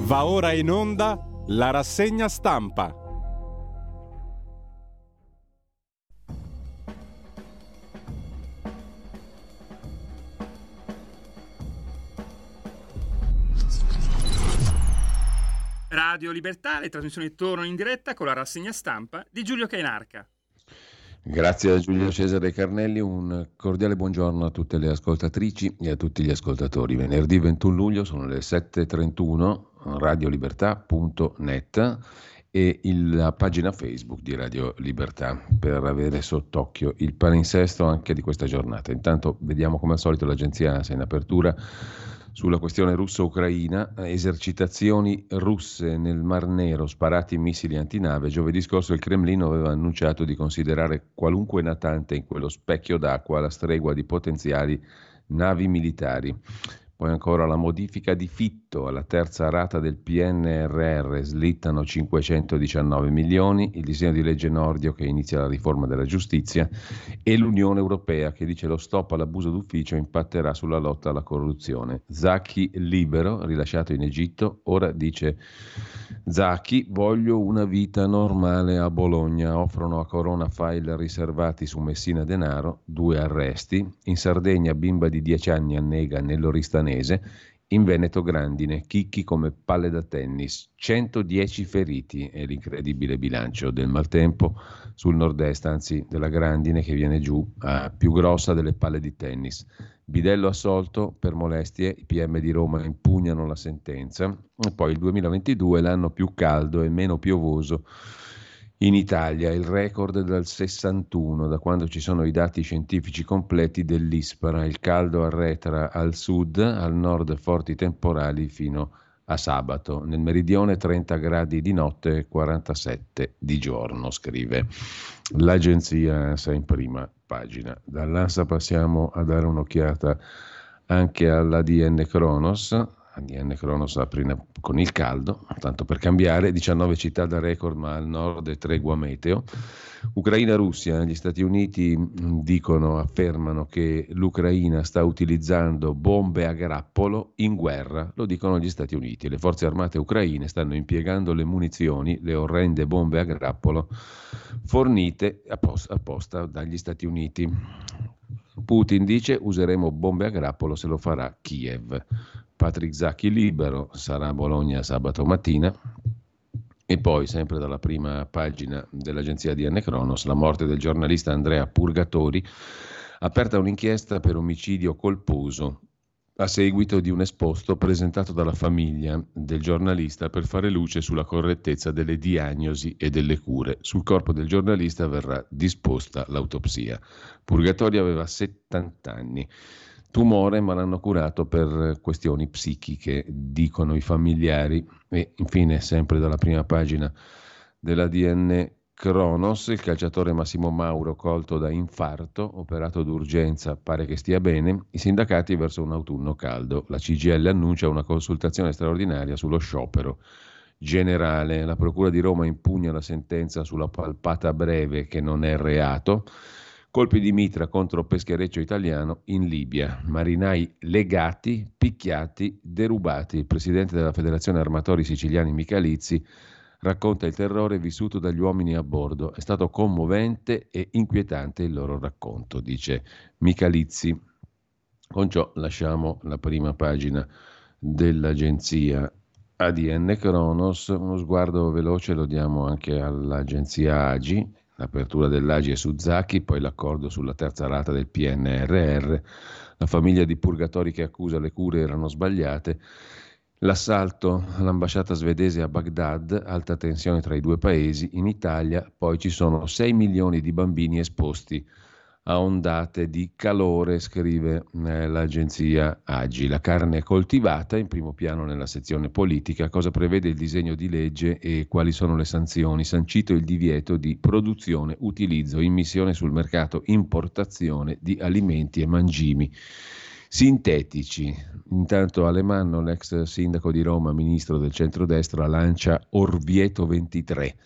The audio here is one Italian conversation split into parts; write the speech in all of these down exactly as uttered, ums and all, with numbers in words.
Va ora in onda la rassegna stampa. Radio Libertà, le trasmissioni tornano in diretta con la rassegna stampa di Giulio Cainarca. Grazie a Giulio Cesare Carnelli, un cordiale buongiorno a tutte le ascoltatrici e a tutti gli ascoltatori. Venerdì ventuno luglio sono le sette e trentuno, radiolibertà punto net e il, la pagina Facebook di Radio Libertà per avere sott'occhio il palinsesto anche di questa giornata. Intanto vediamo come al solito l'agenzia ANSA in apertura sulla questione russo-ucraina, esercitazioni russe nel Mar Nero, sparati missili antinave. Giovedì scorso il Cremlino aveva annunciato di considerare qualunque natante in quello specchio d'acqua alla stregua di potenziali navi militari. Poi ancora la modifica di Fitto alla terza rata del P N R R, slittano cinquecentodiciannove milioni, il disegno di legge Nordio che inizia la riforma della giustizia e l'Unione Europea che dice lo stop all'abuso d'ufficio impatterà sulla lotta alla corruzione. Zaki libero, rilasciato in Egitto, ora dice Zaki, voglio una vita normale a Bologna, offrono a Corona file riservati su Messina Denaro, due arresti, in Sardegna bimba di dieci anni annega nell'Oristanese, in Veneto grandine, chicchi come palle da tennis, centodieci feriti è l'incredibile bilancio del maltempo sul nord-est, anzi della grandine che viene giù, eh, più grossa delle palle di tennis. Bidello assolto per molestie, i P M di Roma impugnano la sentenza e poi il duemilaventidue l'anno più caldo e meno piovoso in Italia, il record dal sessantuno, da quando ci sono i dati scientifici completi dell'ISPRA. Il caldo arretra al sud, al nord forti temporali fino a sabato. Nel meridione trenta gradi di notte e quarantasette di giorno, scrive l'agenzia ANSA in prima pagina. Dall'ANSA passiamo a dare un'occhiata anche all'A D N Kronos. A D N Kronos apre con il caldo, tanto per cambiare, diciannove città da record ma al nord e tregua meteo. Ucraina e Russia, gli Stati Uniti dicono, affermano che l'Ucraina sta utilizzando bombe a grappolo in guerra, lo dicono gli Stati Uniti. Le forze armate ucraine stanno impiegando le munizioni, le orrende bombe a grappolo fornite apposta, apposta dagli Stati Uniti. Putin dice useremo bombe a grappolo se lo farà Kiev. Patrick Zaki libero, sarà a Bologna sabato mattina. E poi, sempre dalla prima pagina dell'agenzia A D N Kronos, la morte del giornalista Andrea Purgatori, aperta un'inchiesta per omicidio colposo a seguito di un esposto presentato dalla famiglia del giornalista per fare luce sulla correttezza delle diagnosi e delle cure. Sul corpo del giornalista verrà disposta l'autopsia. Purgatori aveva settanta anni. Tumore, ma l'hanno curato per questioni psichiche, dicono i familiari. E infine, sempre dalla prima pagina dell'A D N Kronos, il calciatore Massimo Mauro colto da infarto, operato d'urgenza, pare che stia bene, i sindacati verso un autunno caldo. La C G I L annuncia una consultazione straordinaria sullo sciopero generale. La Procura di Roma impugna la sentenza sulla palpata breve che non è reato. Colpi di mitra contro peschereccio italiano in Libia, marinai legati, picchiati, derubati. Il presidente della Federazione Armatori Siciliani Michalizzi racconta il terrore vissuto dagli uomini a bordo. È stato commovente e inquietante il loro racconto, dice Michalizzi. Con ciò lasciamo la prima pagina dell'agenzia A D N Kronos. Uno sguardo veloce lo diamo anche all'agenzia Agi. L'apertura dell'A G I è su Zaki, poi l'accordo sulla terza rata del P N R R, la famiglia di Purgatori che accusa le cure erano sbagliate, l'assalto all'ambasciata svedese a Baghdad, alta tensione tra i due paesi, in Italia poi ci sono sei milioni di bambini esposti a ondate di calore, scrive eh, l'agenzia Agi. La carne coltivata, in primo piano nella sezione politica, cosa prevede il disegno di legge e quali sono le sanzioni. Sancito il divieto di produzione, utilizzo, immissione sul mercato, importazione di alimenti e mangimi sintetici. Intanto Alemanno, l'ex sindaco di Roma, ministro del centrodestra, lancia Orvieto ventitré.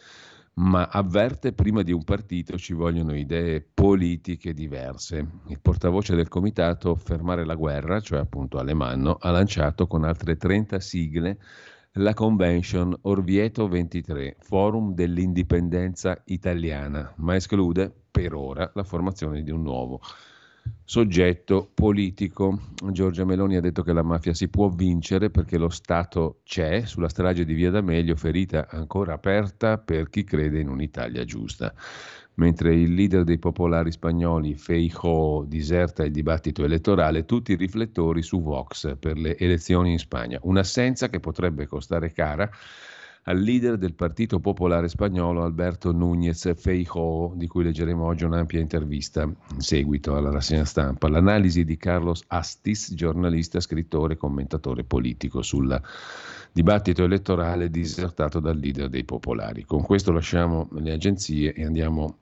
Ma avverte, prima di un partito ci vogliono idee politiche diverse. Il portavoce del comitato Fermare la guerra, cioè appunto Alemanno, ha lanciato con altre trenta sigle La convention Orvieto ventitré, forum dell'indipendenza italiana, ma esclude per ora la formazione di un nuovo soggetto politico. Giorgia Meloni ha detto che la mafia si può vincere perché lo Stato c'è. Sulla strage di Via D'Amelio, ferita ancora aperta per chi crede in un'Italia giusta. Mentre il leader dei popolari spagnoli, Feijóo, diserta il dibattito elettorale, tutti i riflettori su Vox per le elezioni in Spagna. Un'assenza che potrebbe costare cara al leader del Partito Popolare Spagnolo, Alberto Núñez Feijóo, di cui leggeremo oggi un'ampia intervista in seguito alla rassegna stampa. L'analisi di Carlos Astis, giornalista, scrittore, commentatore politico sul dibattito elettorale disertato dal leader dei popolari. Con questo lasciamo le agenzie e andiamo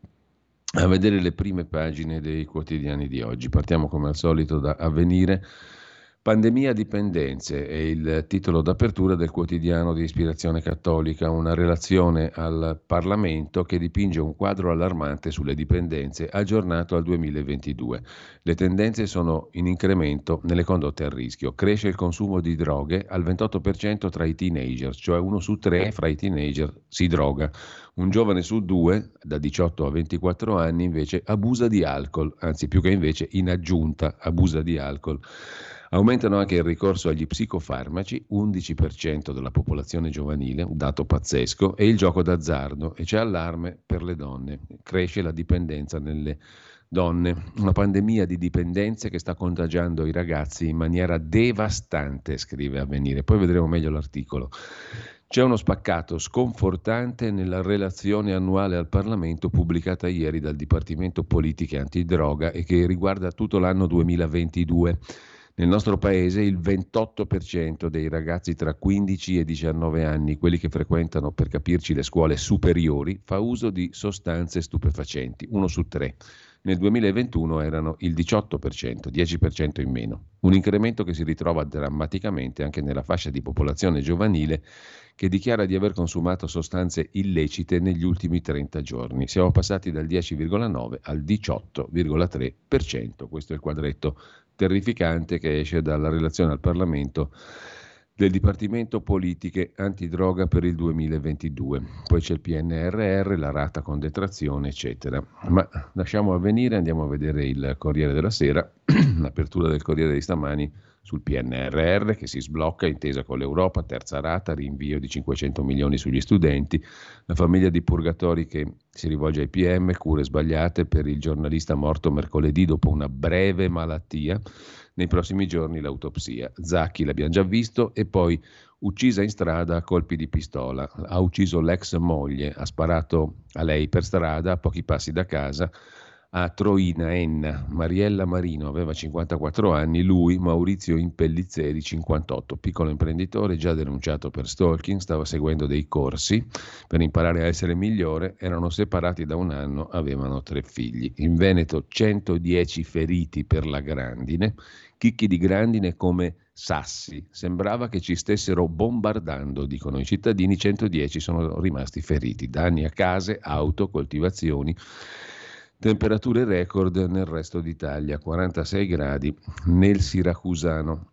a vedere le prime pagine dei quotidiani di oggi. Partiamo come al solito da Avvenire. Pandemia dipendenze è il titolo d'apertura del quotidiano di ispirazione cattolica, una relazione al Parlamento che dipinge un quadro allarmante sulle dipendenze aggiornato al duemilaventidue. Le tendenze sono in incremento nelle condotte a rischio. Cresce il consumo di droghe al ventotto per cento tra i teenager, cioè uno su tre fra i teenager si droga. Un giovane su due, da diciotto a ventiquattro anni, invece abusa di alcol, anzi più che invece in aggiunta abusa di alcol. Aumentano anche il ricorso agli psicofarmaci, undici per cento della popolazione giovanile, un dato pazzesco, e il gioco d'azzardo, e c'è allarme per le donne. Cresce la dipendenza nelle donne. Una pandemia di dipendenze che sta contagiando i ragazzi in maniera devastante, scrive Avvenire. Poi vedremo meglio l'articolo. C'è uno spaccato sconfortante nella relazione annuale al Parlamento pubblicata ieri dal Dipartimento Politiche Antidroga e che riguarda tutto l'anno duemilaventidue. Nel nostro paese il ventotto per cento dei ragazzi tra quindici e diciannove anni, quelli che frequentano per capirci le scuole superiori, fa uso di sostanze stupefacenti, uno su tre. Nel duemilaventuno erano il diciotto per cento, dieci per cento in meno. Un incremento che si ritrova drammaticamente anche nella fascia di popolazione giovanile che dichiara di aver consumato sostanze illecite negli ultimi trenta giorni. Siamo passati dal dieci virgola nove al diciotto virgola tre per cento. Questo è il quadretto terrificante che esce dalla relazione al Parlamento del Dipartimento Politiche Antidroga per il duemilaventidue. Poi c'è il P N R R, la rata con detrazione, eccetera. Ma lasciamo Avvenire, andiamo a vedere il Corriere della Sera, l'apertura del Corriere di stamani sul P N R R che si sblocca, intesa con l'Europa, terza rata, rinvio di cinquecento milioni sugli studenti, la famiglia di Purgatori che si rivolge ai P M, cure sbagliate per il giornalista morto mercoledì dopo una breve malattia, nei prossimi giorni l'autopsia. Zacchi l'abbiamo già visto e poi uccisa in strada a colpi di pistola, ha ucciso l'ex moglie, ha sparato a lei per strada a pochi passi da casa a Troina, Enna. Mariella Marino aveva cinquantaquattro anni, lui Maurizio Impellizzeri cinquantotto, piccolo imprenditore già denunciato per stalking, stava seguendo dei corsi per imparare a essere migliore, erano separati da un anno, avevano tre figli. In Veneto centodieci feriti per la grandine, chicchi di grandine come sassi, sembrava che ci stessero bombardando, dicono i cittadini, centodieci sono rimasti feriti, danni a case, auto, coltivazioni. Temperature record nel resto d'Italia, quarantasei gradi nel siracusano.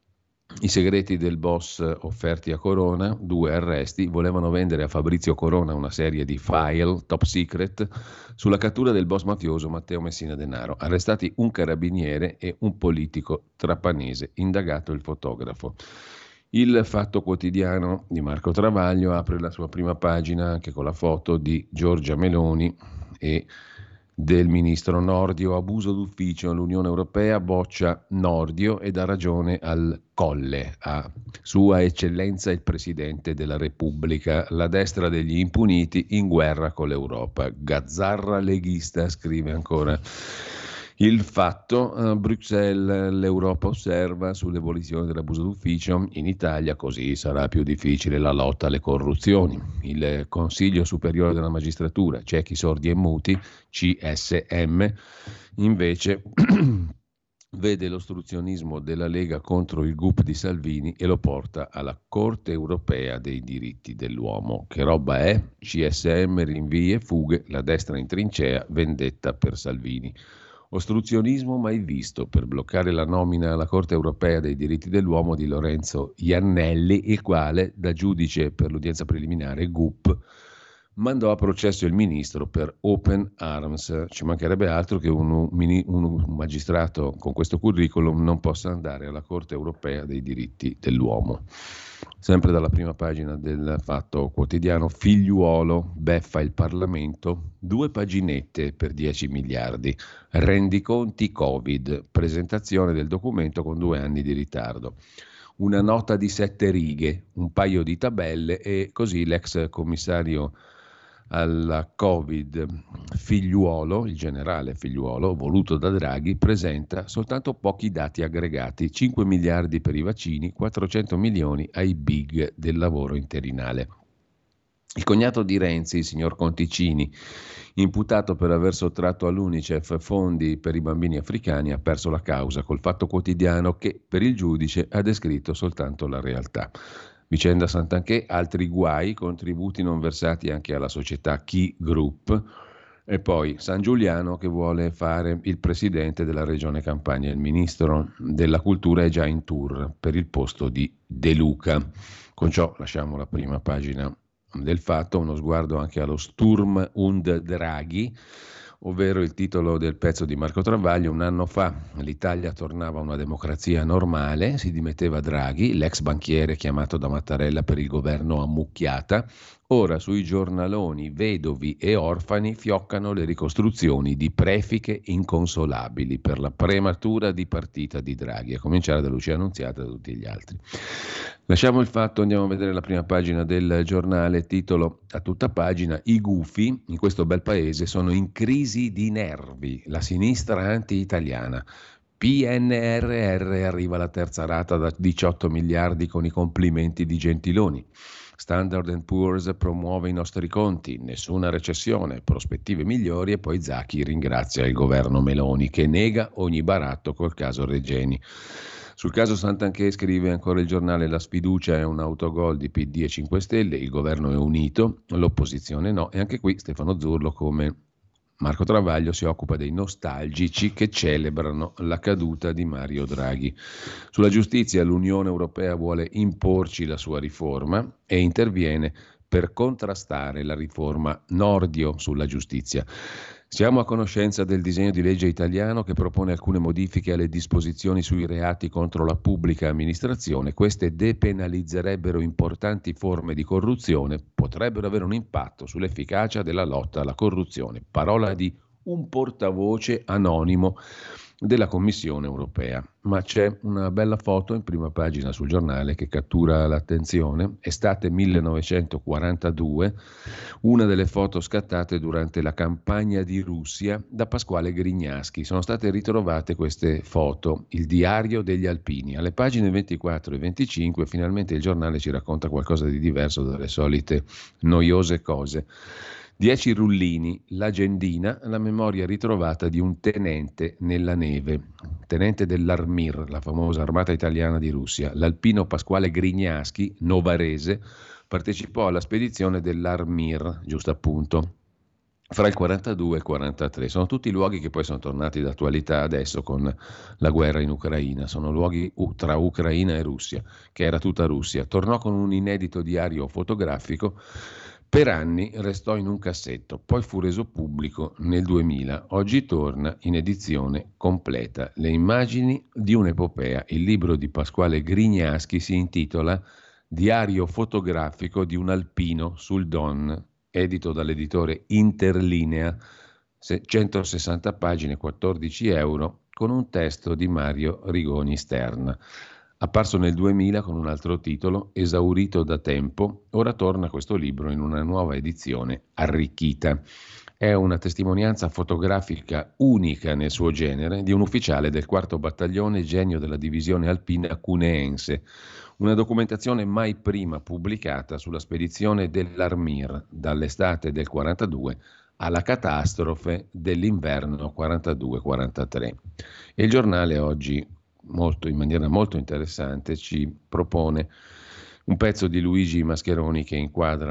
I segreti del boss offerti a Corona, due arresti, volevano vendere a Fabrizio Corona una serie di file top secret sulla cattura del boss mafioso Matteo Messina Denaro. Arrestati un carabiniere e un politico trapanese, indagato il fotografo. Il Fatto Quotidiano di Marco Travaglio apre la sua prima pagina anche con la foto di Giorgia Meloni e del ministro Nordio. Abuso d'ufficio, l'Unione Europea boccia Nordio e dà ragione al Colle, a Sua Eccellenza il Presidente della Repubblica, la destra degli impuniti in guerra con l'Europa. Gazzarra leghista, scrive ancora Il Fatto. A Bruxelles l'Europa osserva sull'abolizione dell'abuso d'ufficio, in Italia così sarà più difficile la lotta alle corruzioni. Il Consiglio Superiore della Magistratura, ciechi, sordi e muti, C S M, invece vede l'ostruzionismo della Lega contro il G U P di Salvini e lo porta alla Corte Europea dei Diritti dell'Uomo. Che roba è? C S M, rinvii e fughe, la destra in trincea, vendetta per Salvini. Ostruzionismo mai visto per bloccare la nomina alla Corte europea dei diritti dell'uomo di Lorenzo Iannelli, il quale, da giudice per l'udienza preliminare, G U P, mandò a processo il ministro per open arms. Ci mancherebbe altro che un, un, un magistrato con questo curriculum non possa andare alla Corte europea dei diritti dell'uomo. Sempre dalla prima pagina del Fatto Quotidiano, Figliuolo beffa il Parlamento, due paginette per dieci miliardi, rendiconti Covid, presentazione del documento con due anni di ritardo. Una nota di sette righe, un paio di tabelle e così l'ex commissario alla Covid Figliuolo, il generale Figliuolo, voluto da Draghi, presenta soltanto pochi dati aggregati, cinque miliardi per i vaccini, quattrocento milioni ai big del lavoro interinale. Il cognato di Renzi, il signor Conticini, imputato per aver sottratto all'Unicef fondi per i bambini africani, ha perso la causa col Fatto Quotidiano che per il giudice ha descritto soltanto la realtà. Vicenda Santanchè, altri guai, contributi non versati anche alla società Ki Group, e poi San Giuliano che vuole fare il presidente della regione Campania. Il ministro della cultura è già in tour per il posto di De Luca. Con ciò lasciamo la prima pagina del Fatto, uno sguardo anche allo Sturm und Draghi, ovvero il titolo del pezzo di Marco Travaglio. Un anno fa l'Italia tornava a una democrazia normale, si dimetteva Draghi, l'ex banchiere chiamato da Mattarella per il governo ammucchiata. Ora sui giornaloni vedovi e orfani fioccano le ricostruzioni di prefiche inconsolabili per la prematura di partita di Draghi, a cominciare da Lucia Annunziata e da tutti gli altri. Lasciamo il Fatto, andiamo a vedere la prima pagina del giornale, titolo a tutta pagina: i gufi in questo bel paese sono in crisi di nervi, la sinistra anti-italiana. P N R R arriva la terza rata da diciotto miliardi con i complimenti di Gentiloni. Standard and Poor's promuove i nostri conti, nessuna recessione, prospettive migliori, e poi Zacchi ringrazia il governo Meloni che nega ogni baratto col caso Regeni. Sul caso Santanchè scrive ancora il giornale: la sfiducia è un autogol di P D e cinque Stelle, il governo è unito, l'opposizione no, e anche qui Stefano Zurlo, come Marco Travaglio, si occupa dei nostalgici che celebrano la caduta di Mario Draghi. Sulla giustizia l'Unione Europea vuole imporci la sua riforma e interviene per contrastare la riforma Nordio sulla giustizia. Siamo a conoscenza del disegno di legge italiano che propone alcune modifiche alle disposizioni sui reati contro la pubblica amministrazione. Queste depenalizzerebbero importanti forme di corruzione, potrebbero avere un impatto sull'efficacia della lotta alla corruzione. Parola di un portavoce anonimo della Commissione europea. Ma c'è una bella foto in prima pagina sul giornale che cattura l'attenzione. Estate millenovecentoquarantadue, una delle foto scattate durante la campagna di Russia da Pasquale Grignaschi. Sono state ritrovate queste foto, il diario degli alpini. Alle pagine ventiquattro e venticinque finalmente il giornale ci racconta qualcosa di diverso dalle solite noiose cose. Dieci rullini, l'agendina, la memoria ritrovata di un tenente nella neve, tenente dell'Armir, la famosa armata italiana di Russia. L'alpino Pasquale Grignaschi, novarese, partecipò alla spedizione dell'Armir, giusto appunto, fra il quarantadue e il quarantatré. Sono tutti luoghi che poi sono tornati d'attualità adesso con la guerra in Ucraina. Sono luoghi tra Ucraina e Russia, che era tutta Russia. Tornò con un inedito diario fotografico. Per anni restò in un cassetto, poi fu reso pubblico nel duemila. Oggi torna in edizione completa. Le immagini di un'epopea. Il libro di Pasquale Grignaschi si intitola Diario fotografico di un alpino sul Don, edito dall'editore Interlinea, centosessanta pagine, quattordici euro, con un testo di Mario Rigoni Stern. Apparso nel duemila con un altro titolo, esaurito da tempo, ora torna questo libro in una nuova edizione arricchita. È una testimonianza fotografica unica nel suo genere di un ufficiale del quarto battaglione, genio della divisione alpina cuneense. Una documentazione mai prima pubblicata sulla spedizione dell'Armir dall'estate del quarantadue alla catastrofe dell'inverno quarantadue quarantatré. E il giornale oggi, molto, in maniera molto interessante, ci propone un pezzo di Luigi Mascheroni che inquadra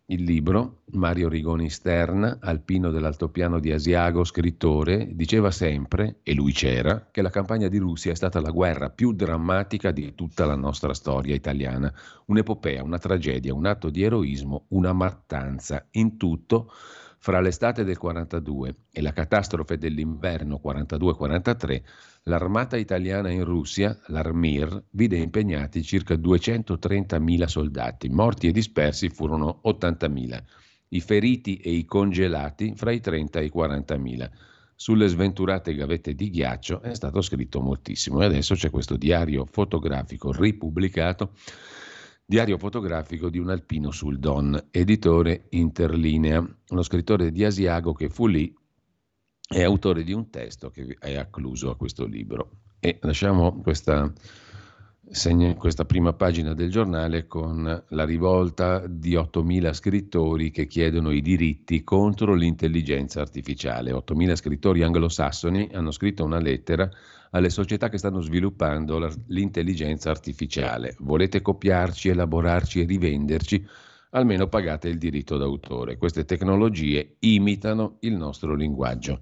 il libro, Mario Rigoni Stern, alpino dell'altopiano di Asiago, scrittore, diceva sempre, e lui c'era, che la campagna di Russia è stata la guerra più drammatica di tutta la nostra storia italiana. Un'epopea, una tragedia, un atto di eroismo, una mattanza. In tutto, fra l'estate del quarantadue e la catastrofe dell'inverno quarantadue quarantatré, l'armata italiana in Russia, l'Armir, vide impegnati circa duecentotrentamila soldati, morti e dispersi furono ottantamila, i feriti e i congelati fra i trenta e i quarantamila. Sulle sventurate gavette di ghiaccio è stato scritto moltissimo e adesso c'è questo diario fotografico ripubblicato, diario fotografico di un alpino sul Don, editore Interlinea, lo scrittore di Asiago che fu lì è autore di un testo che è accluso a questo libro. E lasciamo questa, segna, questa prima pagina del giornale con la rivolta di ottomila scrittori che chiedono i diritti contro l'intelligenza artificiale. ottomila scrittori anglosassoni hanno scritto una lettera alle società che stanno sviluppando la, l'intelligenza artificiale. Volete copiarci, elaborarci e rivenderci? Almeno pagate il diritto d'autore. Queste tecnologie imitano il nostro linguaggio.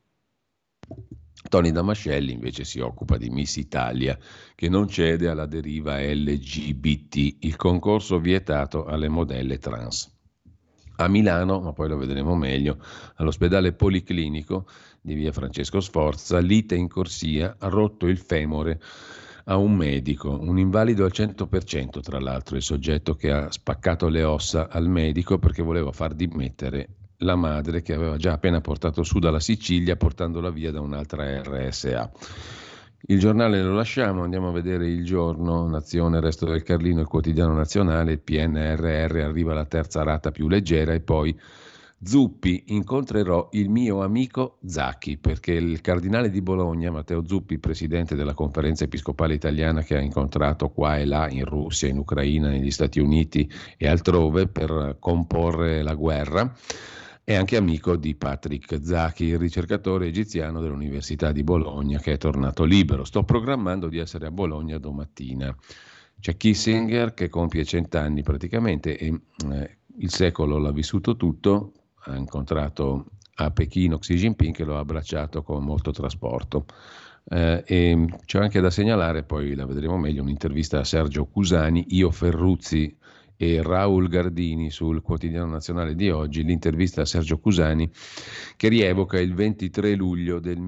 Tony Damascelli invece si occupa di Miss Italia, che non cede alla deriva L G B T, il concorso vietato alle modelle trans. A Milano, ma poi lo vedremo meglio, all'ospedale policlinico di via Francesco Sforza, lite in corsia, ha rotto il femore a un medico, un invalido al cento per cento tra l'altro, il soggetto che ha spaccato le ossa al medico perché voleva far dimettere la madre che aveva già appena portato su dalla Sicilia portandola via da un'altra R S A. Il giornale lo lasciamo, andiamo a vedere Il Giorno, Nazione, Resto del Carlino, il Quotidiano Nazionale, il P N R R, arriva la terza rata più leggera e poi Zuppi, incontrerò il mio amico Zacchi, perché il cardinale di Bologna, Matteo Zuppi, presidente della Conferenza Episcopale Italiana che ha incontrato qua e là in Russia, in Ucraina, negli Stati Uniti e altrove per comporre la guerra, è anche amico di Patrick Zaki, il ricercatore egiziano dell'Università di Bologna che è tornato libero. Sto programmando di essere a Bologna domattina. C'è Kissinger che compie cent'anni praticamente e eh, il secolo l'ha vissuto tutto, ha incontrato a Pechino Xi Jinping che lo ha abbracciato con molto trasporto. Eh, e c'è anche da segnalare, poi la vedremo meglio, un'intervista a Sergio Cusani, Io Ferruzzi e Raul Gardini sul Quotidiano Nazionale di oggi, l'intervista a Sergio Cusani che rievoca il ventitré luglio del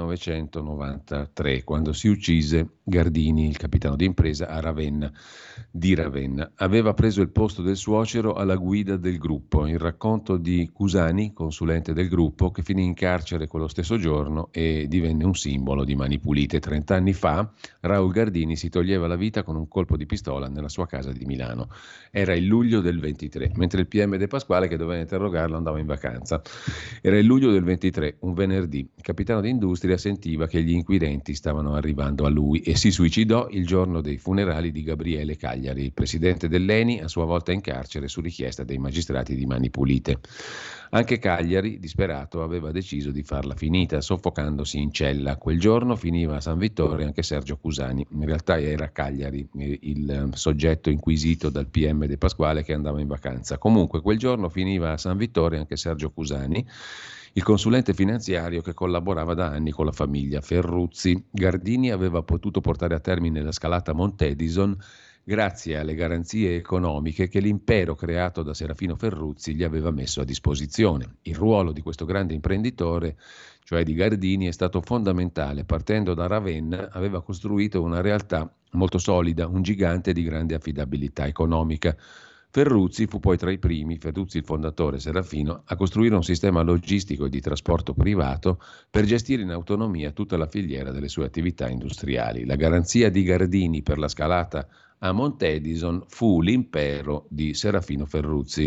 millenovecentonovantatré, quando si uccise Gardini, il capitano d'impresa a Ravenna, di Ravenna. Aveva preso il posto del suocero alla guida del gruppo. Il racconto di Cusani, consulente del gruppo, che finì in carcere quello stesso giorno e divenne un simbolo di Mani Pulite. Trent'anni fa Raul Gardini si toglieva la vita con un colpo di pistola nella sua casa di Milano. Era il luglio del ventitré, mentre il P M De Pasquale, che doveva interrogarlo, andava in vacanza. Era il luglio del ventitré, un venerdì. Il capitano d'industria sentiva che gli inquirenti stavano arrivando a lui e si suicidò il giorno dei funerali di Gabriele Cagliari, il presidente dell'E N I, a sua volta in carcere su richiesta dei magistrati di Mani Pulite. Anche Cagliari, disperato, aveva deciso di farla finita, soffocandosi in cella. Quel giorno finiva a San Vittore anche Sergio Cusani. In realtà era Cagliari il soggetto inquisito dal P M De Pasquale che andava in vacanza. Comunque quel giorno finiva a San Vittore anche Sergio Cusani, il consulente finanziario che collaborava da anni con la famiglia Ferruzzi. Gardini aveva potuto portare a termine la scalata Montedison grazie alle garanzie economiche che l'impero creato da Serafino Ferruzzi gli aveva messo a disposizione. Il ruolo di questo grande imprenditore, cioè di Gardini, è stato fondamentale. Partendo da Ravenna aveva costruito una realtà molto solida, un gigante di grande affidabilità economica. Ferruzzi fu poi tra i primi, Ferruzzi il fondatore Serafino, a costruire un sistema logistico e di trasporto privato per gestire in autonomia tutta la filiera delle sue attività industriali. La garanzia di Gardini per la scalata a Montedison fu l'impero di Serafino Ferruzzi.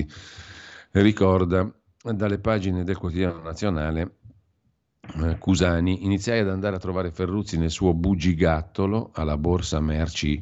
Ricorda dalle pagine del Quotidiano Nazionale eh, Cusani: iniziai ad andare a trovare Ferruzzi nel suo bugigattolo alla borsa merci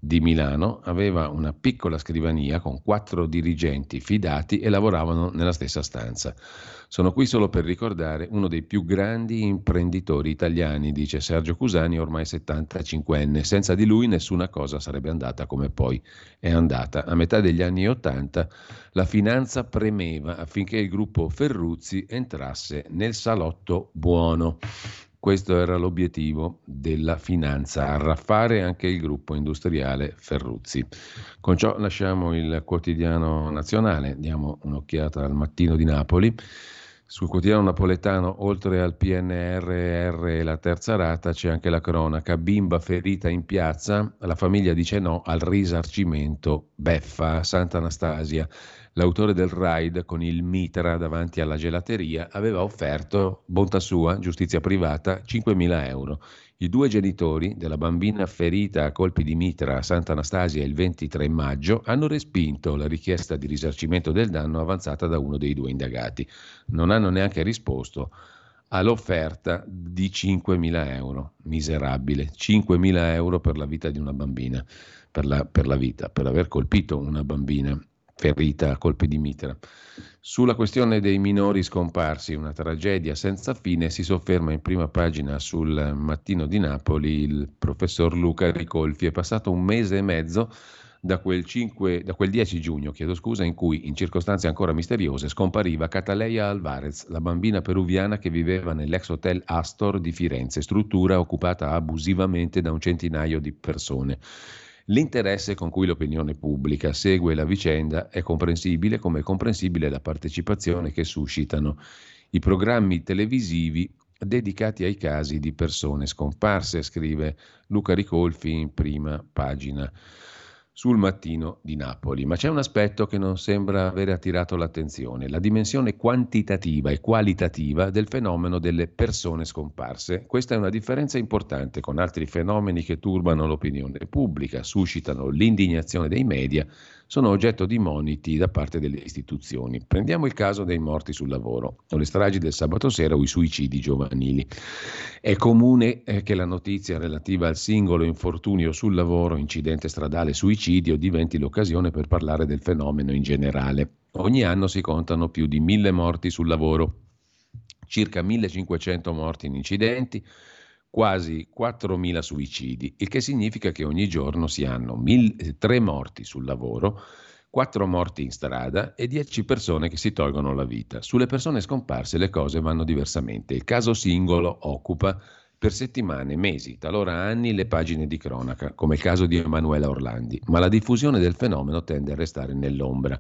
di Milano, aveva una piccola scrivania con quattro dirigenti fidati e lavoravano nella stessa stanza. Sono qui solo per ricordare uno dei più grandi imprenditori italiani, dice Sergio Cusani, ormai settantacinquenne. Senza di lui nessuna cosa sarebbe andata come poi è andata. A metà degli anni Ottanta la finanza premeva affinché il gruppo Ferruzzi entrasse nel salotto buono. Questo era l'obiettivo della finanza, arraffare anche il gruppo industriale Ferruzzi. Con ciò lasciamo il quotidiano nazionale, diamo un'occhiata al Mattino di Napoli. Sul quotidiano napoletano, oltre al P N R R e la terza rata, c'è anche la cronaca. Bimba ferita in piazza, la famiglia dice no al risarcimento. Beffa, Sant'Anastasia. L'autore del raid con il mitra davanti alla gelateria aveva offerto, bontà sua, giustizia privata, cinquemila euro. I due genitori della bambina ferita a colpi di mitra a Sant'Anastasia il ventitré maggio hanno respinto la richiesta di risarcimento del danno avanzata da uno dei due indagati. Non hanno neanche risposto all'offerta di cinquemila euro. Miserabile, cinquemila euro per la vita di una bambina, per la, per la vita, per aver colpito una bambina ferita a colpi di mitra. Sulla questione dei minori scomparsi, una tragedia senza fine, si sofferma in prima pagina sul Mattino di Napoli il professor Luca Ricolfi. È passato un mese e mezzo da quel, cinque, da quel dieci giugno, chiedo scusa, in cui in circostanze ancora misteriose scompariva Cataleya Alvarez, la bambina peruviana che viveva nell'ex hotel Astor di Firenze, struttura occupata abusivamente da un centinaio di persone. L'interesse con cui l'opinione pubblica segue la vicenda è comprensibile, come è comprensibile la partecipazione che suscitano i programmi televisivi dedicati ai casi di persone scomparse, scrive Luca Ricolfi in prima pagina sul Mattino di Napoli. Ma c'è un aspetto che non sembra avere attirato l'attenzione: la dimensione quantitativa e qualitativa del fenomeno delle persone scomparse. Questa è una differenza importante con altri fenomeni che turbano l'opinione pubblica, suscitano l'indignazione dei media, sono oggetto di moniti da parte delle istituzioni. Prendiamo il caso dei morti sul lavoro, o le stragi del sabato sera o i suicidi giovanili. È comune eh, che la notizia relativa al singolo infortunio sul lavoro, incidente stradale, suicidio, diventi l'occasione per parlare del fenomeno in generale. Ogni anno si contano più di mille morti sul lavoro, circa millecinquecento morti in incidenti, quasi quattromila suicidi, il che significa che ogni giorno si hanno tre morti sul lavoro, quattro morti in strada e dieci persone che si tolgono la vita. Sulle persone scomparse le cose vanno diversamente. Il caso singolo occupa per settimane, mesi, talora anni le pagine di cronaca, come il caso di Emanuela Orlandi, ma la diffusione del fenomeno tende a restare nell'ombra.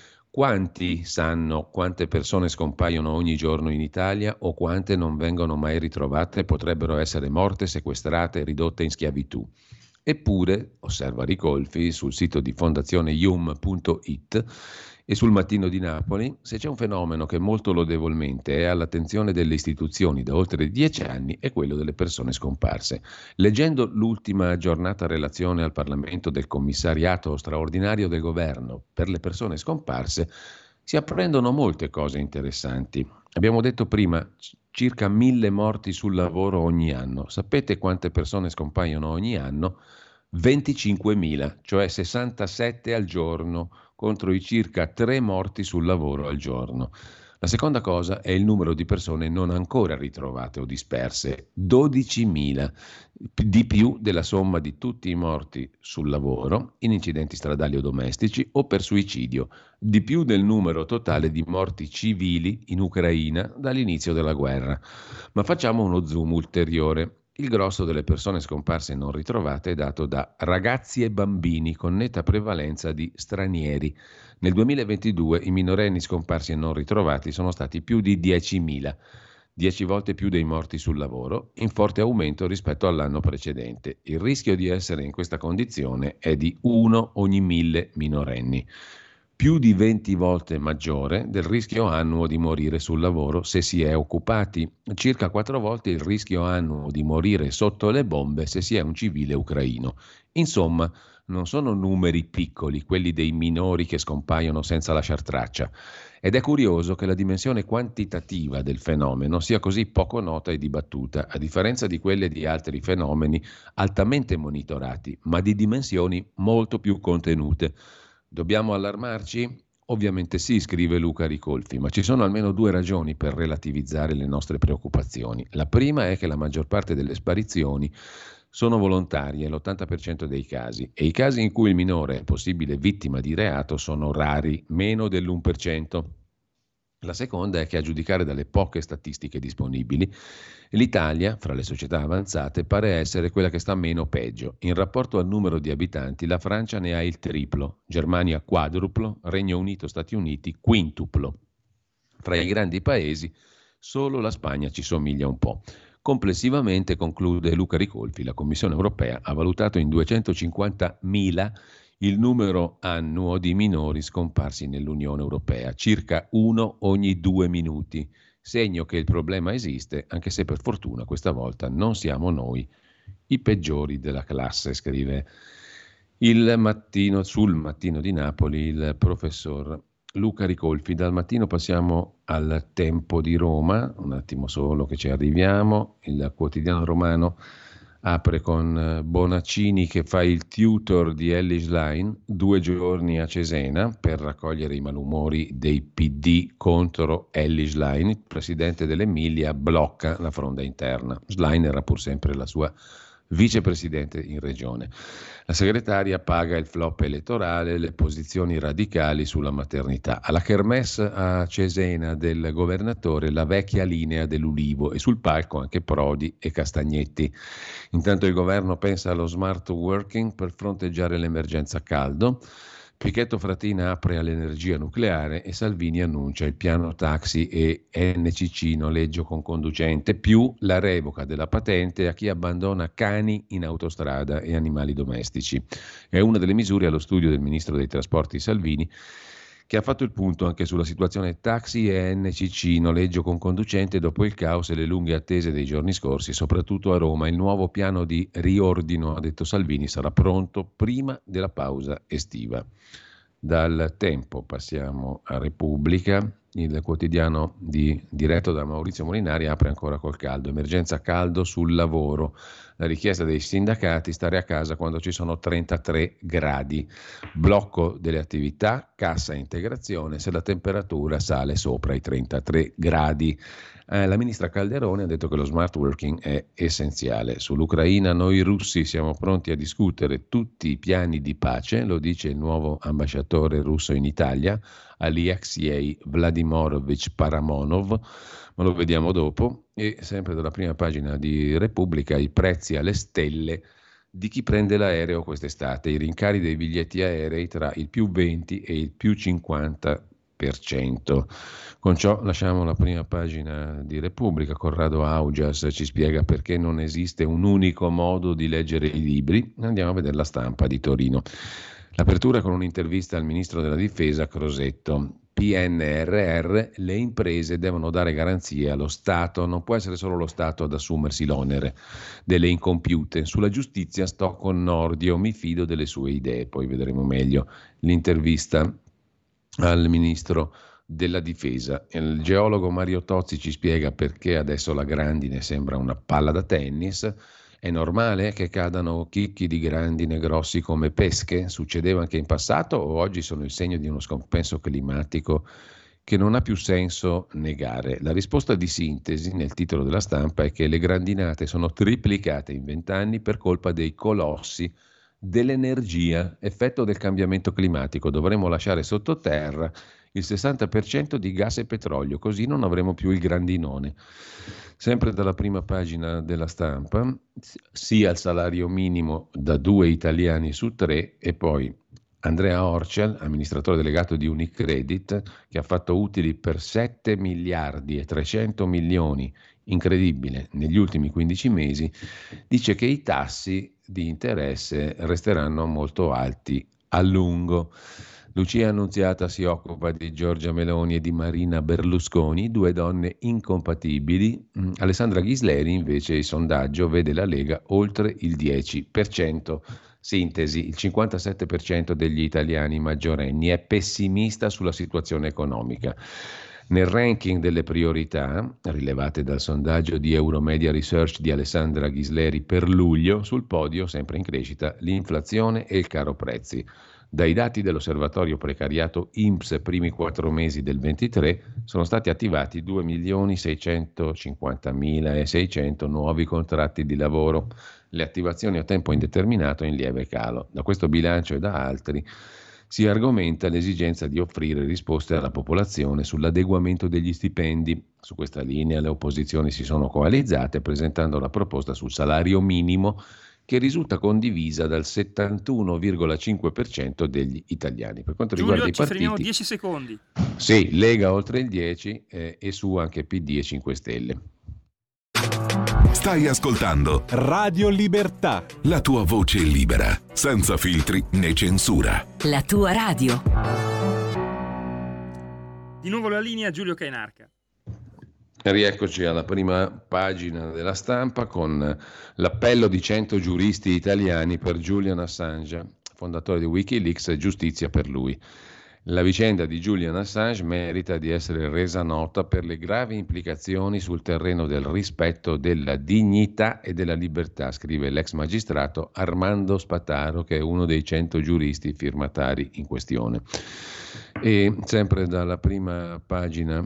Quanti sanno quante persone scompaiono ogni giorno in Italia o quante non vengono mai ritrovate e potrebbero essere morte, sequestrate, ridotte in schiavitù? Eppure, osserva Ricolfi sul sito di fondazione ium punto it e sul Mattino di Napoli, se c'è un fenomeno che molto lodevolmente è all'attenzione delle istituzioni da oltre dieci anni è quello delle persone scomparse. Leggendo l'ultima aggiornata relazione al Parlamento del commissariato straordinario del governo per le persone scomparse, si apprendono molte cose interessanti. Abbiamo detto prima, circa mille morti sul lavoro ogni anno. Sapete quante persone scompaiono ogni anno? venticinquemila, cioè sessantasette al giorno, contro i circa tre morti sul lavoro al giorno. La seconda cosa è il numero di persone non ancora ritrovate o disperse, dodicimila, di più della somma di tutti i morti sul lavoro, in incidenti stradali o domestici o per suicidio, di più del numero totale di morti civili in Ucraina dall'inizio della guerra. Ma facciamo uno zoom ulteriore. Il grosso delle persone scomparse e non ritrovate è dato da ragazzi e bambini con netta prevalenza di stranieri. Nel duemilaventidue i minorenni scomparsi e non ritrovati sono stati più di diecimila, dieci volte più dei morti sul lavoro, in forte aumento rispetto all'anno precedente. Il rischio di essere in questa condizione è di uno ogni mille minorenni, più di venti volte maggiore del rischio annuo di morire sul lavoro se si è occupati, circa quattro volte il rischio annuo di morire sotto le bombe se si è un civile ucraino. Insomma, non sono numeri piccoli, quelli dei minori che scompaiono senza lasciar traccia. Ed è curioso che la dimensione quantitativa del fenomeno sia così poco nota e dibattuta, a differenza di quelle di altri fenomeni altamente monitorati, ma di dimensioni molto più contenute. Dobbiamo allarmarci? Ovviamente sì, scrive Luca Ricolfi, ma ci sono almeno due ragioni per relativizzare le nostre preoccupazioni. La prima è che la maggior parte delle sparizioni sono volontarie, l'ottanta per cento dei casi, e i casi in cui il minore è possibile vittima di reato sono rari, meno dell'uno per cento. La seconda è che, a giudicare dalle poche statistiche disponibili, l'Italia, fra le società avanzate, pare essere quella che sta meno peggio. In rapporto al numero di abitanti, la Francia ne ha il triplo, Germania quadruplo, Regno Unito, Stati Uniti quintuplo. Fra i grandi paesi, solo la Spagna ci somiglia un po'. Complessivamente, conclude Luca Ricolfi, la Commissione europea ha valutato in duecentocinquantamila il numero annuo di minori scomparsi nell'Unione Europea, circa uno ogni due minuti, segno che il problema esiste, anche se per fortuna questa volta non siamo noi i peggiori della classe, scrive il mattino, sul Mattino di Napoli il professor Luca Ricolfi. Dal Mattino passiamo al Tempo di Roma, un attimo solo che ci arriviamo. Il quotidiano romano apre con Bonaccini che fa il tutor di Elly Schlein, due giorni a Cesena per raccogliere i malumori dei P D contro Elly Schlein. Il presidente dell'Emilia blocca la fronda interna. Schlein era pur sempre la sua vicepresidente in regione. La segretaria paga il flop elettorale, le posizioni radicali sulla maternità. Alla kermesse a Cesena del governatore la vecchia linea dell'Ulivo e sul palco anche Prodi e Castagnetti. Intanto il governo pensa allo smart working per fronteggiare l'emergenza caldo. Pichetto Fratina apre all'energia nucleare e Salvini annuncia il piano taxi e N C C noleggio con conducente, più la revoca della patente a chi abbandona cani in autostrada e animali domestici. È una delle misure allo studio del ministro dei trasporti Salvini, che ha fatto il punto anche sulla situazione taxi e N C C noleggio con conducente dopo il caos e le lunghe attese dei giorni scorsi, soprattutto a Roma. Il nuovo piano di riordino, ha detto Salvini, sarà pronto prima della pausa estiva. Dal Tempo passiamo a Repubblica. Il quotidiano di, diretto da Maurizio Molinari apre ancora col caldo. Emergenza caldo sul lavoro. La richiesta dei sindacati: stare a casa quando ci sono trentatré gradi. Blocco delle attività, cassa integrazione se la temperatura sale sopra i trentatré gradi. Eh, la ministra Calderone ha detto che lo smart working è essenziale. Sull'Ucraina noi russi siamo pronti a discutere tutti i piani di pace, lo dice il nuovo ambasciatore russo in Italia, Alexei Vladimirovich Paramonov, ma lo vediamo dopo. E sempre dalla prima pagina di Repubblica, i prezzi alle stelle di chi prende l'aereo quest'estate, i rincari dei biglietti aerei tra il più venti e il più cinquanta per cento. Con ciò lasciamo la prima pagina di Repubblica. Corrado Augias ci spiega perché non esiste un unico modo di leggere i libri. Andiamo a vedere la Stampa di Torino. L'apertura con un'intervista al ministro della difesa Crosetto. P N R R, le imprese devono dare garanzie allo Stato, non può essere solo lo Stato ad assumersi l'onere delle incompiute. Sulla giustizia sto con Nordio, mi fido delle sue idee, poi vedremo meglio l'intervista al ministro della difesa. Il geologo Mario Tozzi ci spiega perché adesso la grandine sembra una palla da tennis. È normale che cadano chicchi di grandine grossi come pesche? Succedeva anche in passato o oggi sono il segno di uno scompenso climatico che non ha più senso negare? La risposta di sintesi nel titolo della Stampa è che le grandinate sono triplicate in vent'anni per colpa dei colossi dell'energia, effetto del cambiamento climatico. Dovremo lasciare sottoterra il sessanta per cento di gas e petrolio, così non avremo più il grandinone. Sempre dalla prima pagina della Stampa, sia il salario minimo da due italiani su tre, e poi Andrea Orcel, amministratore delegato di Unicredit, che ha fatto utili per sette miliardi e trecento milioni, incredibile, negli ultimi quindici mesi, dice che i tassi di interesse resteranno molto alti a lungo. Lucia Annunziata si occupa di Giorgia Meloni e di Marina Berlusconi, due donne incompatibili. Alessandra Ghisleri invece il sondaggio vede la Lega oltre il dieci per cento. Sintesi, il cinquantasette per cento degli italiani maggiorenni è pessimista sulla situazione economica. Nel ranking delle priorità, rilevate dal sondaggio di Euromedia Research di Alessandra Ghisleri per luglio, sul podio, sempre in crescita, l'inflazione e il caro prezzi. Dai dati dell'osservatorio precariato I N P S primi quattro mesi del ventitré sono stati attivati due milioni seicentocinquantamila nuovi contratti di lavoro. Le attivazioni a tempo indeterminato in lieve calo. Da questo bilancio e da altri si argomenta l'esigenza di offrire risposte alla popolazione sull'adeguamento degli stipendi. Su questa linea le opposizioni si sono coalizzate presentando la proposta sul salario minimo, che risulta condivisa dal settantuno virgola cinque per cento degli italiani. Per quanto Giulio, riguarda i ci partiti, fermiamo dieci secondi. Sì, Lega oltre il dieci eh, e su anche P D e cinque Stelle. Stai ascoltando Radio Libertà. La tua voce libera, senza filtri né censura. La tua radio. Di nuovo la linea Giulio Cainarca. Rieccoci alla prima pagina della Stampa con l'appello di cento giuristi italiani per Julian Assange, fondatore di Wikileaks, giustizia per lui. La vicenda di Julian Assange merita di essere resa nota per le gravi implicazioni sul terreno del rispetto della dignità e della libertà, scrive l'ex magistrato Armando Spataro, che è uno dei cento giuristi firmatari in questione. E sempre dalla prima pagina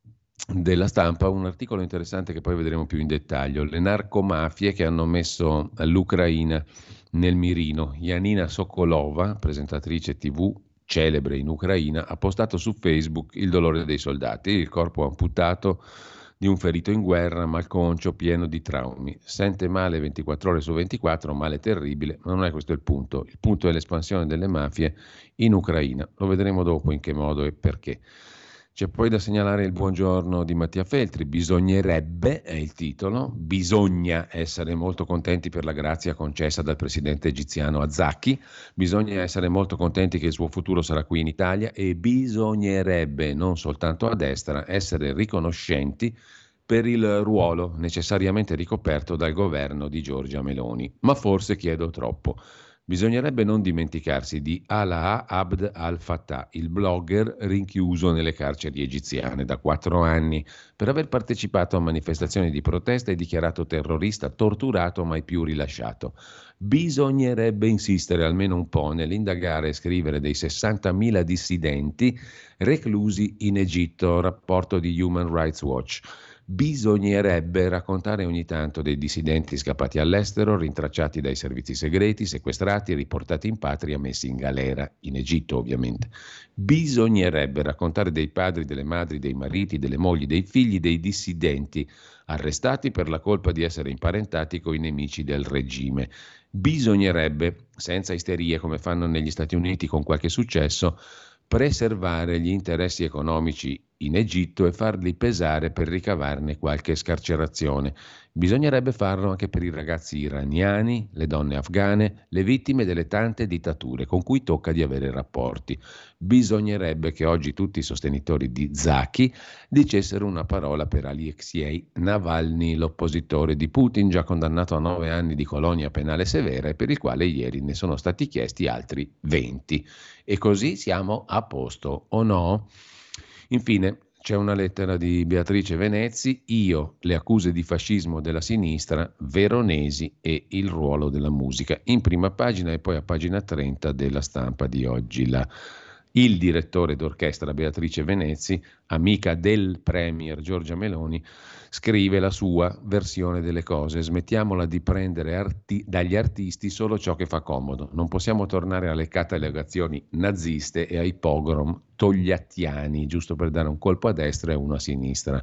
della Stampa un articolo interessante che poi vedremo più in dettaglio: le narcomafie che hanno messo l'Ucraina nel mirino. Janina Sokolova, presentatrice tivù celebre in Ucraina, ha postato su Facebook il dolore dei soldati, il corpo amputato di un ferito in guerra, malconcio, pieno di traumi. Sente male ventiquattro ore su ventiquattro, male terribile, ma non è questo il punto. Il punto è l'espansione delle mafie in Ucraina. Lo vedremo dopo in che modo e perché. C'è poi da segnalare il buongiorno di Mattia Feltri. Bisognerebbe, è il titolo, bisogna essere molto contenti per la grazia concessa dal presidente egiziano a Zaki, bisogna essere molto contenti che il suo futuro sarà qui in Italia e bisognerebbe, non soltanto a destra, essere riconoscenti per il ruolo necessariamente ricoperto dal governo di Giorgia Meloni. Ma forse chiedo troppo. Bisognerebbe non dimenticarsi di Alaa Abd al-Fattah, il blogger rinchiuso nelle carceri egiziane da quattro anni per aver partecipato a manifestazioni di protesta e dichiarato terrorista, torturato mai più rilasciato. Bisognerebbe insistere almeno un po' nell'indagare e scrivere dei sessantamila dissidenti reclusi in Egitto, rapporto di Human Rights Watch. Bisognerebbe raccontare ogni tanto dei dissidenti scappati all'estero, rintracciati dai servizi segreti, sequestrati, riportati in patria, messi in galera, in Egitto ovviamente. Bisognerebbe raccontare dei padri, delle madri, dei mariti, delle mogli, dei figli dei dissidenti arrestati per la colpa di essere imparentati coi nemici del regime. Bisognerebbe, senza isterie come fanno negli Stati Uniti con qualche successo, preservare gli interessi economici in Egitto e farli pesare per ricavarne qualche scarcerazione. Bisognerebbe farlo anche per i ragazzi iraniani, le donne afghane, le vittime delle tante dittature con cui tocca di avere rapporti. Bisognerebbe che oggi tutti i sostenitori di Zaki dicessero una parola per Alexei Navalny, l'oppositore di Putin, già condannato a nove anni di colonia penale severa e per il quale ieri ne sono stati chiesti altri venti. E così siamo a posto, o no? Infine c'è una lettera di Beatrice Venezzi, io, le accuse di fascismo della sinistra, Veronesi e il ruolo della musica, in prima pagina e poi a pagina trenta della Stampa di oggi. La, il direttore d'orchestra Beatrice Venezzi, amica del premier Giorgia Meloni, scrive la sua versione delle cose. Smettiamola di prendere arti- dagli artisti solo ciò che fa comodo. Non possiamo tornare alle catalogazioni naziste e ai pogrom togliattiani, giusto per dare un colpo a destra e uno a sinistra.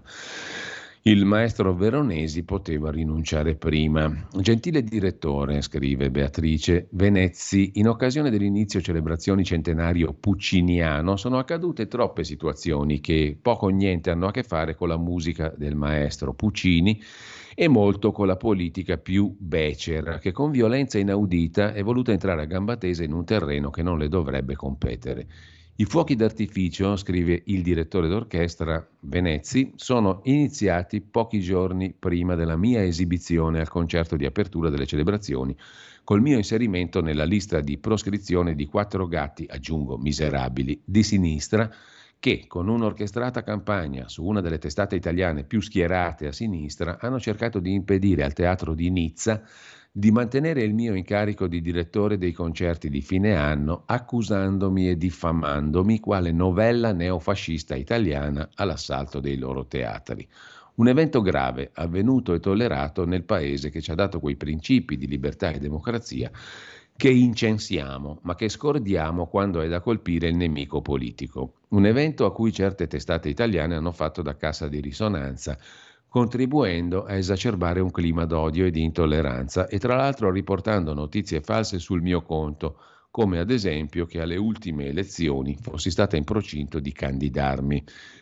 Il maestro Veronesi poteva rinunciare prima. Gentile direttore, scrive Beatrice Venezzi, in occasione dell'inizio celebrazioni centenario pucciniano sono accadute troppe situazioni che poco o niente hanno a che fare con la musica del maestro Puccini e molto con la politica più becera, che con violenza inaudita è voluta entrare a gamba tesa in un terreno che non le dovrebbe competere. I fuochi d'artificio, scrive il direttore d'orchestra Venezzi, sono iniziati pochi giorni prima della mia esibizione al concerto di apertura delle celebrazioni, col mio inserimento nella lista di proscrizione di quattro gatti, aggiungo miserabili, di sinistra, che con un'orchestrata campagna su una delle testate italiane più schierate a sinistra hanno cercato di impedire al teatro di Nizza di mantenere il mio incarico di direttore dei concerti di fine anno, accusandomi e diffamandomi quale novella neofascista italiana all'assalto dei loro teatri. Un evento grave, avvenuto e tollerato nel paese che ci ha dato quei principi di libertà e democrazia che incensiamo, ma che scordiamo quando è da colpire il nemico politico. Un evento a cui certe testate italiane hanno fatto da cassa di risonanza, contribuendo a esacerbare un clima d'odio e di intolleranza e tra l'altro riportando notizie false sul mio conto, come ad esempio che alle ultime elezioni fossi stata in procinto di candidarmi.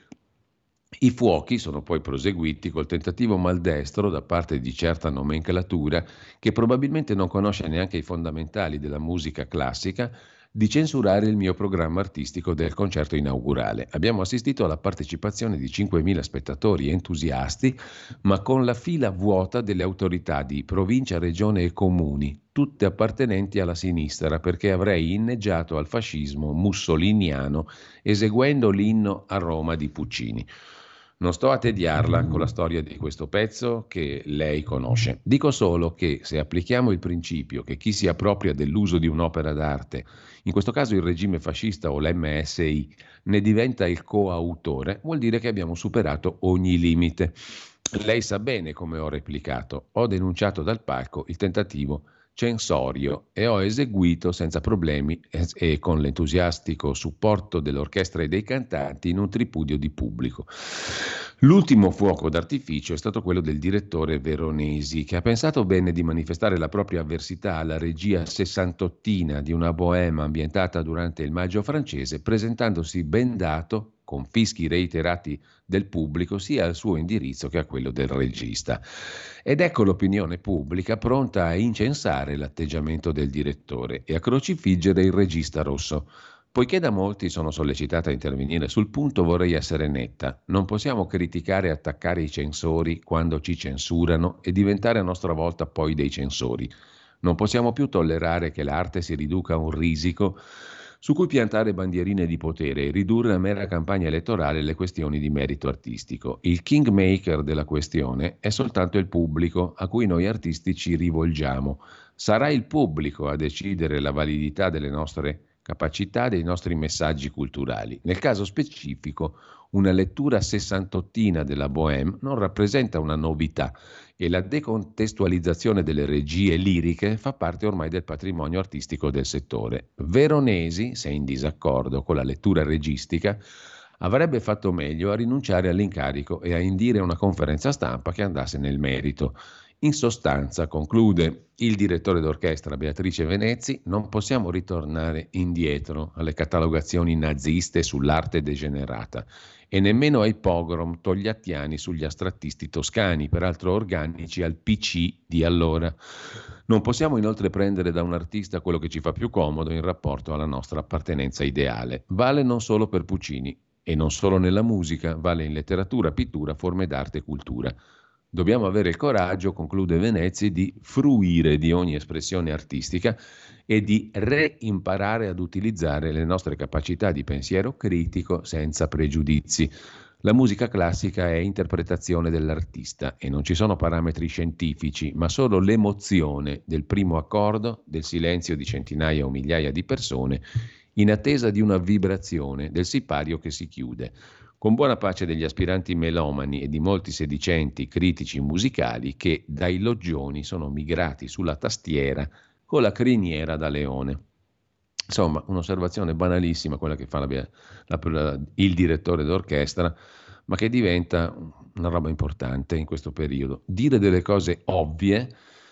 I fuochi sono poi proseguiti col tentativo maldestro da parte di certa nomenclatura, che probabilmente non conosce neanche i fondamentali della musica classica, di censurare il mio programma artistico del concerto inaugurale. Abbiamo assistito alla partecipazione di cinquemila spettatori entusiasti, ma con la fila vuota delle autorità di provincia, regione e comuni, tutte appartenenti alla sinistra, perché avrei inneggiato al fascismo mussoliniano eseguendo l'inno a Roma di Puccini. Non sto a tediarla con la storia di questo pezzo che lei conosce. Dico solo che se applichiamo il principio che chi si appropria dell'uso di un'opera d'arte, in questo caso il regime fascista o l'emme esse i, ne diventa il coautore, vuol dire che abbiamo superato ogni limite. Lei sa bene come ho replicato. Ho denunciato dal palco il tentativo censorio e ho eseguito senza problemi e, e con l'entusiastico supporto dell'orchestra e dei cantanti in un tripudio di pubblico. L'ultimo fuoco d'artificio è stato quello del direttore Veronesi, che ha pensato bene di manifestare la propria avversità alla regia sessantottina di una bohème ambientata durante il Maggio francese, presentandosi bendato con fischi reiterati del pubblico sia al suo indirizzo che a quello del regista. Ed ecco l'opinione pubblica pronta a incensare l'atteggiamento del direttore e a crocifiggere il regista rosso. Poiché da molti sono sollecitata a intervenire sul punto, vorrei essere netta. Non possiamo criticare e attaccare i censori quando ci censurano e diventare a nostra volta poi dei censori. Non possiamo più tollerare che l'arte si riduca a un risico su cui piantare bandierine di potere e ridurre a mera campagna elettorale le questioni di merito artistico. Il kingmaker della questione è soltanto il pubblico a cui noi artisti ci rivolgiamo. Sarà il pubblico a decidere la validità delle nostre capacità, dei nostri messaggi culturali. Nel caso specifico, una lettura sessantottina della Bohème non rappresenta una novità e la decontestualizzazione delle regie liriche fa parte ormai del patrimonio artistico del settore. Veronesi, se in disaccordo con la lettura registica, avrebbe fatto meglio a rinunciare all'incarico e a indire una conferenza stampa che andasse nel merito. In sostanza, conclude il direttore d'orchestra Beatrice Venezzi, non possiamo ritornare indietro alle catalogazioni naziste sull'arte degenerata e nemmeno ai pogrom togliattiani sugli astrattisti toscani, peraltro organici al P C di allora. Non possiamo inoltre prendere da un artista quello che ci fa più comodo in rapporto alla nostra appartenenza ideale. Vale non solo per Puccini e non solo nella musica, vale in letteratura, pittura, forme d'arte e cultura. Dobbiamo avere il coraggio, conclude Venezzi, di fruire di ogni espressione artistica e di reimparare ad utilizzare le nostre capacità di pensiero critico senza pregiudizi. La musica classica è interpretazione dell'artista e non ci sono parametri scientifici, ma solo l'emozione del primo accordo, del silenzio di centinaia o migliaia di persone, in attesa di una vibrazione del sipario che si chiude. Con buona pace degli aspiranti melomani e di molti sedicenti critici musicali che dai loggioni sono migrati sulla tastiera con la criniera da leone. Insomma, un'osservazione banalissima quella che fa la, la, il direttore d'orchestra, ma che diventa una roba importante in questo periodo. Dire delle cose ovvie,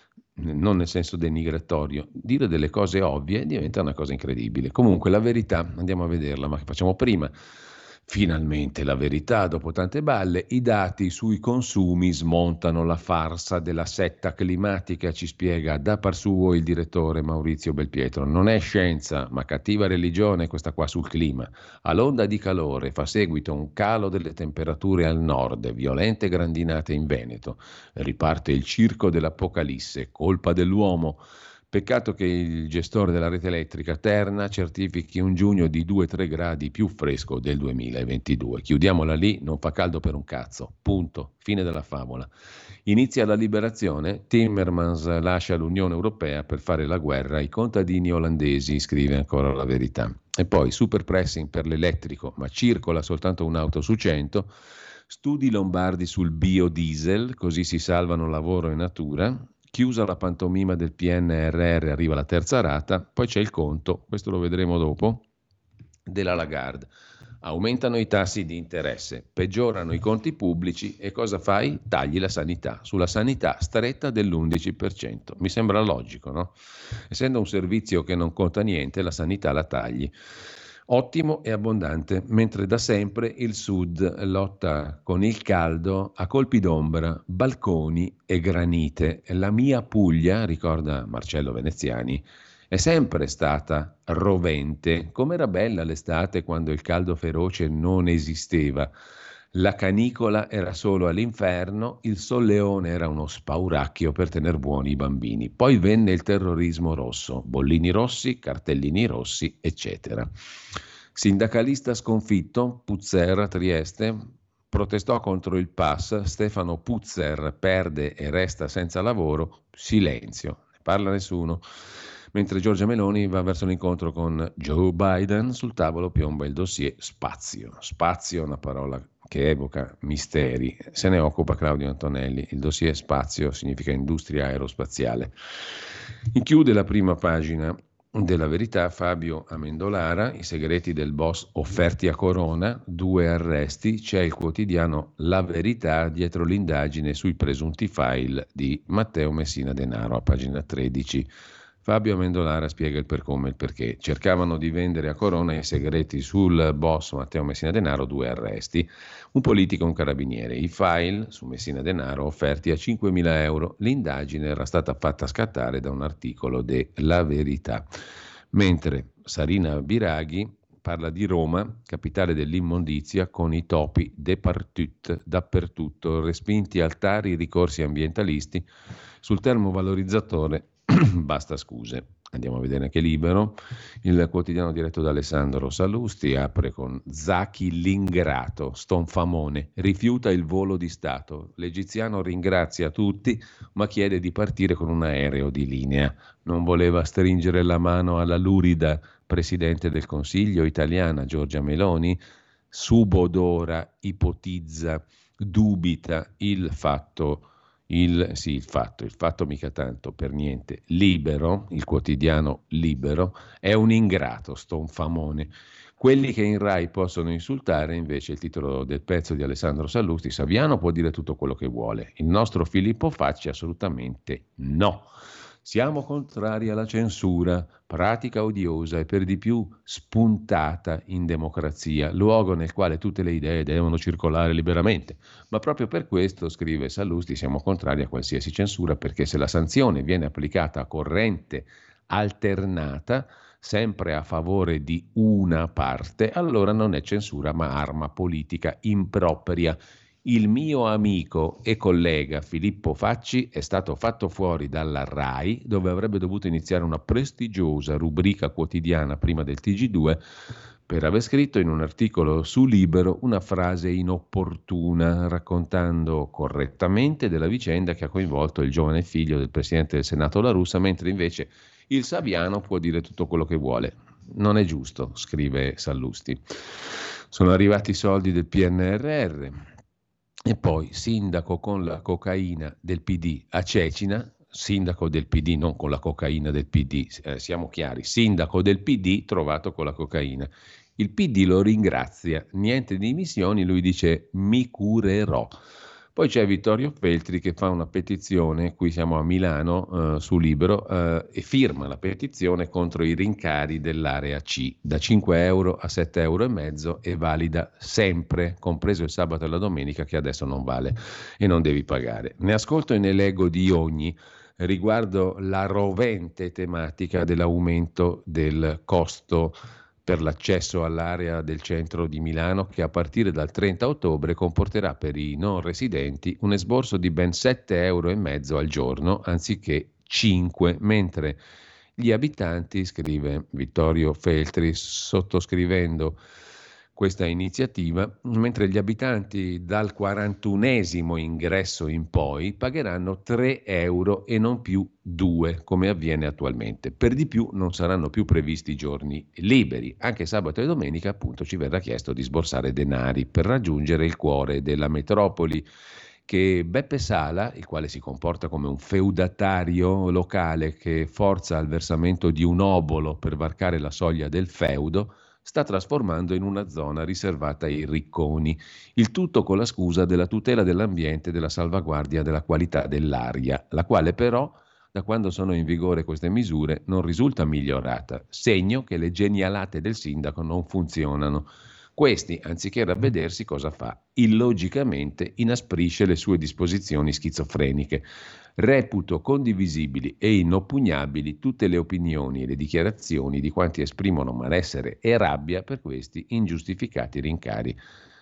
non nel senso denigratorio, dire delle cose ovvie diventa una cosa incredibile. Comunque la verità, andiamo a vederla, ma che facciamo prima? Finalmente la verità, dopo tante balle, i dati sui consumi smontano la farsa della setta climatica, ci spiega da par suo il direttore Maurizio Belpietro. Non è scienza, ma cattiva religione questa qua sul clima. All'onda di calore fa seguito un calo delle temperature al nord, violente grandinate in Veneto. Riparte il circo dell'Apocalisse, colpa dell'uomo. Peccato che il gestore della rete elettrica Terna certifichi un giugno di due tre gradi più fresco del duemilaventidue. Chiudiamola lì, non fa caldo per un cazzo. Punto. Fine della favola. Inizia la liberazione, Timmermans lascia l'Unione Europea per fare la guerra ai contadini olandesi, scrive ancora La Verità. E poi super pressing per l'elettrico, ma circola soltanto un'auto su cento. Studi lombardi sul biodiesel, così si salvano lavoro e natura. Chiusa la pantomima del P N R R, arriva la terza rata, poi c'è il conto, questo lo vedremo dopo, della Lagarde. Aumentano i tassi di interesse, peggiorano i conti pubblici e cosa fai? Tagli la sanità. Sulla sanità stretta dell'undici per cento. Mi sembra logico, no? Essendo un servizio che non conta niente, la sanità la tagli. Ottimo e abbondante, mentre da sempre il Sud lotta con il caldo a colpi d'ombra, balconi e granite. La mia Puglia, ricorda Marcello Veneziani, è sempre stata rovente. Com'era bella l'estate quando il caldo feroce non esisteva. La canicola era solo all'inferno, il solleone era uno spauracchio per tener buoni i bambini. Poi venne il terrorismo rosso, bollini rossi, cartellini rossi, eccetera. Sindacalista sconfitto, Puzzer a Trieste, protestò contro il pass, Stefano Puzzer perde e resta senza lavoro, silenzio, ne parla nessuno. Mentre Giorgia Meloni va verso l'incontro con Joe Biden, sul tavolo piomba il dossier spazio. Spazio è una parola che evoca misteri. Se ne occupa Claudio Antonelli. Il dossier spazio significa industria aerospaziale. Chiude la prima pagina della Verità Fabio Amendolara, i segreti del boss offerti a Corona, due arresti, c'è il quotidiano La Verità dietro l'indagine sui presunti file di Matteo Messina Denaro, a pagina tredici. Fabio Amendolara spiega il per come e il perché. Cercavano di vendere a Corona i segreti sul boss Matteo Messina Denaro, due arresti, un politico e un carabiniere. I file su Messina Denaro offerti a cinquemila euro. L'indagine era stata fatta scattare da un articolo de La Verità. Mentre Sarina Biraghi parla di Roma, capitale dell'immondizia, con i topi departut dappertutto, respinti altari, ricorsi ambientalisti sul termovalorizzatore. Basta scuse. Andiamo a vedere anche Libero. Il quotidiano diretto da Alessandro Sallusti apre con Zaki l'ingrato, stonfamone, rifiuta il volo di Stato. L'egiziano ringrazia tutti, ma chiede di partire con un aereo di linea. Non voleva stringere la mano alla lurida Presidente del Consiglio italiana Giorgia Meloni? Subodora, ipotizza, dubita il fatto Il, sì, il fatto, il fatto mica tanto, per niente. Libero, il quotidiano Libero, è un ingrato, stonfamone. Quelli che in Rai possono insultare, invece, il titolo del pezzo di Alessandro Sallusti, Saviano può dire tutto quello che vuole. Il nostro Filippo Facci assolutamente no. Siamo contrari alla censura, pratica odiosa e per di più spuntata in democrazia, luogo nel quale tutte le idee devono circolare liberamente. Ma proprio per questo, scrive Sallusti, siamo contrari a qualsiasi censura, perché se la sanzione viene applicata a corrente alternata, sempre a favore di una parte, allora non è censura ma arma politica impropria. Il mio amico e collega Filippo Facci è stato fatto fuori dalla Rai, dove avrebbe dovuto iniziare una prestigiosa rubrica quotidiana prima del T G due, per aver scritto in un articolo su Libero una frase inopportuna, raccontando correttamente della vicenda che ha coinvolto il giovane figlio del Presidente del Senato La Russa, mentre invece il Saviano può dire tutto quello che vuole. Non è giusto, scrive Sallusti. Sono arrivati i soldi del P N R R. E poi sindaco con la cocaina del P D a Cecina, sindaco del P D non con la cocaina del P D, eh, siamo chiari, sindaco del P D trovato con la cocaina. Il P D lo ringrazia, niente di dimissioni, lui dice mi curerò. Poi c'è Vittorio Feltri che fa una petizione, qui siamo a Milano, eh, su Libero, eh, e firma la petizione contro i rincari dell'area C, da cinque euro a sette euro e mezzo, e valida sempre, compreso il sabato e la domenica, che adesso non vale e non devi pagare. Ne ascolto e ne leggo di ogni riguardo la rovente tematica dell'aumento del costo per l'accesso all'area del centro di Milano, che a partire dal trenta ottobre comporterà per i non residenti un esborso di ben sette euro e mezzo al giorno anziché cinque, mentre gli abitanti, scrive Vittorio Feltri sottoscrivendo questa iniziativa, mentre gli abitanti dal quarantunesimo ingresso in poi pagheranno tre euro e non più due, come avviene attualmente. Per di più non saranno più previsti giorni liberi. Anche sabato e domenica, appunto, ci verrà chiesto di sborsare denari per raggiungere il cuore della metropoli, che Beppe Sala, il quale si comporta come un feudatario locale che forza al versamento di un obolo per varcare la soglia del feudo, sta trasformando in una zona riservata ai ricconi, il tutto con la scusa della tutela dell'ambiente e della salvaguardia della qualità dell'aria, la quale però, da quando sono in vigore queste misure, non risulta migliorata, segno che le genialate del sindaco non funzionano. Questi, anziché ravvedersi, cosa fa? Illogicamente inasprisce le sue disposizioni schizofreniche. Reputo condivisibili e inoppugnabili tutte le opinioni e le dichiarazioni di quanti esprimono malessere e rabbia per questi ingiustificati rincari.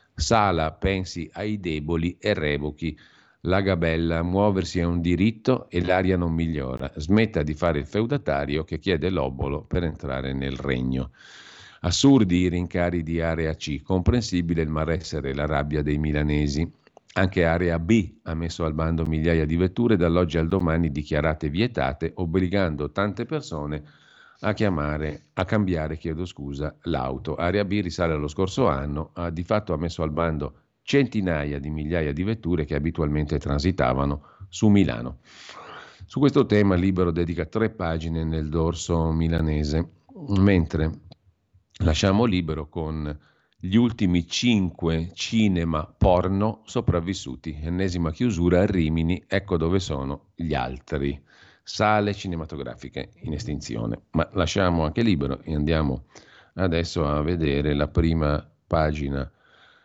Sala pensi ai deboli e revochi la gabella, muoversi è un diritto e l'aria non migliora. Smetta di fare il feudatario che chiede l'obolo per entrare nel regno. Assurdi i rincari di area C, comprensibile il malessere e la rabbia dei milanesi. Anche area B ha messo al bando migliaia di vetture dall'oggi al domani dichiarate vietate, obbligando tante persone a chiamare, a cambiare, chiedo scusa, l'auto. Area B risale allo scorso anno, ha di fatto ha messo al bando centinaia di migliaia di vetture che abitualmente transitavano su Milano. Su questo tema Libero dedica tre pagine nel dorso milanese, mentre lasciamo Libero con gli ultimi cinque cinema porno sopravvissuti. Ennesima chiusura a Rimini, ecco dove sono gli altri. Sale cinematografiche in estinzione. Ma lasciamo anche Libero e andiamo adesso a vedere la prima pagina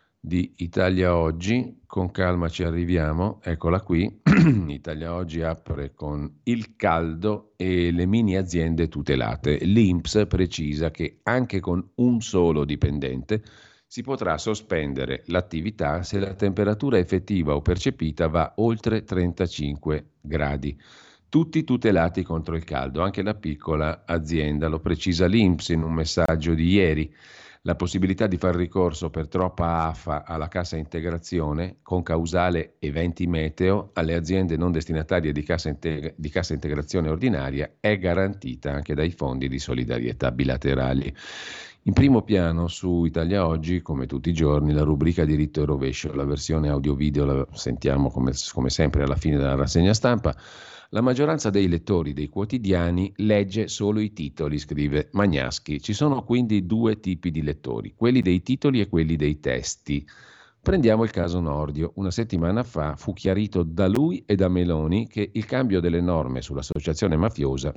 di Italia Oggi. Con calma ci arriviamo, eccola qui. Italia Oggi apre con il caldo e le mini aziende tutelate. L'I N P S precisa che anche con un solo dipendente si potrà sospendere l'attività se la temperatura effettiva o percepita va oltre trentacinque gradi. Tutti tutelati contro il caldo, anche la piccola azienda, lo precisa l'I N P S in un messaggio di ieri. La possibilità di far ricorso per troppa afa alla cassa integrazione con causale eventi meteo alle aziende non destinatarie di cassa, integ- di cassa integrazione ordinaria è garantita anche dai fondi di solidarietà bilaterali. In primo piano su Italia Oggi, come tutti i giorni, la rubrica diritto e rovescio, la versione audio-video la sentiamo come, come sempre alla fine della rassegna stampa. La maggioranza dei lettori dei quotidiani legge solo i titoli, scrive Magnaschi. Ci sono quindi due tipi di lettori, quelli dei titoli e quelli dei testi. Prendiamo il caso Nordio. Una settimana fa fu chiarito da lui e da Meloni che il cambio delle norme sull'associazione mafiosa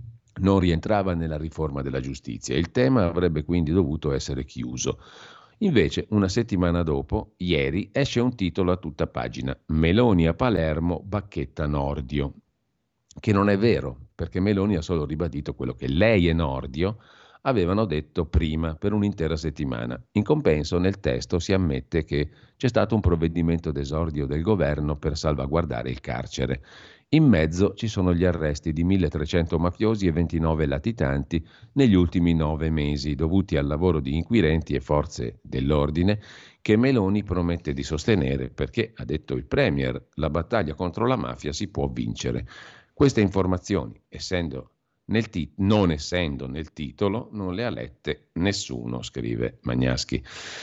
non rientrava nella riforma della giustizia. Il tema avrebbe quindi dovuto essere chiuso. Invece, una settimana dopo, ieri, esce un titolo a tutta pagina: Meloni a Palermo, bacchetta Nordio. Che non è vero, perché Meloni ha solo ribadito quello che lei e Nordio avevano detto prima per un'intera settimana. In compenso, nel testo si ammette che c'è stato un provvedimento d'esordio del governo per salvaguardare il carcere. In mezzo ci sono gli arresti di milletrecento mafiosi e ventinove latitanti negli ultimi nove mesi, dovuti al lavoro di inquirenti e forze dell'ordine che Meloni promette di sostenere perché, ha detto il Premier, la battaglia contro la mafia si può vincere. Queste informazioni, essendo nel tit- non essendo nel titolo, non le ha lette nessuno, scrive Magnaschi.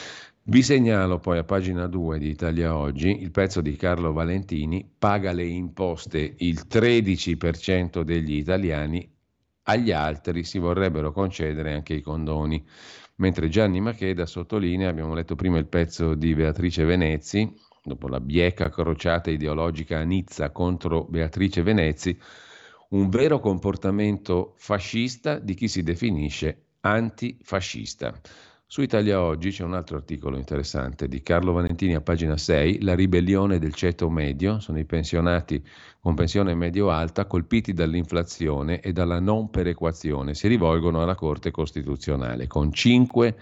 Vi segnalo poi a pagina due di Italia Oggi il pezzo di Carlo Valentini: paga le imposte il tredici per cento degli italiani, agli altri si vorrebbero concedere anche i condoni. Mentre Gianni Macheda sottolinea, abbiamo letto prima il pezzo di Beatrice Venezzi, dopo la bieca crociata ideologica a Nizza contro Beatrice Venezi, un vero comportamento fascista di chi si definisce antifascista. Su Italia Oggi c'è un altro articolo interessante di Carlo Valentini a pagina sei, la ribellione del ceto medio, sono i pensionati con pensione medio-alta colpiti dall'inflazione e dalla non perequazione, si rivolgono alla Corte Costituzionale con cinque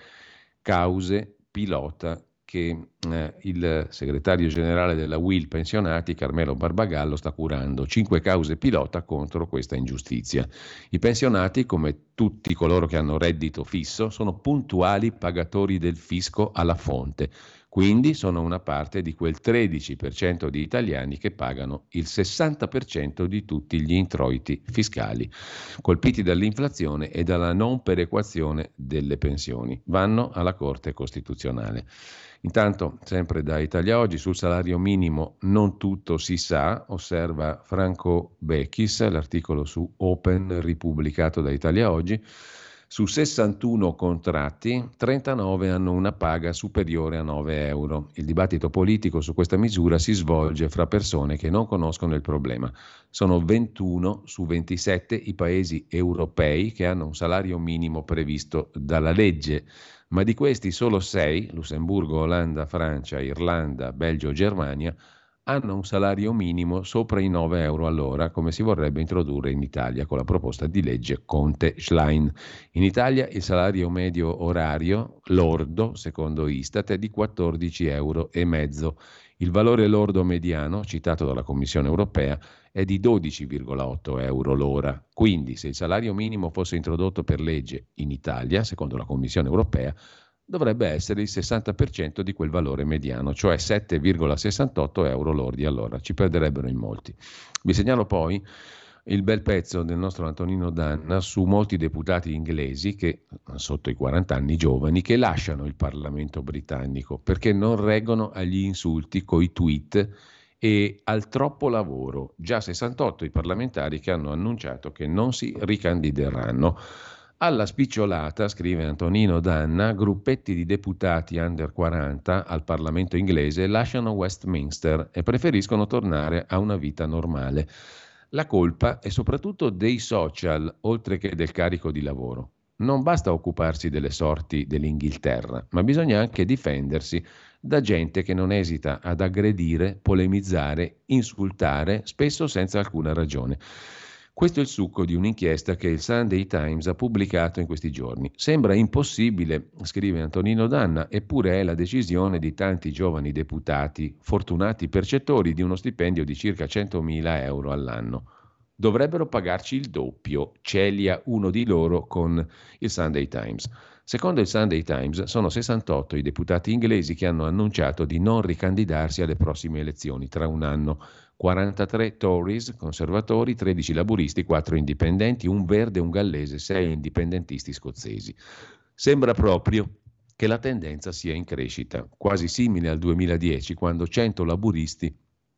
cause pilota che eh, il segretario generale della U I L Pensionati, Carmelo Barbagallo, sta curando. Cinque cause pilota contro questa ingiustizia. I pensionati, come tutti coloro che hanno reddito fisso, sono puntuali pagatori del fisco alla fonte. Quindi sono una parte di quel tredici per cento di italiani che pagano il sessanta per cento di tutti gli introiti fiscali, colpiti dall'inflazione e dalla non perequazione delle pensioni. Vanno alla Corte Costituzionale. Intanto, sempre da Italia Oggi, sul salario minimo non tutto si sa, osserva Franco Bechis, l'articolo su Open ripubblicato da Italia Oggi. Su sessantuno contratti, trentanove hanno una paga superiore a nove euro. Il dibattito politico su questa misura si svolge fra persone che non conoscono il problema. Sono ventuno su ventisette i paesi europei che hanno un salario minimo previsto dalla legge, ma di questi solo sei, Lussemburgo, Olanda, Francia, Irlanda, Belgio, Germania, hanno un salario minimo sopra i nove euro all'ora, come si vorrebbe introdurre in Italia con la proposta di legge Conte-Schlein. In Italia il salario medio orario lordo, secondo Istat, è di quattordici euro e mezzo. Il valore lordo mediano, citato dalla Commissione europea, è di dodici virgola otto euro l'ora. Quindi, se il salario minimo fosse introdotto per legge in Italia, secondo la Commissione europea, dovrebbe essere il sessanta per cento di quel valore mediano, cioè sette virgola sessantotto euro lordi all'ora. Ci perderebbero in molti. Vi segnalo poi il bel pezzo del nostro Antonino Danna su molti deputati inglesi che, sotto i quaranta anni giovani, che lasciano il Parlamento britannico perché non reggono agli insulti coi tweet e al troppo lavoro. Già sessantotto i parlamentari che hanno annunciato che non si ricandideranno. Alla spicciolata, scrive Antonino Danna, gruppetti di deputati under quaranta al Parlamento inglese lasciano Westminster e preferiscono tornare a una vita normale. La colpa è soprattutto dei social, oltre che del carico di lavoro. Non basta occuparsi delle sorti dell'Inghilterra, ma bisogna anche difendersi da gente che non esita ad aggredire, polemizzare, insultare, spesso senza alcuna ragione. Questo è il succo di un'inchiesta che il Sunday Times ha pubblicato in questi giorni. Sembra impossibile, scrive Antonino Danna, eppure è la decisione di tanti giovani deputati, fortunati percettori di uno stipendio di circa centomila euro all'anno. Dovrebbero pagarci il doppio, celia uno di loro con il Sunday Times. Secondo il Sunday Times sono sessantotto i deputati inglesi che hanno annunciato di non ricandidarsi alle prossime elezioni tra un anno. quarantatré Tories, conservatori, tredici laburisti, quattro indipendenti, un verde, un gallese, sei indipendentisti scozzesi. Sembra proprio che la tendenza sia in crescita, quasi simile al duemiladieci, quando cento laburisti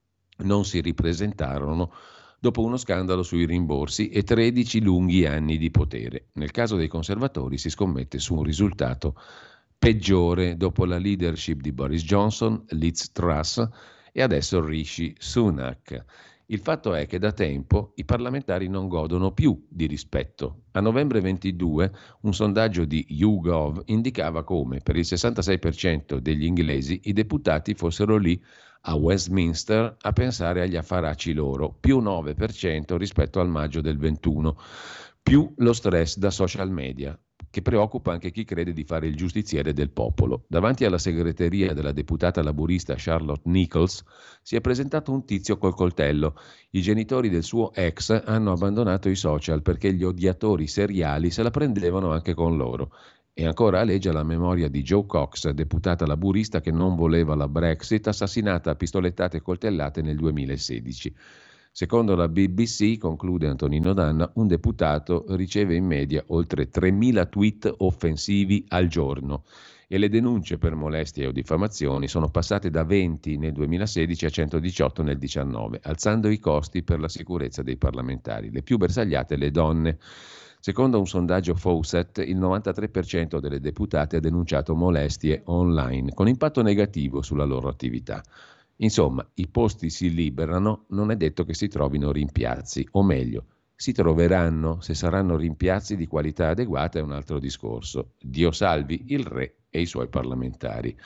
non si ripresentarono dopo uno scandalo sui rimborsi e tredici lunghi anni di potere. Nel caso dei conservatori si scommette su un risultato peggiore dopo la leadership di Boris Johnson, Liz Truss e adesso Rishi Sunak. Il fatto è che da tempo i parlamentari non godono più di rispetto. A novembre ventidue un sondaggio di YouGov indicava come per il sessantasei per cento degli inglesi i deputati fossero lì a Westminster a pensare agli affaracci loro, più nove per cento rispetto al maggio del ventuno, più lo stress da social media, che preoccupa anche chi crede di fare il giustiziere del popolo. Davanti alla segreteria della deputata laburista Charlotte Nichols si è presentato un tizio col coltello. I genitori del suo ex hanno abbandonato i social perché gli odiatori seriali se la prendevano anche con loro. E ancora aleggia la memoria di Jo Cox, deputata laburista che non voleva la Brexit, assassinata a pistolettate e coltellate nel duemilasedici. Secondo la B B C, conclude Antonino Danna, un deputato riceve in media oltre tremila tweet offensivi al giorno e le denunce per molestie o diffamazioni sono passate da venti nel duemilasedici a centodiciotto nel diciannove, alzando i costi per la sicurezza dei parlamentari. Le più bersagliate le donne. Secondo un sondaggio Fawcett, il novantatré per cento delle deputate ha denunciato molestie online, con impatto negativo sulla loro attività. Insomma, i posti si liberano, non è detto che si trovino rimpiazzi, o meglio, si troveranno, se saranno rimpiazzi di qualità adeguata è un altro discorso. Dio salvi il re e i suoi parlamentari.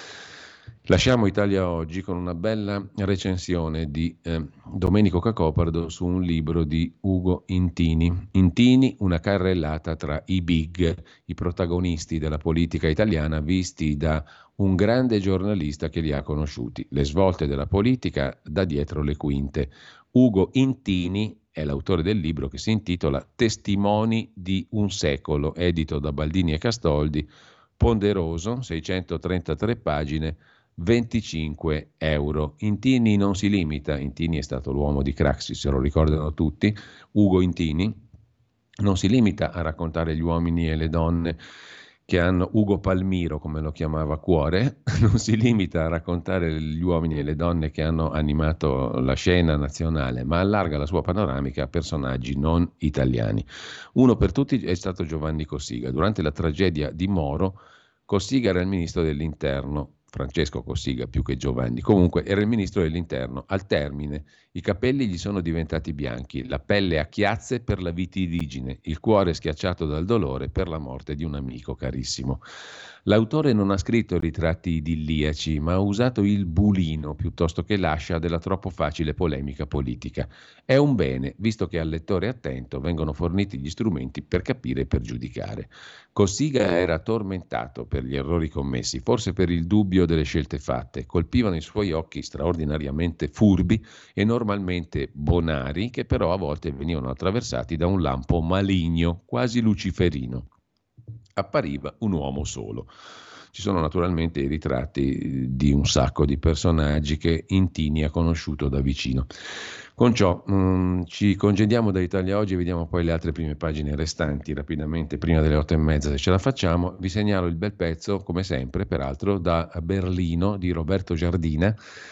Lasciamo Italia Oggi con una bella recensione di eh, Domenico Cacopardo su un libro di Ugo Intini. Intini, una carrellata tra i big, i protagonisti della politica italiana visti da un grande giornalista che li ha conosciuti. Le svolte della politica da dietro le quinte. Ugo Intini è l'autore del libro che si intitola Testimoni di un secolo, edito da Baldini e Castoldi, ponderoso, seicentotrentatré pagine, venticinque euro. Intini non si limita, Intini è stato l'uomo di Craxi, se lo ricordano tutti, Ugo Intini non si limita a raccontare gli uomini e le donne che hanno, Ugo Palmiro come lo chiamava Cuore, non si limita a raccontare gli uomini e le donne che hanno animato la scena nazionale, ma allarga la sua panoramica a personaggi non italiani. Uno per tutti è stato Giovanni Cossiga. Durante la tragedia di Moro, Cossiga era il ministro dell'Interno, Francesco Cossiga più che Giovanni, comunque era il ministro dell'Interno. Al termine i capelli gli sono diventati bianchi, la pelle a chiazze per la vitiligine, il cuore schiacciato dal dolore per la morte di un amico carissimo. L'autore non ha scritto ritratti idilliaci, ma ha usato il bulino piuttosto che l'ascia della troppo facile polemica politica. È un bene, visto che al lettore attento vengono forniti gli strumenti per capire e per giudicare. Cossiga era tormentato per gli errori commessi, forse per il dubbio delle scelte fatte. Colpivano i suoi occhi straordinariamente furbi e normalmente bonari, che però a volte venivano attraversati da un lampo maligno, quasi luciferino. Appariva un uomo solo. Ci sono naturalmente i ritratti di un sacco di personaggi che Intini ha conosciuto da vicino. Con ciò mh, ci congediamo da Italia Oggi e vediamo poi le altre prime pagine restanti rapidamente prima delle otto e mezza se ce la facciamo. Vi segnalo il bel pezzo, come sempre, peraltro, da Berlino di Roberto Giardina,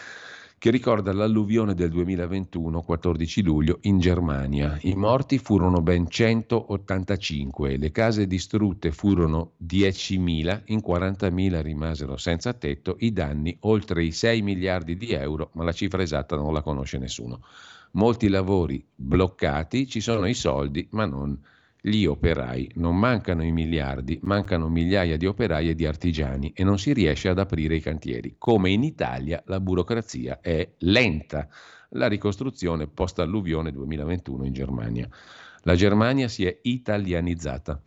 che ricorda l'alluvione del duemilaventuno, quattordici luglio, in Germania. I morti furono ben centottantacinque, le case distrutte furono diecimila, in quarantamila rimasero senza tetto, i danni oltre i sei miliardi di euro, ma la cifra esatta non la conosce nessuno. Molti lavori bloccati, ci sono i soldi, ma non gli operai. Non mancano i miliardi, mancano migliaia di operai e di artigiani e non si riesce ad aprire i cantieri. Come in Italia la burocrazia è lenta. La ricostruzione post-alluvione duemilaventuno in Germania. La Germania si è italianizzata.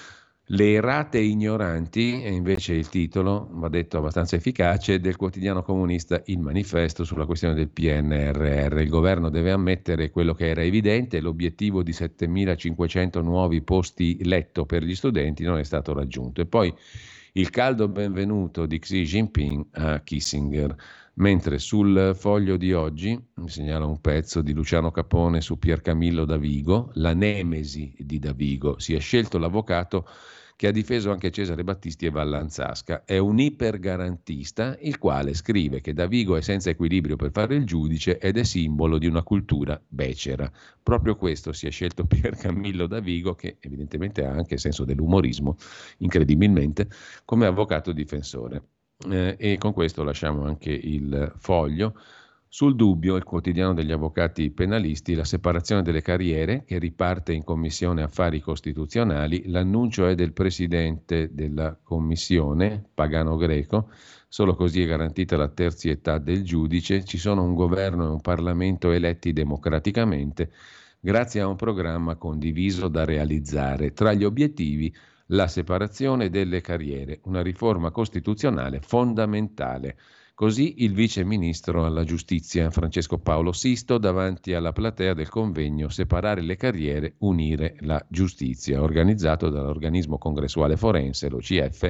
Le errate ignoranti è invece il titolo, va detto abbastanza efficace, del quotidiano comunista Il Manifesto sulla questione del P N R R. Il governo deve ammettere quello che era evidente: l'obiettivo di settemilacinquecento nuovi posti letto per gli studenti non è stato raggiunto. E poi il caldo benvenuto di Xi Jinping a Kissinger. Mentre sul Foglio di oggi mi segnala un pezzo di Luciano Capone su Piercamillo Davigo, la nemesi di Davigo. Si è scelto l'avvocato che ha difeso anche Cesare Battisti e Vallanzasca. È un ipergarantista, il quale scrive che Davigo è senza equilibrio per fare il giudice ed è simbolo di una cultura becera. Proprio questo si è scelto Piercamillo Davigo, che evidentemente ha anche senso dell'umorismo, incredibilmente, come avvocato difensore. Eh, e con questo lasciamo anche il Foglio. Sul Dubbio, il quotidiano degli avvocati penalisti, la separazione delle carriere che riparte in Commissione Affari Costituzionali. L'annuncio è del presidente della Commissione, Pagano Greco. Solo così è garantita la terzietà del giudice. Ci sono un governo e un Parlamento eletti democraticamente grazie a un programma condiviso da realizzare. Tra gli obiettivi la separazione delle carriere, una riforma costituzionale fondamentale. Così il vice ministro alla giustizia Francesco Paolo Sisto davanti alla platea del convegno Separare le carriere, unire la giustizia, organizzato dall'organismo congressuale forense, l'O C F,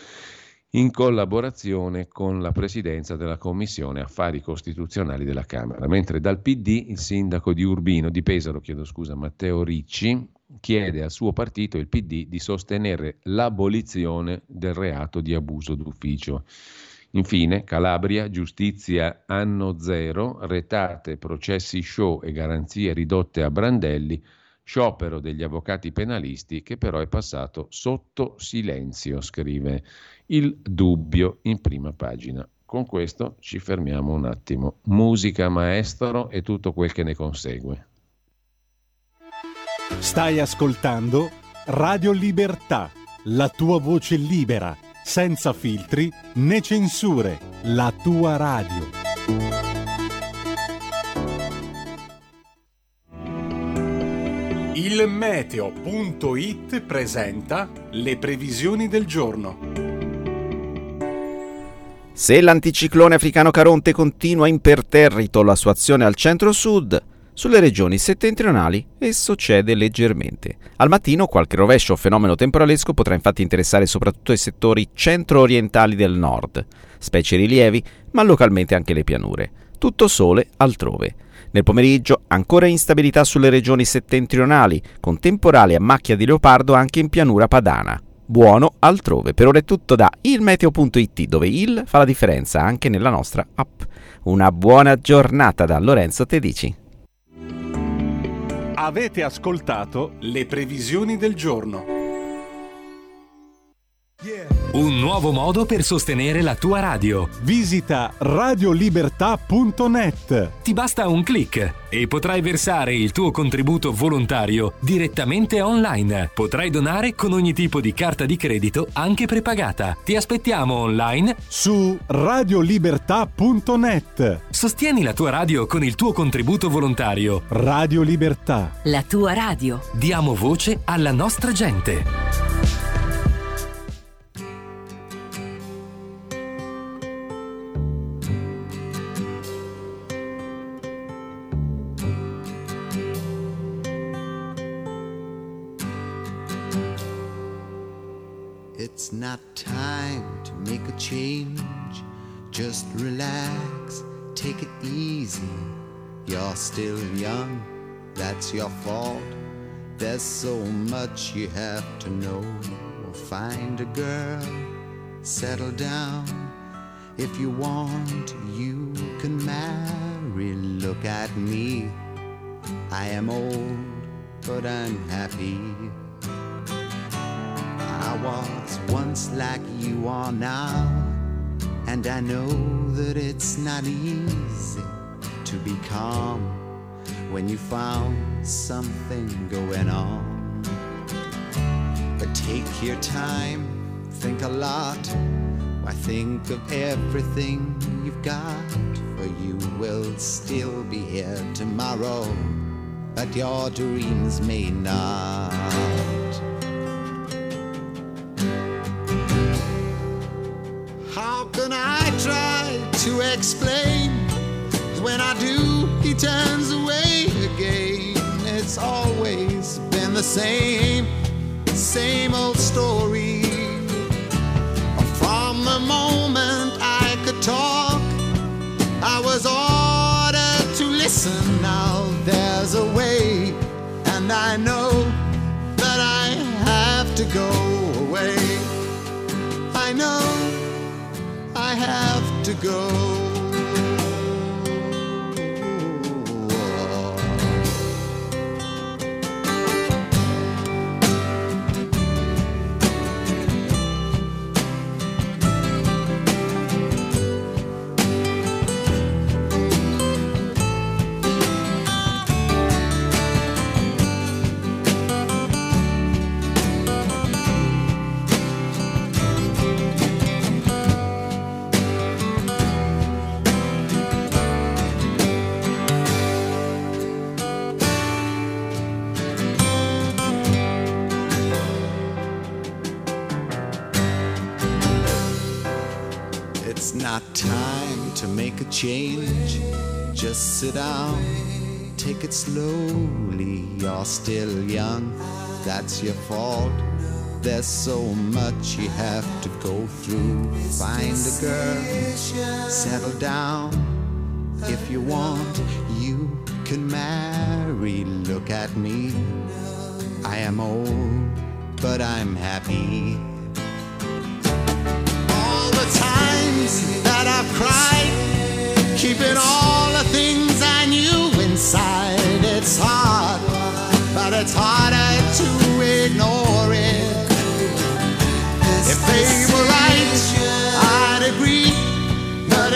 in collaborazione con la presidenza della Commissione Affari Costituzionali della Camera. Mentre dal P D il sindaco di Urbino, di Pesaro, chiedo scusa, Matteo Ricci, chiede al suo partito, il P D, di sostenere l'abolizione del reato di abuso d'ufficio. Infine, Calabria, giustizia anno zero, retate, processi show e garanzie ridotte a brandelli, sciopero degli avvocati penalisti che però è passato sotto silenzio, scrive Il Dubbio in prima pagina. con questo ci fermiamo un attimo. Musica, maestro, e tutto quel che ne consegue. Stai ascoltando Radio Libertà, la tua voce libera, senza filtri né censure, la tua radio. Il meteo punto it presenta le previsioni del giorno. Se l'anticiclone africano Caronte continua imperterrito la sua azione al centro-sud, sulle regioni settentrionali esso cede leggermente. Al mattino qualche rovescio o fenomeno temporalesco potrà infatti interessare soprattutto i settori centro-orientali del nord, specie rilievi, ma localmente anche le pianure. Tutto sole altrove. Nel pomeriggio ancora instabilità sulle regioni settentrionali, con temporali a macchia di leopardo anche in pianura padana. Buono altrove. Per ora è tutto da ilmeteo punto it, dove il fa la differenza anche nella nostra app. Una buona giornata da Lorenzo Tedici. Avete ascoltato le previsioni del giorno. Un nuovo modo per sostenere la tua radio. Visita radiolibertà punto net. Ti basta un click e potrai versare il tuo contributo volontario direttamente online. Potrai donare con ogni tipo di carta di credito, anche prepagata. Ti aspettiamo online su radiolibertà punto net. Sostieni la tua radio con il tuo contributo volontario. Radio Libertà. La tua radio. Diamo voce alla nostra gente. It's not time to make a change. Just relax, take it easy. You're still young, that's your fault. There's so much you have to know. Find a girl, settle down. If you want, you can marry. Look at me, I am old, but I'm happy. I was once like you are now, and I know that it's not easy to be calm when you found something going on. But take your time, think a lot. Why, think of everything you've got, for you will still be here tomorrow, but your dreams may not. How can I try to explain? When I do, he turns away again. It's always been the same, same old story. From the moment I could talk, I was ordered to listen. Now there's a way, and I know that I have to go away. I know I have to go. Not time to make a change. Just sit down, take it slowly. You're still young, that's your fault. There's so much you have to go through. Find a girl, settle down. If you want, you can marry. Look at me, I am old, but I'm happy. All the times that I've cried, keeping all the things I knew inside. It's hard, but it's harder to ignore it. If they were right, I'd agree, but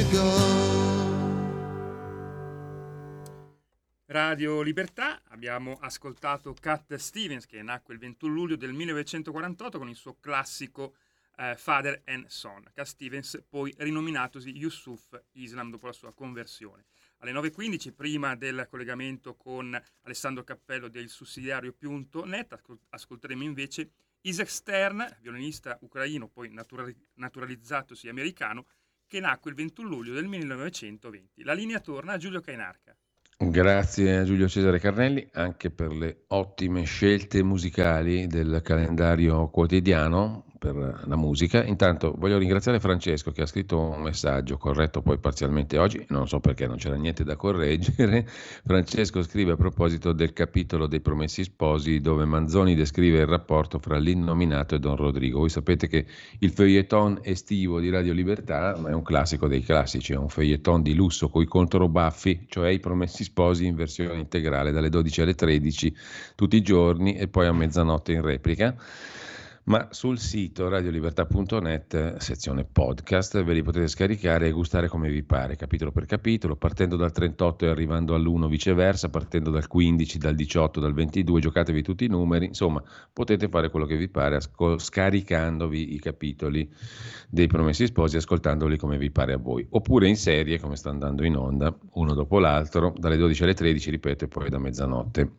go. Radio Libertà, abbiamo ascoltato Cat Stevens, che nacque il ventuno luglio del millenovecentoquarantotto con il suo classico eh, Father and Son. Cat Stevens, poi rinominatosi Yusuf Islam dopo la sua conversione. Alle nove e quindici, prima del collegamento con Alessandro Cappello del sussidiario punto net, ascolteremo invece Isaac Stern, violinista ucraino, poi naturali- naturalizzatosi americano, che nacque il ventuno luglio del millenovecentoventi. La linea torna a Giulio Cainarca. Grazie a Giulio Cesare Carnelli anche per le ottime scelte musicali del calendario quotidiano per la musica. Intanto voglio ringraziare Francesco che ha scritto un messaggio corretto poi parzialmente oggi, non so perché non c'era niente da correggere. Francesco scrive a proposito del capitolo dei Promessi Sposi dove Manzoni descrive il rapporto fra l'innominato e Don Rodrigo. Voi sapete che il feuilleton estivo di Radio Libertà è un classico dei classici, è un feuilleton di lusso coi controbaffi, cioè i Promessi Sposi in versione integrale dalle dodici alle tredici tutti i giorni e poi a mezzanotte in replica. Ma sul sito radiolibertà punto net, sezione podcast, ve li potete scaricare e gustare come vi pare, capitolo per capitolo, partendo dal trentotto e arrivando all'uno, viceversa, partendo dal quindici, dal diciotto, dal ventidue, giocatevi tutti i numeri, insomma, potete fare quello che vi pare asco- scaricandovi i capitoli dei Promessi Sposi, ascoltandoli come vi pare a voi, oppure in serie, come sta andando in onda, uno dopo l'altro, dalle dodici alle tredici, ripeto, e poi da mezzanotte,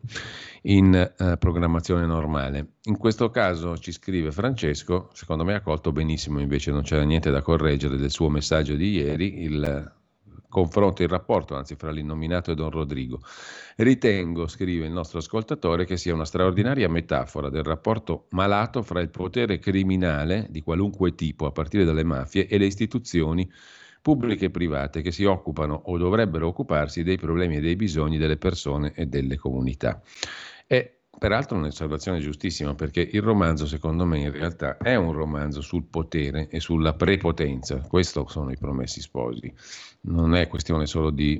in eh, programmazione normale. In questo caso ci scrive Francesco, secondo me ha colto benissimo, invece non c'era niente da correggere del suo messaggio di ieri, il confronto, il rapporto anzi fra l'innominato e Don Rodrigo. Ritengo, scrive il nostro ascoltatore, che sia una straordinaria metafora del rapporto malato fra il potere criminale di qualunque tipo, a partire dalle mafie, e le istituzioni pubbliche e private che si occupano o dovrebbero occuparsi dei problemi e dei bisogni delle persone e delle comunità. È peraltro un'osservazione giustissima, perché il romanzo, secondo me, in realtà è un romanzo sul potere e sulla prepotenza. Questo sono i Promessi Sposi. Non è questione solo di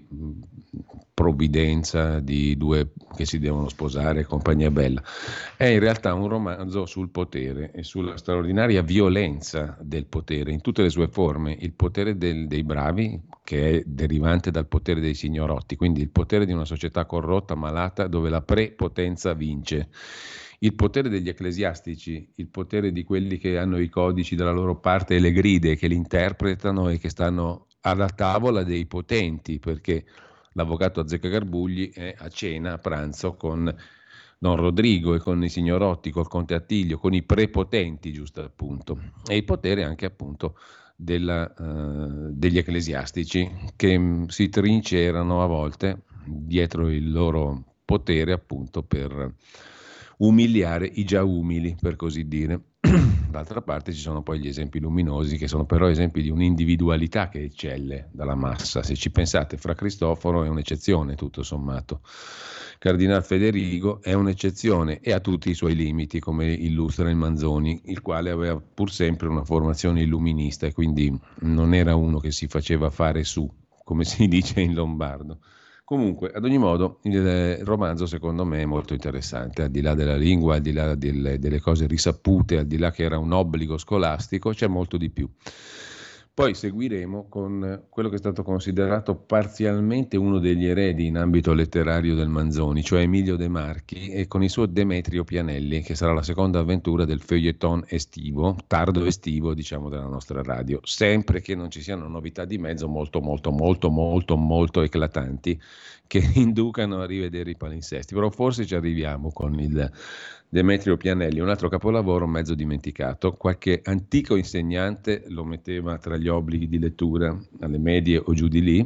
provvidenza, di due che si devono sposare e compagnia bella. È in realtà un romanzo sul potere e sulla straordinaria violenza del potere, in tutte le sue forme. Il potere del, dei bravi, che è derivante dal potere dei signorotti, quindi il potere di una società corrotta, malata, dove la prepotenza vince. Il potere degli ecclesiastici, il potere di quelli che hanno i codici dalla loro parte e le gride, che li interpretano e che stanno alla tavola dei potenti, perché l'avvocato Azzeccagarbugli è a cena, a pranzo, con Don Rodrigo e con i signorotti, col conte Attilio, con i prepotenti, giusto appunto. E il potere anche appunto della, uh, degli ecclesiastici, che mh, si trincerano a volte dietro il loro potere appunto per umiliare i già umili, per così dire. D'altra parte ci sono poi gli esempi luminosi, che sono però esempi di un'individualità che eccelle dalla massa. Se ci pensate, Fra Cristoforo è un'eccezione tutto sommato, Cardinal Federigo è un'eccezione e ha tutti i suoi limiti, come illustra il Manzoni, il quale aveva pur sempre una formazione illuminista e quindi non era uno che si faceva fare su, come si dice in lombardo. Comunque, ad ogni modo, il romanzo secondo me è molto interessante, al di là della lingua, al di là delle, delle cose risapute, al di là che era un obbligo scolastico, c'è molto di più. Poi seguiremo con quello che è stato considerato parzialmente uno degli eredi in ambito letterario del Manzoni, cioè Emilio De Marchi, e con il suo Demetrio Pianelli, che sarà la seconda avventura del feuilleton estivo, tardo estivo, diciamo, della nostra radio, sempre che non ci siano novità di mezzo molto, molto, molto, molto, molto eclatanti che inducano a rivedere i palinsesti. Però forse ci arriviamo con il Demetrio Pianelli, un altro capolavoro mezzo dimenticato. Qualche antico insegnante lo metteva tra gli obblighi di lettura alle medie o giù di lì,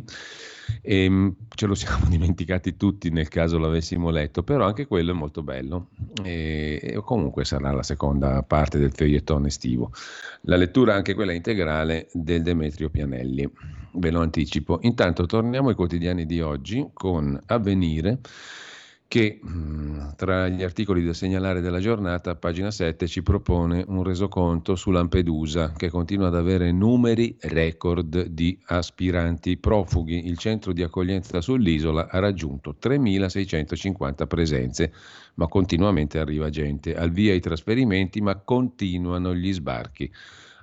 e ce lo siamo dimenticati tutti nel caso l'avessimo letto, però anche quello è molto bello e, e comunque sarà la seconda parte del feuilleton estivo, la lettura anche quella integrale del Demetrio Pianelli, ve lo anticipo. Intanto torniamo ai quotidiani di oggi con Avvenire, che mh, tra gli articoli da segnalare della giornata, a pagina sette, ci propone un resoconto su Lampedusa, che continua ad avere numeri record di aspiranti profughi. Il centro di accoglienza sull'isola ha raggiunto tremilaseicentocinquanta presenze, ma continuamente arriva gente. Al via i trasferimenti, ma continuano gli sbarchi.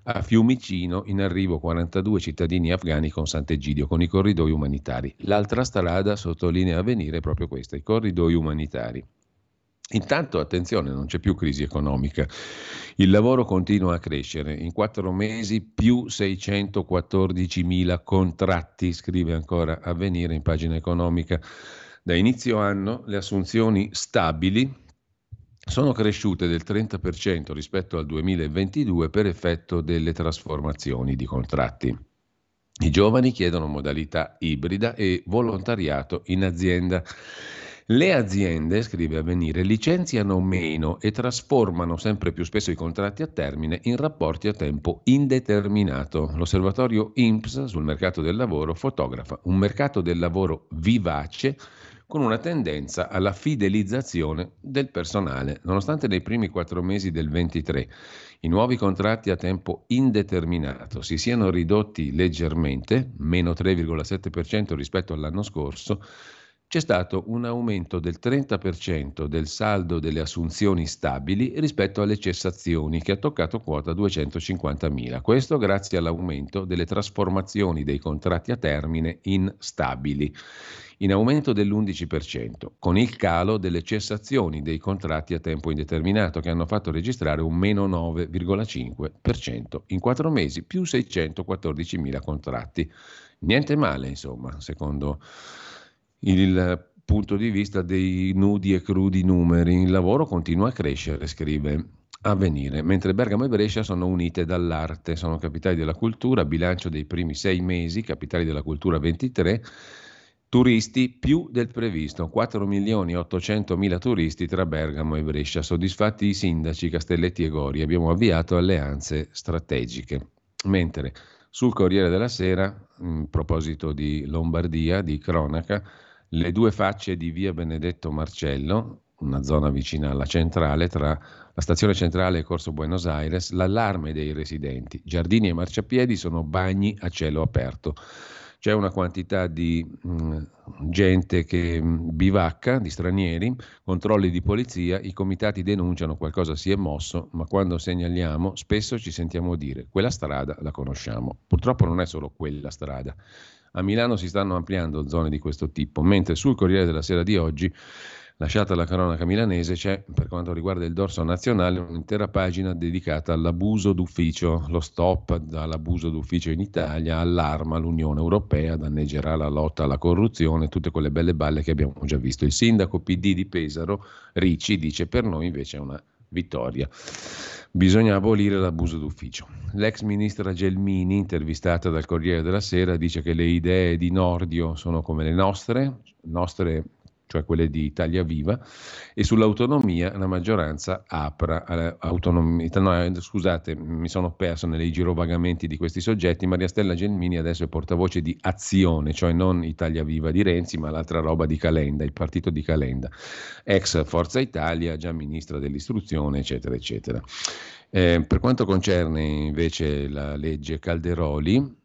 A Fiumicino in arrivo quarantadue cittadini afghani con Sant'Egidio, con i corridoi umanitari. L'altra strada, sottolinea Avvenire, è proprio questa, i corridoi umanitari. Intanto, attenzione, non c'è più crisi economica, il lavoro continua a crescere, in quattro mesi più seicentoquattordicimila contratti, scrive ancora Avvenire in pagina economica. Da inizio anno le assunzioni stabili sono cresciute del trenta per cento rispetto al duemilaventidue per effetto delle trasformazioni di contratti. I giovani chiedono modalità ibrida e volontariato in azienda. Le aziende, scrive Avvenire, licenziano meno e trasformano sempre più spesso i contratti a termine in rapporti a tempo indeterminato. L'osservatorio I N P S sul mercato del lavoro fotografa un mercato del lavoro vivace con una tendenza alla fidelizzazione del personale. Nonostante nei primi quattro mesi del ventitré i nuovi contratti a tempo indeterminato si siano ridotti leggermente, meno tre virgola sette per cento rispetto all'anno scorso, c'è stato un aumento del trenta per cento del saldo delle assunzioni stabili rispetto alle cessazioni, che ha toccato quota duecentocinquantamila. Questo grazie all'aumento delle trasformazioni dei contratti a termine in stabili, in aumento dell'undici per cento, con il calo delle cessazioni dei contratti a tempo indeterminato, che hanno fatto registrare un meno nove virgola cinque per cento in quattro mesi, più seicentoquattordicimila contratti. Niente male, insomma, secondo il punto di vista dei nudi e crudi numeri. Il lavoro continua a crescere, scrive Avvenire, mentre Bergamo e Brescia sono unite dall'arte, sono capitali della cultura, bilancio dei primi sei mesi, capitali della cultura ventitré, turisti più del previsto, quattro milioni ottocentomila turisti tra Bergamo e Brescia, soddisfatti i sindaci Castelletti e Gori, abbiamo avviato alleanze strategiche. Mentre sul Corriere della Sera, a proposito di Lombardia, di cronaca, le due facce di via Benedetto Marcello, una zona vicina alla centrale, tra la stazione centrale e Corso Buenos Aires, l'allarme dei residenti. Giardini e marciapiedi sono bagni a cielo aperto. C'è una quantità di mh, gente che mh, bivacca, di stranieri, controlli di polizia, i comitati denunciano qualcosa si è mosso, ma quando segnaliamo spesso ci sentiamo dire quella strada la conosciamo. Purtroppo non è solo quella strada. A Milano si stanno ampliando zone di questo tipo, mentre sul Corriere della Sera di oggi, lasciata la cronaca milanese, c'è, per quanto riguarda il dorso nazionale, un'intera pagina dedicata all'abuso d'ufficio, lo stop dall'abuso d'ufficio in Italia, allarma l'Unione Europea, danneggerà la lotta alla corruzione, tutte quelle belle balle che abbiamo già visto. Il sindaco P D di Pesaro, Ricci, dice per noi invece è una vittoria. Bisogna abolire l'abuso d'ufficio. L'ex ministra Gelmini, intervistata dal Corriere della Sera, dice che le idee di Nordio sono come le nostre, nostre cioè quelle di Italia Viva, e sull'autonomia la maggioranza apra autonomia. No, scusate, mi sono perso nei girovagamenti di questi soggetti. Maria Stella Gelmini adesso è portavoce di Azione, cioè non Italia Viva di Renzi, ma l'altra roba di Calenda, il partito di Calenda, ex Forza Italia, già ministra dell'istruzione, eccetera, eccetera. Eh, per quanto concerne invece la legge Calderoli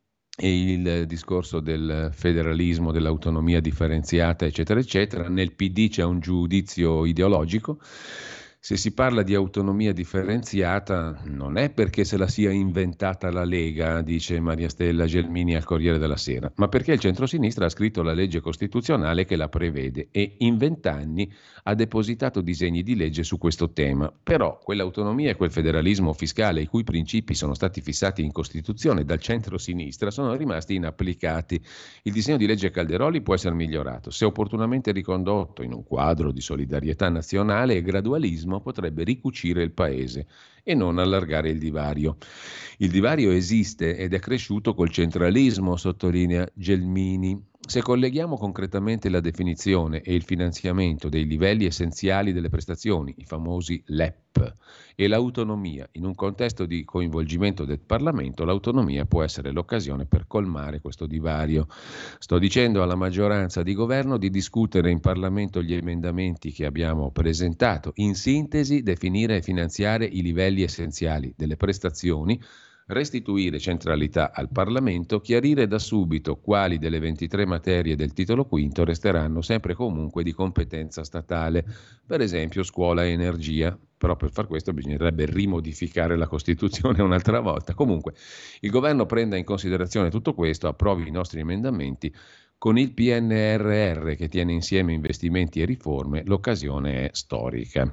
e il discorso del federalismo, dell'autonomia differenziata, eccetera, eccetera, nel P D c'è un giudizio ideologico. Se si parla di autonomia differenziata non è perché se la sia inventata la Lega, dice Maria Stella Gelmini al Corriere della Sera, ma perché il centrosinistra ha scritto la legge costituzionale che la prevede e in vent'anni ha depositato disegni di legge su questo tema. Però quell'autonomia e quel federalismo fiscale i cui principi sono stati fissati in Costituzione dal centrosinistra sono rimasti inapplicati. Il disegno di legge Calderoli può essere migliorato se opportunamente ricondotto in un quadro di solidarietà nazionale e gradualismo potrebbe ricucire il paese e non allargare il divario. Il divario esiste ed è cresciuto col centralismo, sottolinea Gelmini. Se colleghiamo concretamente la definizione e il finanziamento dei livelli essenziali delle prestazioni, i famosi L E P, e l'autonomia in un contesto di coinvolgimento del Parlamento, l'autonomia può essere l'occasione per colmare questo divario. Sto dicendo alla maggioranza di governo di discutere in Parlamento gli emendamenti che abbiamo presentato. In sintesi, definire e finanziare i livelli essenziali delle prestazioni, restituire centralità al Parlamento, chiarire da subito quali delle ventitré materie del titolo quinto resteranno sempre e comunque di competenza statale, per esempio scuola e energia, però per far questo bisognerebbe rimodificare la Costituzione un'altra volta. Comunque il governo prenda in considerazione tutto questo, approvi i nostri emendamenti. Con il P N R R che tiene insieme investimenti e riforme, l'occasione è storica.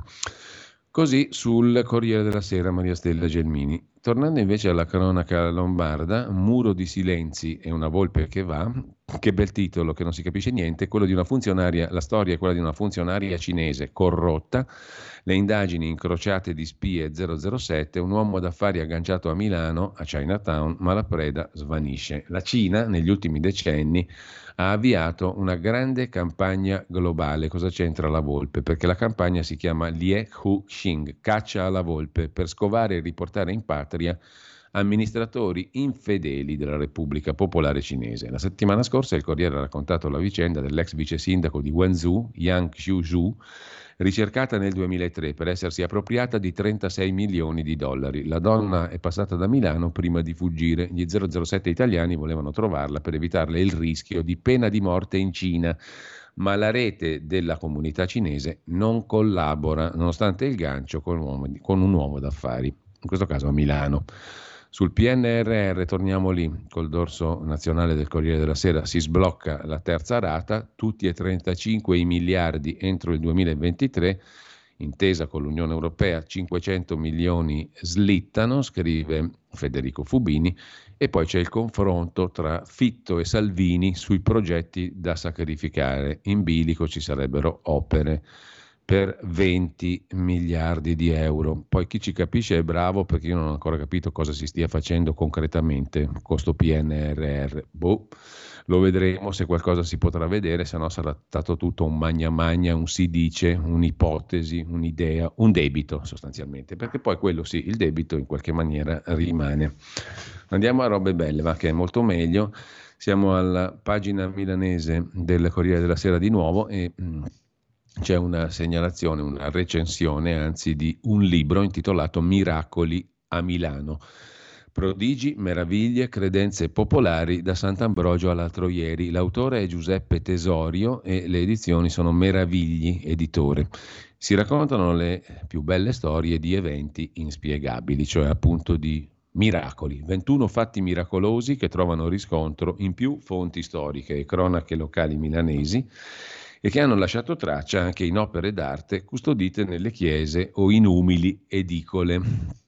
Così sul Corriere della Sera Maria Stella Gelmini. Tornando invece alla cronaca lombarda, Muro di silenzi e una volpe che va, che bel titolo che non si capisce niente, quello di una funzionaria, la storia è quella di una funzionaria cinese corrotta, le indagini incrociate di spie zero zero sette, un uomo d'affari agganciato a Milano, a Chinatown, ma la preda svanisce. La Cina negli ultimi decenni ha avviato una grande campagna globale. Cosa c'entra la volpe? Perché la campagna si chiama Lie Hu Xing, caccia alla volpe, per scovare e riportare in patria amministratori infedeli della Repubblica Popolare Cinese. La settimana scorsa il Corriere ha raccontato la vicenda dell'ex vice sindaco di Guangzhou, Yang Xiuzhu, ricercata nel duemilatré per essersi appropriata di trentasei milioni di dollari. La donna è passata da Milano prima di fuggire. Gli zero zero sette italiani volevano trovarla per evitarle il rischio di pena di morte in Cina, ma la rete della comunità cinese non collabora, nonostante il gancio con, uomo, con un uomo d'affari, in questo caso a Milano. Sul P N R R torniamo lì, col dorso nazionale del Corriere della Sera, si sblocca la terza rata, tutti e trentacinque i miliardi entro il duemilaventitré, intesa con l'Unione Europea, cinquecento milioni slittano, scrive Federico Fubini, e poi c'è il confronto tra Fitto e Salvini sui progetti da sacrificare. In bilico ci sarebbero opere per venti miliardi di euro. Poi chi ci capisce è bravo, perché io non ho ancora capito cosa si stia facendo concretamente con sto P N R R. Boh, lo vedremo se qualcosa si potrà vedere, se no sarà stato tutto un magna magna, un si dice, un'ipotesi, un'idea, un debito sostanzialmente, perché poi quello sì, il debito in qualche maniera rimane. Andiamo a robe belle, ma che è molto meglio. Siamo alla pagina milanese del Corriere della Sera di nuovo e mh, c'è una segnalazione, una recensione anzi di un libro intitolato Miracoli a Milano. Prodigi, meraviglie, credenze popolari da Sant'Ambrogio all'altro ieri. L'autore è Giuseppe Tesorio e le edizioni sono Meravigli Editore. Si raccontano le più belle storie di eventi inspiegabili, cioè appunto di miracoli. ventuno fatti miracolosi che trovano riscontro in più fonti storiche e cronache locali milanesi e che hanno lasciato traccia anche in opere d'arte custodite nelle chiese o in umili edicole.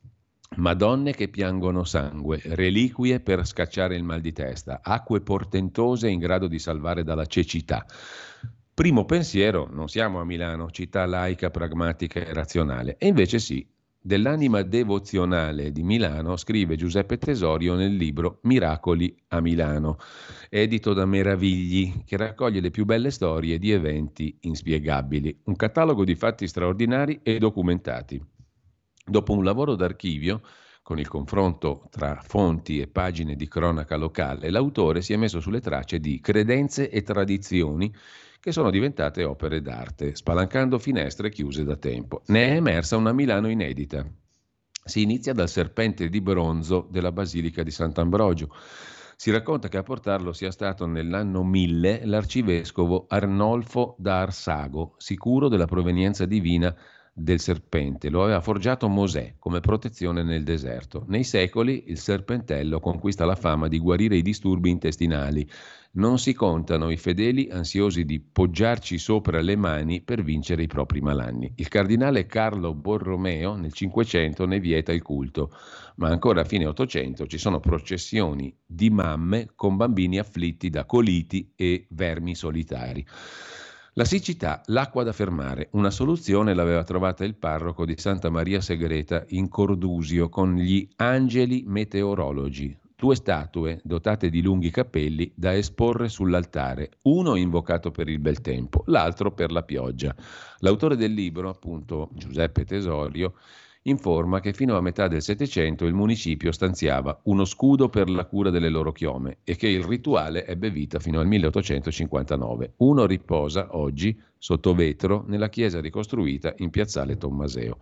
Madonne che piangono sangue, reliquie per scacciare il mal di testa, acque portentose in grado di salvare dalla cecità. Primo pensiero, non siamo a Milano, città laica, pragmatica e razionale, e invece sì. Dell'anima devozionale di Milano scrive Giuseppe Tesorio nel libro Miracoli a Milano, edito da Meravigli, che raccoglie le più belle storie di eventi inspiegabili, un catalogo di fatti straordinari e documentati. Dopo un lavoro d'archivio, con il confronto tra fonti e pagine di cronaca locale, l'autore si è messo sulle tracce di credenze e tradizioni che sono diventate opere d'arte, spalancando finestre chiuse da tempo. Ne è emersa una Milano inedita. Si inizia dal serpente di bronzo della Basilica di Sant'Ambrogio. Si racconta che a portarlo sia stato nell'anno mille l'arcivescovo Arnolfo da Arsago, sicuro della provenienza divina del serpente. Lo aveva forgiato Mosè come protezione nel deserto. Nei secoli il serpentello conquista la fama di guarire i disturbi intestinali. Non si contano i fedeli ansiosi di poggiarci sopra le mani per vincere i propri malanni. Il cardinale Carlo Borromeo nel Cinquecento ne vieta il culto, ma ancora a fine Ottocento ci sono processioni di mamme con bambini afflitti da coliti e vermi solitari. La siccità, l'acqua da fermare, una soluzione l'aveva trovata il parroco di Santa Maria Segreta in Cordusio con gli angeli meteorologi, due statue dotate di lunghi capelli da esporre sull'altare, uno invocato per il bel tempo, l'altro per la pioggia. L'autore del libro, appunto Giuseppe Tesorio, informa che fino a metà del Settecento il municipio stanziava uno scudo per la cura delle loro chiome e che il rituale ebbe vita fino al milleottocentocinquantanove. Uno riposa oggi sotto vetro nella chiesa ricostruita in piazzale Tommaseo.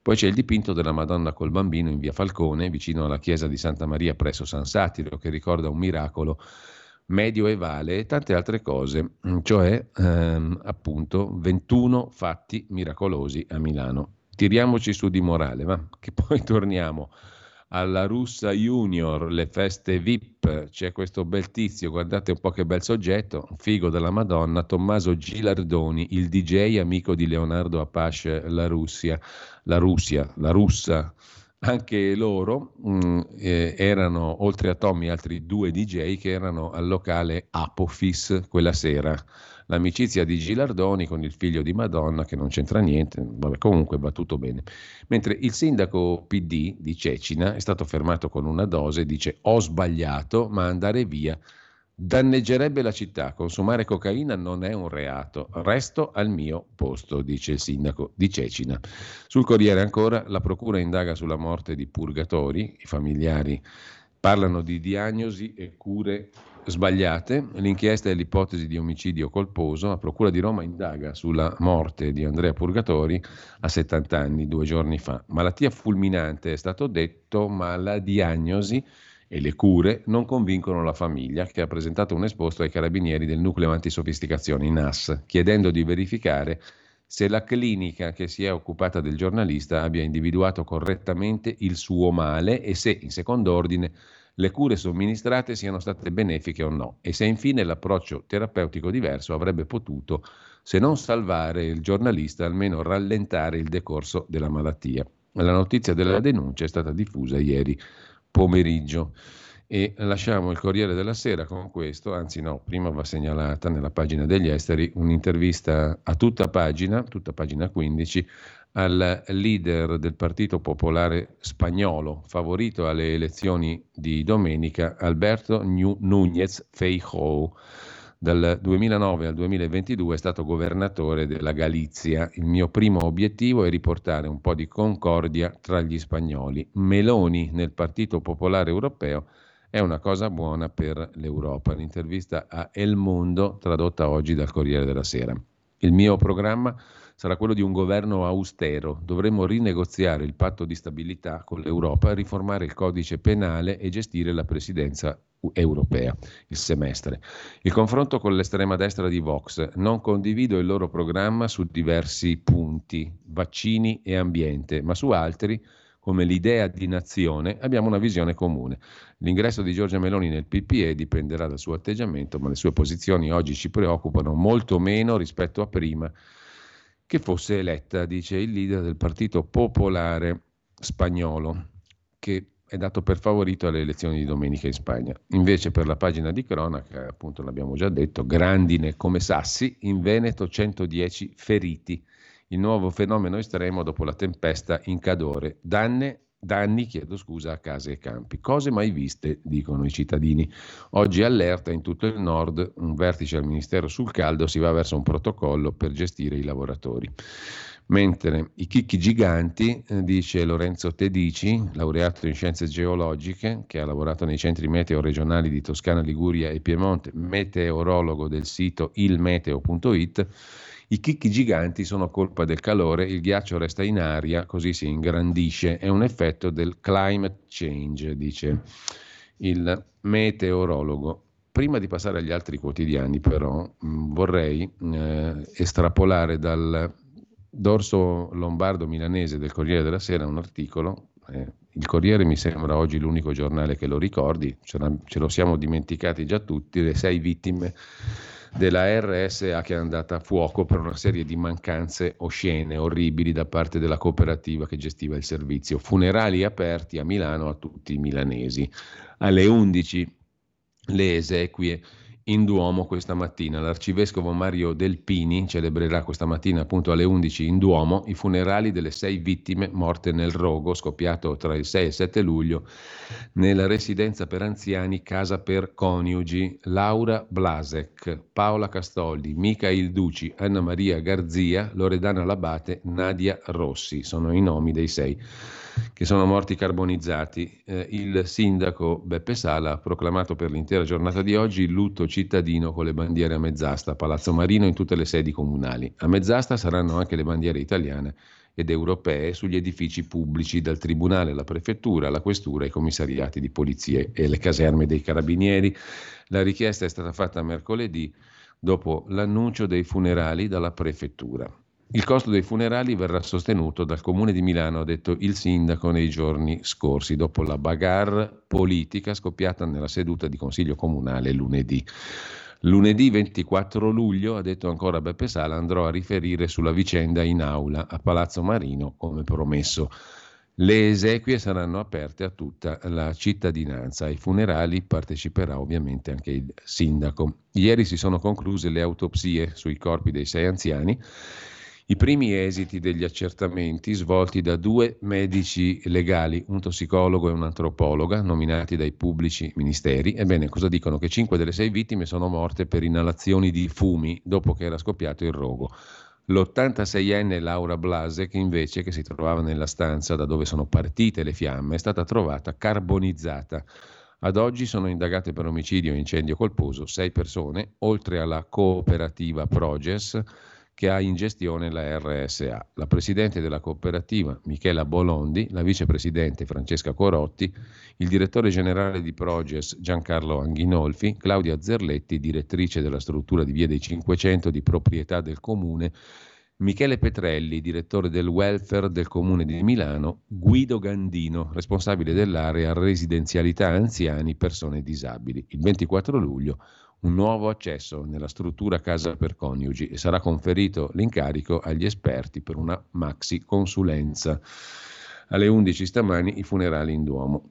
Poi c'è il dipinto della Madonna col bambino in via Falcone, vicino alla chiesa di Santa Maria presso San Satiro, che ricorda un miracolo medioevale, e tante altre cose, cioè ehm, appunto ventuno fatti miracolosi a Milano. Tiriamoci su di morale, va? Che poi torniamo alla Russa Junior, le feste V I P, c'è questo bel tizio, guardate un po' che bel soggetto, figo della Madonna, Tommaso Gilardoni, il D J amico di Leonardo Apache, la Russia, la Russia, la russa. Anche loro mh, eh, erano, oltre a Tommy, altri due D J che erano al locale Apophis quella sera. L'amicizia di Gilardoni con il figlio di Madonna, che non c'entra niente, vabbè, comunque va tutto bene. Mentre il sindaco P D di Cecina è stato fermato con una dose, dice ho sbagliato, ma andare via danneggerebbe la città, consumare cocaina non è un reato, resto al mio posto, dice il sindaco di Cecina. Sul Corriere ancora, la procura indaga sulla morte di Purgatori, i familiari parlano di diagnosi e cure sbagliate, l'inchiesta è l'ipotesi di omicidio colposo, la procura di Roma indaga sulla morte di Andrea Purgatori a settanta anni, due giorni fa. Malattia fulminante è stato detto, ma la diagnosi e le cure non convincono la famiglia, che ha presentato un esposto ai carabinieri del nucleo antisofisticazione N A S, chiedendo di verificare se la clinica che si è occupata del giornalista abbia individuato correttamente il suo male e se, in secondo ordine, le cure somministrate siano state benefiche o no, e se infine l'approccio terapeutico diverso avrebbe potuto, se non salvare il giornalista, almeno rallentare il decorso della malattia. La notizia della denuncia è stata diffusa ieri pomeriggio. E lasciamo il Corriere della Sera con questo, anzi no, prima va segnalata nella pagina degli esteri un'intervista a tutta pagina, tutta pagina quindici, al leader del Partito Popolare spagnolo, favorito alle elezioni di domenica, Alberto Núñez Feijóo. Dal duemilanove al duemilaventidue è stato governatore della Galizia. Il mio primo obiettivo è riportare un po' di concordia tra gli spagnoli. Meloni nel Partito Popolare Europeo è una cosa buona per l'Europa. L'intervista a El Mundo, tradotta oggi dal Corriere della Sera. Il mio programma sarà quello di un governo austero. Dovremo rinegoziare il patto di stabilità con l'Europa, riformare il codice penale e gestire la presidenza europea, il semestre. Il confronto con l'estrema destra di Vox. Non condivido il loro programma su diversi punti, vaccini e ambiente, ma su altri, come l'idea di nazione, abbiamo una visione comune. L'ingresso di Giorgia Meloni nel P P E dipenderà dal suo atteggiamento, ma le sue posizioni oggi ci preoccupano molto meno rispetto a prima che fosse eletta, dice il leader del Partito Popolare spagnolo, che è dato per favorito alle elezioni di domenica in Spagna. Invece per la pagina di cronaca, appunto l'abbiamo già detto, grandine come sassi, in Veneto centodieci feriti. Il nuovo fenomeno estremo dopo la tempesta in Cadore. Danne, danni, chiedo scusa, a case e campi. Cose mai viste, dicono i cittadini. Oggi allerta in tutto il nord, un vertice al Ministero sul caldo, si va verso un protocollo per gestire i lavoratori. Mentre i chicchi giganti, eh, dice Lorenzo Tedici, laureato in scienze geologiche, che ha lavorato nei centri meteo regionali di Toscana, Liguria e Piemonte, meteorologo del sito ilmeteo punto it, i chicchi giganti sono colpa del calore, il ghiaccio resta in aria, così si ingrandisce, è un effetto del climate change, dice il meteorologo. Prima di passare agli altri quotidiani, però, mh, vorrei eh, estrapolare dal dorso lombardo milanese del Corriere della Sera un articolo. Eh, il Corriere mi sembra oggi l'unico giornale che lo ricordi, ce, ce lo siamo dimenticati già tutti, le sei vittime della R S A che è andata a fuoco per una serie di mancanze oscene, orribili da parte della cooperativa che gestiva il servizio. Funerali aperti a Milano a tutti i milanesi. Alle undici le esequie in Duomo questa mattina. L'arcivescovo Mario Delpini celebrerà questa mattina appunto alle undici in Duomo i funerali delle sei vittime morte nel rogo scoppiato tra il sei e il sette luglio nella residenza per anziani Casa per Coniugi. Laura Blasek, Paola Castoldi, Michael Duci, Anna Maria Garzia, Loredana Labate, Nadia Rossi sono i nomi dei sei che sono morti carbonizzati. Eh, il sindaco Beppe Sala ha proclamato per l'intera giornata di oggi il lutto cittadino con le bandiere a mezz'asta a Palazzo Marino in tutte le sedi comunali. A mezz'asta saranno anche le bandiere italiane ed europee sugli edifici pubblici, dal Tribunale alla Prefettura, alla Questura, ai commissariati di polizia e le caserme dei Carabinieri. La richiesta è stata fatta mercoledì dopo l'annuncio dei funerali dalla Prefettura. Il costo dei funerali verrà sostenuto dal Comune di Milano, ha detto il sindaco nei giorni scorsi, dopo la bagarre politica scoppiata nella seduta di Consiglio Comunale lunedì. Lunedì ventiquattro luglio, ha detto ancora Beppe Sala, andrò a riferire sulla vicenda in aula a Palazzo Marino, come promesso. Le esequie saranno aperte a tutta la cittadinanza. Ai funerali parteciperà ovviamente anche il sindaco. Ieri si sono concluse le autopsie sui corpi dei sei anziani. I primi esiti degli accertamenti svolti da due medici legali, un tossicologo e un'antropologa, nominati dai pubblici ministeri. Ebbene, cosa dicono? Che cinque delle sei vittime sono morte per inalazioni di fumi dopo che era scoppiato il rogo. L'ottantaseienne Laura Blasek, invece, che si trovava nella stanza da dove sono partite le fiamme, è stata trovata carbonizzata. Ad oggi sono indagate per omicidio e incendio colposo sei persone, oltre alla cooperativa Proges, che ha in gestione la R S A. La presidente della cooperativa, Michela Bolondi, la vicepresidente Francesca Corotti, il direttore generale di Proges Giancarlo Anghinolfi, Claudia Zerletti, direttrice della struttura di Via dei Cinquecento di proprietà del comune, Michele Petrelli, direttore del welfare del comune di Milano, Guido Gandino, responsabile dell'area residenzialità anziani persone disabili. Il ventiquattro luglio un nuovo accesso nella struttura casa per coniugi e sarà conferito l'incarico agli esperti per una maxi consulenza. Alle undici stamani i funerali in Duomo.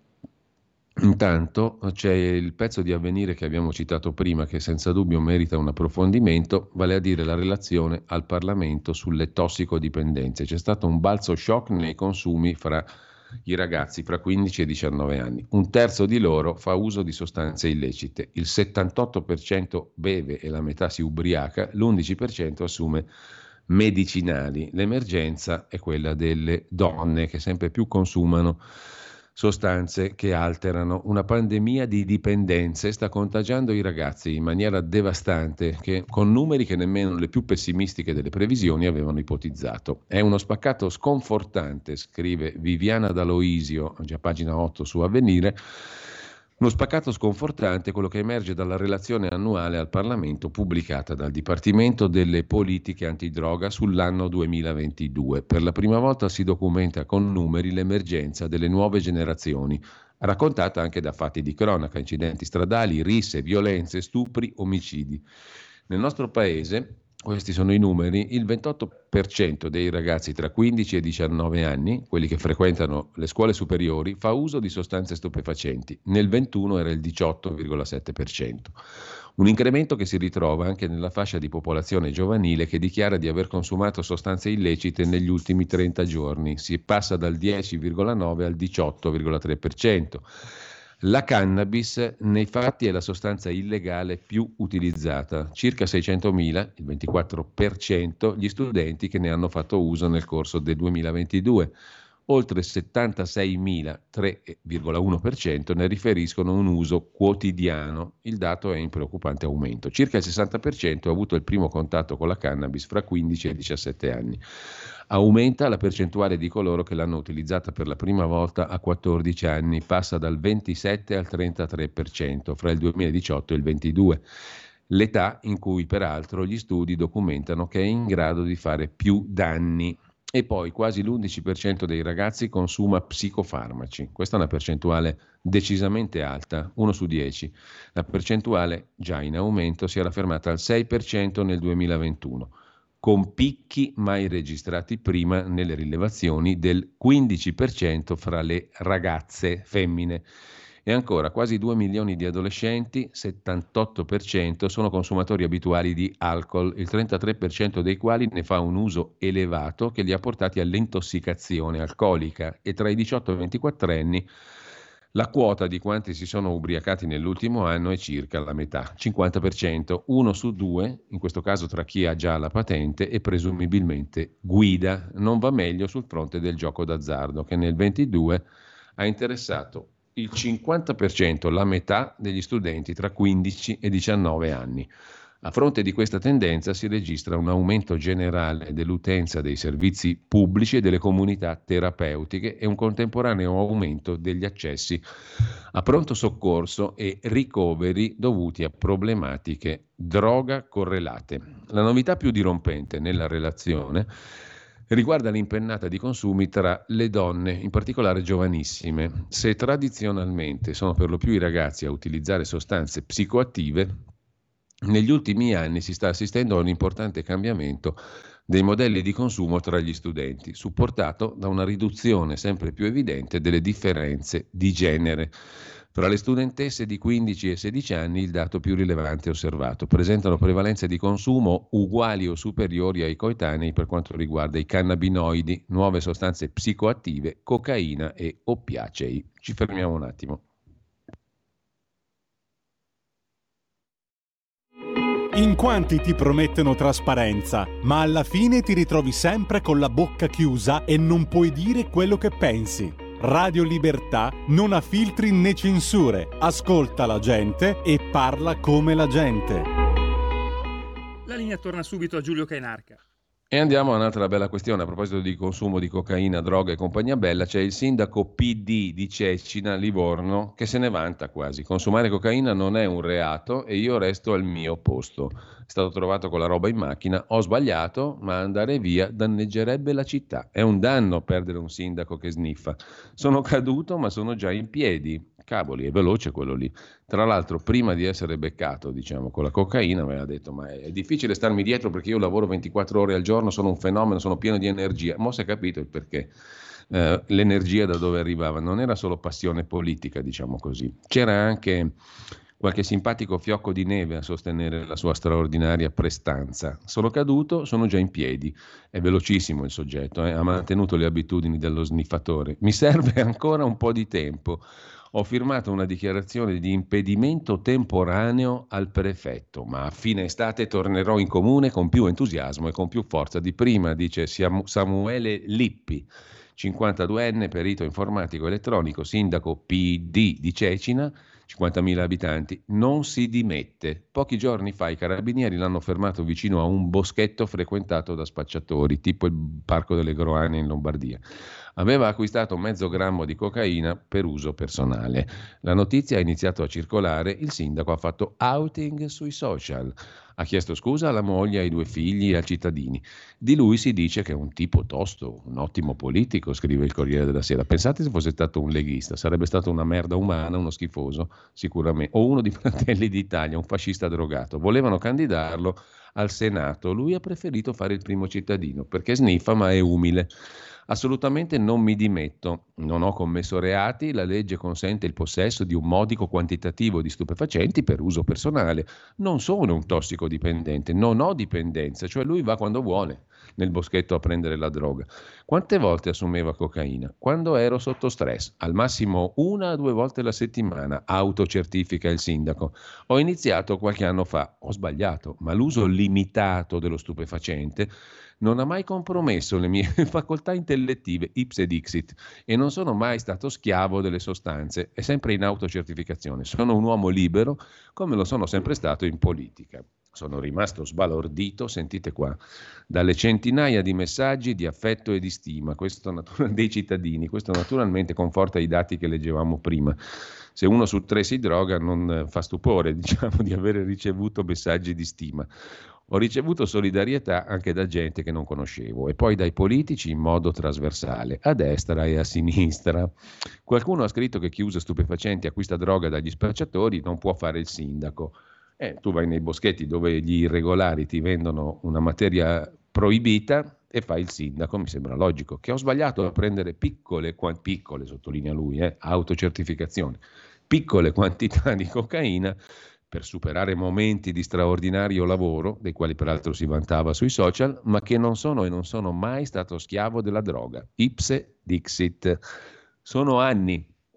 Intanto c'è il pezzo di Avvenire che abbiamo citato prima, che senza dubbio merita un approfondimento, vale a dire la relazione al Parlamento sulle tossicodipendenze. C'è stato un balzo shock nei consumi fra i ragazzi fra quindici e diciannove anni. Un terzo di loro fa uso di sostanze illecite, il settantotto per cento beve e la metà si ubriaca, l'undici per cento assume medicinali. L'emergenza è quella delle donne che sempre più consumano sostanze che alterano. Una pandemia di dipendenze sta contagiando i ragazzi in maniera devastante, che, con numeri che nemmeno le più pessimistiche delle previsioni avevano ipotizzato. È uno spaccato sconfortante, scrive Viviana D'Aloisio, già pagina otto su Avvenire. Uno spaccato sconfortante, quello che emerge dalla relazione annuale al Parlamento pubblicata dal Dipartimento delle Politiche Antidroga sull'anno duemilaventidue. Per la prima volta si documenta con numeri l'emergenza delle nuove generazioni, raccontata anche da fatti di cronaca, incidenti stradali, risse, violenze, stupri, omicidi. Nel nostro paese, questi sono i numeri, il ventotto per cento dei ragazzi tra quindici e diciannove anni, quelli che frequentano le scuole superiori, fa uso di sostanze stupefacenti. Nel ventuno era il diciotto virgola sette per cento. Un incremento che si ritrova anche nella fascia di popolazione giovanile che dichiara di aver consumato sostanze illecite negli ultimi trenta giorni. Si passa dal dieci virgola nove al diciotto virgola tre per cento. La cannabis nei fatti è la sostanza illegale più utilizzata, circa seicentomila, il ventiquattro per cento, gli studenti che ne hanno fatto uso nel corso del duemilaventidue. Oltre settantaseimila, tre virgola uno per cento, ne riferiscono un uso quotidiano. Il dato è in preoccupante aumento. Circa il sessanta per cento ha avuto il primo contatto con la cannabis fra quindici e diciassette anni. Aumenta la percentuale di coloro che l'hanno utilizzata per la prima volta a quattordici anni, passa dal ventisette al trentatré per cento fra il duemiladiciotto e il ventidue. L'età in cui peraltro gli studi documentano che è in grado di fare più danni. E poi quasi l'undici per cento dei ragazzi consuma psicofarmaci. Questa è una percentuale decisamente alta, uno su dieci. La percentuale, già in aumento, si era fermata al sei per cento nel duemilaventuno, con picchi mai registrati prima nelle rilevazioni del quindici per cento fra le ragazze femmine. E ancora, quasi due milioni di adolescenti, settantotto per cento, sono consumatori abituali di alcol, il trentatré per cento dei quali ne fa un uso elevato che li ha portati all'intossicazione alcolica, e tra i diciotto e i ventiquattro anni La quota di quanti si sono ubriacati nell'ultimo anno è circa la metà, cinquanta per cento, uno su due, in questo caso tra chi ha già la patente e presumibilmente guida. Non va meglio sul fronte del gioco d'azzardo, che nel ventidue ha interessato il cinquanta per cento, la metà degli studenti tra quindici e diciannove anni. A fronte di questa tendenza si registra un aumento generale dell'utenza dei servizi pubblici e delle comunità terapeutiche e un contemporaneo aumento degli accessi a pronto soccorso e ricoveri dovuti a problematiche droga correlate. La novità più dirompente nella relazione riguarda l'impennata di consumi tra le donne, in particolare giovanissime. Se tradizionalmente sono per lo più i ragazzi a utilizzare sostanze psicoattive, negli ultimi anni si sta assistendo a un importante cambiamento dei modelli di consumo tra gli studenti, supportato da una riduzione sempre più evidente delle differenze di genere. Fra le studentesse di quindici e sedici anni il dato più rilevante osservato: presentano prevalenze di consumo uguali o superiori ai coetanei per quanto riguarda i cannabinoidi, nuove sostanze psicoattive, cocaina e oppiacei. Ci fermiamo un attimo. In quanti ti promettono trasparenza, ma alla fine ti ritrovi sempre con la bocca chiusa e non puoi dire quello che pensi. Radio Libertà non ha filtri né censure, ascolta la gente e parla come la gente. La linea torna subito a Giulio Cainarca. E andiamo a un'altra bella questione. A proposito di consumo di cocaina, droga e compagnia bella, c'è il sindaco P D di Cecina, Livorno, che se ne vanta quasi. Consumare cocaina non è un reato e io resto al mio posto. È stato trovato con la roba in macchina, ho sbagliato, ma andare via danneggerebbe la città. È un danno perdere un sindaco che sniffa. Sono caduto, ma sono già in piedi. Cavoli, è veloce quello lì. Tra l'altro, prima di essere beccato, diciamo, con la cocaina, aveva detto: ma è difficile starmi dietro perché io lavoro ventiquattro ore al giorno, sono un fenomeno, sono pieno di energia. Ma si è capito il perché. Eh, l'energia da dove arrivava non era solo passione politica, diciamo così. C'era anche qualche simpatico fiocco di neve a sostenere la sua straordinaria prestanza. Sono caduto, sono già in piedi. È velocissimo il soggetto, eh? Ha mantenuto le abitudini dello sniffatore. Mi serve ancora un po' di tempo. Ho firmato una dichiarazione di impedimento temporaneo al prefetto, ma a fine estate tornerò in comune con più entusiasmo e con più forza di prima, dice Samuele Lippi, cinquantaduenne, perito informatico elettronico, sindaco P D di Cecina, cinquantamila abitanti. Non si dimette. Pochi giorni fa i carabinieri l'hanno fermato vicino a un boschetto frequentato da spacciatori, tipo il Parco delle Groane in Lombardia. Aveva acquistato mezzo grammo di cocaina per uso personale. La notizia ha iniziato a circolare, il sindaco ha fatto outing sui social. Ha chiesto scusa alla moglie, ai due figli e ai cittadini. Di lui si dice che è un tipo tosto, un ottimo politico, scrive il Corriere della Sera. Pensate se fosse stato un leghista, sarebbe stato una merda umana, uno schifoso, sicuramente, o uno di Fratelli d'Italia, un fascista drogato. Volevano candidarlo al Senato, lui ha preferito fare il primo cittadino, perché sniffa ma è umile. Assolutamente non mi dimetto, non ho commesso reati, la legge consente il possesso di un modico quantitativo di stupefacenti per uso personale, non sono un tossicodipendente, non ho dipendenza, cioè lui va quando vuole nel boschetto a prendere la droga. Quante volte assumeva cocaina? Quando ero sotto stress, al massimo una o due volte la settimana, autocertifica il sindaco. Ho iniziato qualche anno fa, ho sbagliato, ma l'uso limitato dello stupefacente non ha mai compromesso le mie facoltà intellettive, ipse dixit, e non sono mai stato schiavo delle sostanze, è sempre in autocertificazione. Sono un uomo libero, come lo sono sempre stato in politica. Sono rimasto sbalordito, sentite qua, dalle centinaia di messaggi di affetto e di stima, questo natura- dei cittadini. Questo naturalmente conforta i dati che leggevamo prima. Se uno su tre si droga non fa stupore, diciamo, di avere ricevuto messaggi di stima. Ho ricevuto solidarietà anche da gente che non conoscevo e poi dai politici in modo trasversale, a destra e a sinistra. Qualcuno ha scritto che chi usa stupefacenti e acquista droga dagli spacciatori non può fare il sindaco. Eh, tu vai nei boschetti dove gli irregolari ti vendono una materia proibita e fai il sindaco, mi sembra logico. Che ho sbagliato a prendere piccole, qua, piccole sottolinea lui, eh, autocertificazione, piccole quantità di cocaina per superare momenti di straordinario lavoro, dei quali peraltro si vantava sui social, ma che non sono e non sono mai stato schiavo della droga. Ipse dixit. Sono anni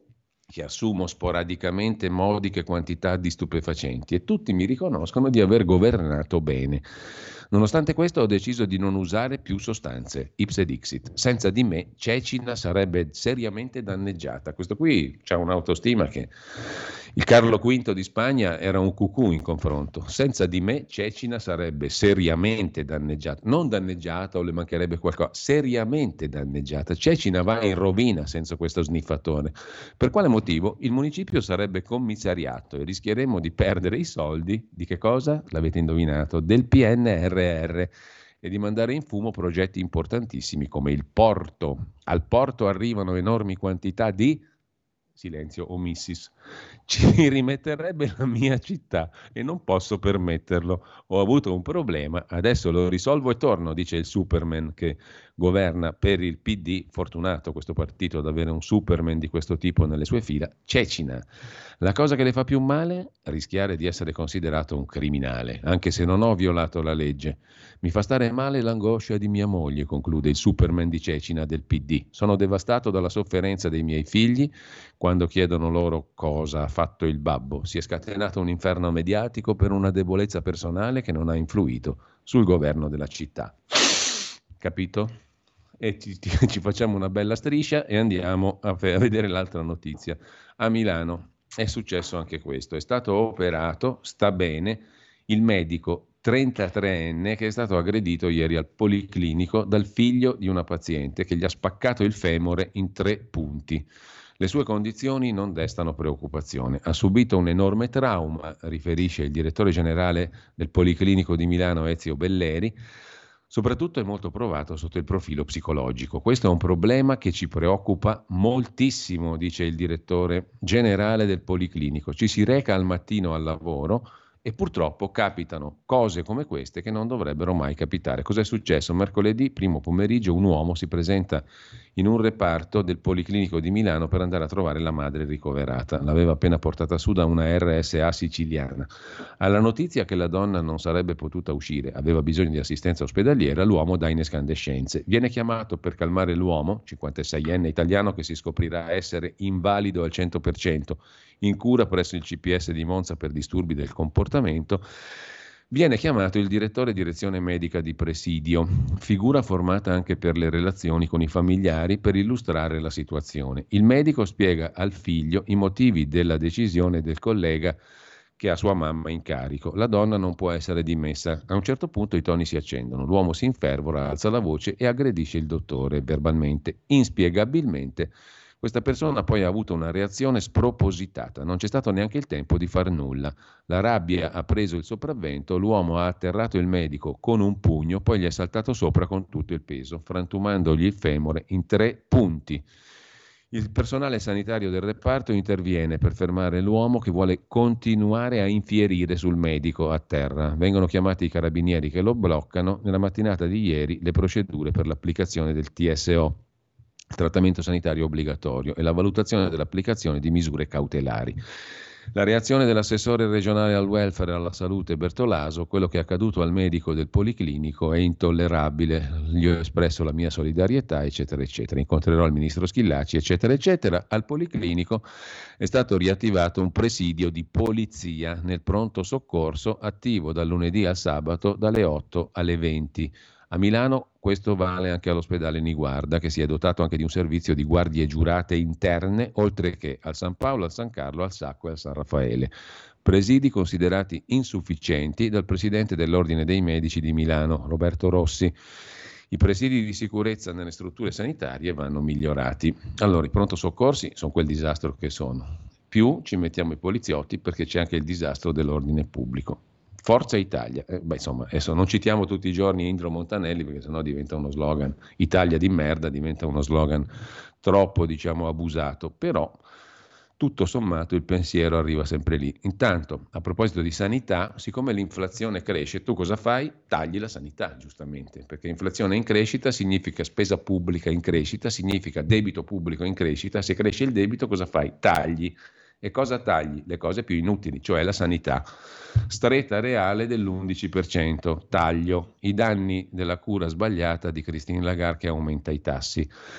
che assumo sporadicamente modiche quantità di stupefacenti e tutti mi riconoscono di aver governato bene. Nonostante questo ho deciso di non usare più sostanze, ipse dixit. Senza di me Cecina sarebbe seriamente danneggiata. Questo qui c'ha un'autostima che il Carlo V di Spagna era un cucù in confronto. Senza di me Cecina sarebbe seriamente danneggiata, non danneggiata o le mancherebbe qualcosa, seriamente danneggiata. Cecina va in rovina senza questo sniffatore. Per quale motivo? Il municipio sarebbe commissariato e rischieremmo di perdere i soldi di che cosa? L'avete indovinato? Del P N R R e di mandare in fumo progetti importantissimi come il porto. Al porto arrivano enormi quantità di silenzio omissis. Ci rimetterebbe la mia città e non posso permetterlo. Ho avuto un problema, adesso lo risolvo e torno, dice il Superman che governa per il P D. Fortunato questo partito ad avere un Superman di questo tipo nelle sue fila. Cecina. La cosa che le fa più male? Rischiare di essere considerato un criminale, anche se non ho violato la legge. Mi fa stare male l'angoscia di mia moglie, conclude il Superman di Cecina del P D. Sono devastato dalla sofferenza dei miei figli quando chiedono loro cosa ha fatto il babbo. Si è scatenato un inferno mediatico per una debolezza personale che non ha influito sul governo della città. Capito? E ci, ci facciamo una bella striscia e andiamo a, fe- a vedere l'altra notizia. A Milano è successo anche questo. È stato operato, sta bene, il medico trentatreenne che è stato aggredito ieri al Policlinico dal figlio di una paziente che gli ha spaccato il femore in tre punti. Le sue condizioni non destano preoccupazione. Ha subito un enorme trauma, riferisce il direttore generale del Policlinico di Milano Ezio Belleri. Soprattutto è molto provato sotto il profilo psicologico. Questo è un problema che ci preoccupa moltissimo, dice il direttore generale del Policlinico. Ci si reca al mattino al lavoro e purtroppo capitano cose come queste che non dovrebbero mai capitare. Cos'è successo? Mercoledì, primo pomeriggio, un uomo si presenta in un reparto del Policlinico di Milano per andare a trovare la madre ricoverata. L'aveva appena portata su da una R S A siciliana. Alla notizia che la donna non sarebbe potuta uscire, aveva bisogno di assistenza ospedaliera, l'uomo dà in escandescenze. Viene chiamato per calmare l'uomo, cinquantaseienne italiano che si scoprirà essere invalido al cento per cento, in cura presso il C P S di Monza per disturbi del comportamento. Viene chiamato il direttore direzione medica di Presidio, figura formata anche per le relazioni con i familiari, per illustrare la situazione. Il medico spiega al figlio i motivi della decisione del collega che ha sua mamma in carico. La donna non può essere dimessa. A un certo punto i toni si accendono, l'uomo si infervora, alza la voce e aggredisce il dottore verbalmente. Inspiegabilmente questa persona poi ha avuto una reazione spropositata, non c'è stato neanche il tempo di far nulla. La rabbia ha preso il sopravvento, l'uomo ha atterrato il medico con un pugno, poi gli è saltato sopra con tutto il peso, frantumandogli il femore in tre punti. Il personale sanitario del reparto interviene per fermare l'uomo che vuole continuare a infierire sul medico a terra. Vengono chiamati i carabinieri che lo bloccano. Nella mattinata di ieri le procedure per l'applicazione del T S O, il trattamento sanitario obbligatorio, e la valutazione dell'applicazione di misure cautelari. La reazione dell'assessore regionale al welfare e alla salute Bertolaso: quello che è accaduto al medico del Policlinico è intollerabile, gli ho espresso la mia solidarietà, eccetera, eccetera. Incontrerò il ministro Schillaci, eccetera, eccetera. Al Policlinico è stato riattivato un presidio di polizia nel pronto soccorso, attivo dal lunedì al sabato dalle otto alle venti. A Milano questo vale anche all'ospedale Niguarda, che si è dotato anche di un servizio di guardie giurate interne, oltre che al San Paolo, al San Carlo, al Sacco e al San Raffaele. Presidi considerati insufficienti dal presidente dell'Ordine dei Medici di Milano, Roberto Rossi. I presidi di sicurezza nelle strutture sanitarie vanno migliorati. Allora, i pronto soccorsi sono quel disastro che sono. Più ci mettiamo i poliziotti perché c'è anche il disastro dell'ordine pubblico. Forza Italia, eh, beh, insomma, adesso non citiamo tutti i giorni Indro Montanelli perché sennò diventa uno slogan, Italia di merda diventa uno slogan troppo, diciamo, abusato, però tutto sommato il pensiero arriva sempre lì. Intanto, a proposito di sanità, siccome l'inflazione cresce, tu cosa fai? Tagli la sanità, giustamente, perché inflazione in crescita significa spesa pubblica in crescita, significa debito pubblico in crescita. Se cresce il debito cosa fai? Tagli. E cosa tagli? Le cose più inutili, cioè la sanità. Stretta reale dell'undici per cento, taglio. I danni della cura sbagliata di Christine Lagarde che aumenta i tassi.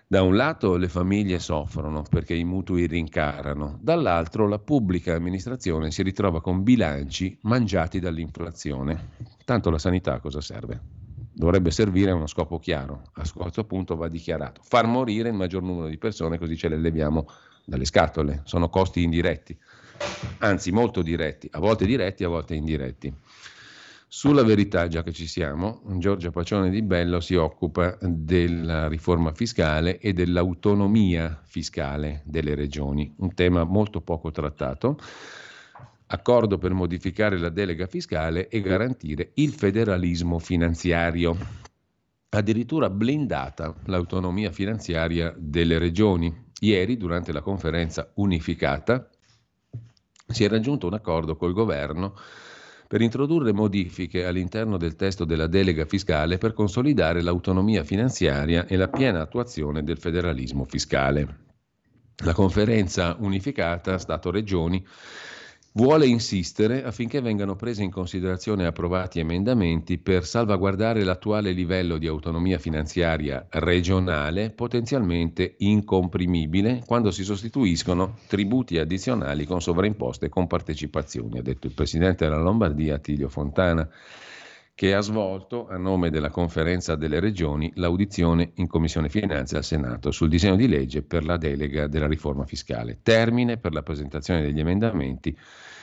Da un lato le famiglie soffrono perché i mutui rincarano, dall'altro la pubblica amministrazione si ritrova con bilanci mangiati dall'inflazione. Tanto la sanità a cosa serve? Dovrebbe servire a uno scopo chiaro. A questo punto va dichiarato: far morire il maggior numero di persone, così ce le leviamo dalle scatole. Sono costi indiretti, anzi molto diretti, a volte diretti, a volte indiretti. Sulla Verità, già che ci siamo, Giorgia Pacione di Bello si occupa della riforma fiscale e dell'autonomia fiscale delle regioni, un tema molto poco trattato. Accordo per modificare la delega fiscale e garantire il federalismo finanziario. Addirittura blindata l'autonomia finanziaria delle regioni. Ieri, durante la conferenza unificata, si è raggiunto un accordo col governo per introdurre modifiche all'interno del testo della delega fiscale per consolidare l'autonomia finanziaria e la piena attuazione del federalismo fiscale. La conferenza unificata Stato-Regioni vuole insistere affinché vengano presi in considerazione e approvati emendamenti per salvaguardare l'attuale livello di autonomia finanziaria regionale, potenzialmente incomprimibile, quando si sostituiscono tributi addizionali con sovraimposte e con partecipazioni, ha detto il presidente della Lombardia Attilio Fontana, che ha svolto a nome della Conferenza delle Regioni l'audizione in Commissione Finanze al Senato sul disegno di legge per la delega della riforma fiscale. Termine per la presentazione degli emendamenti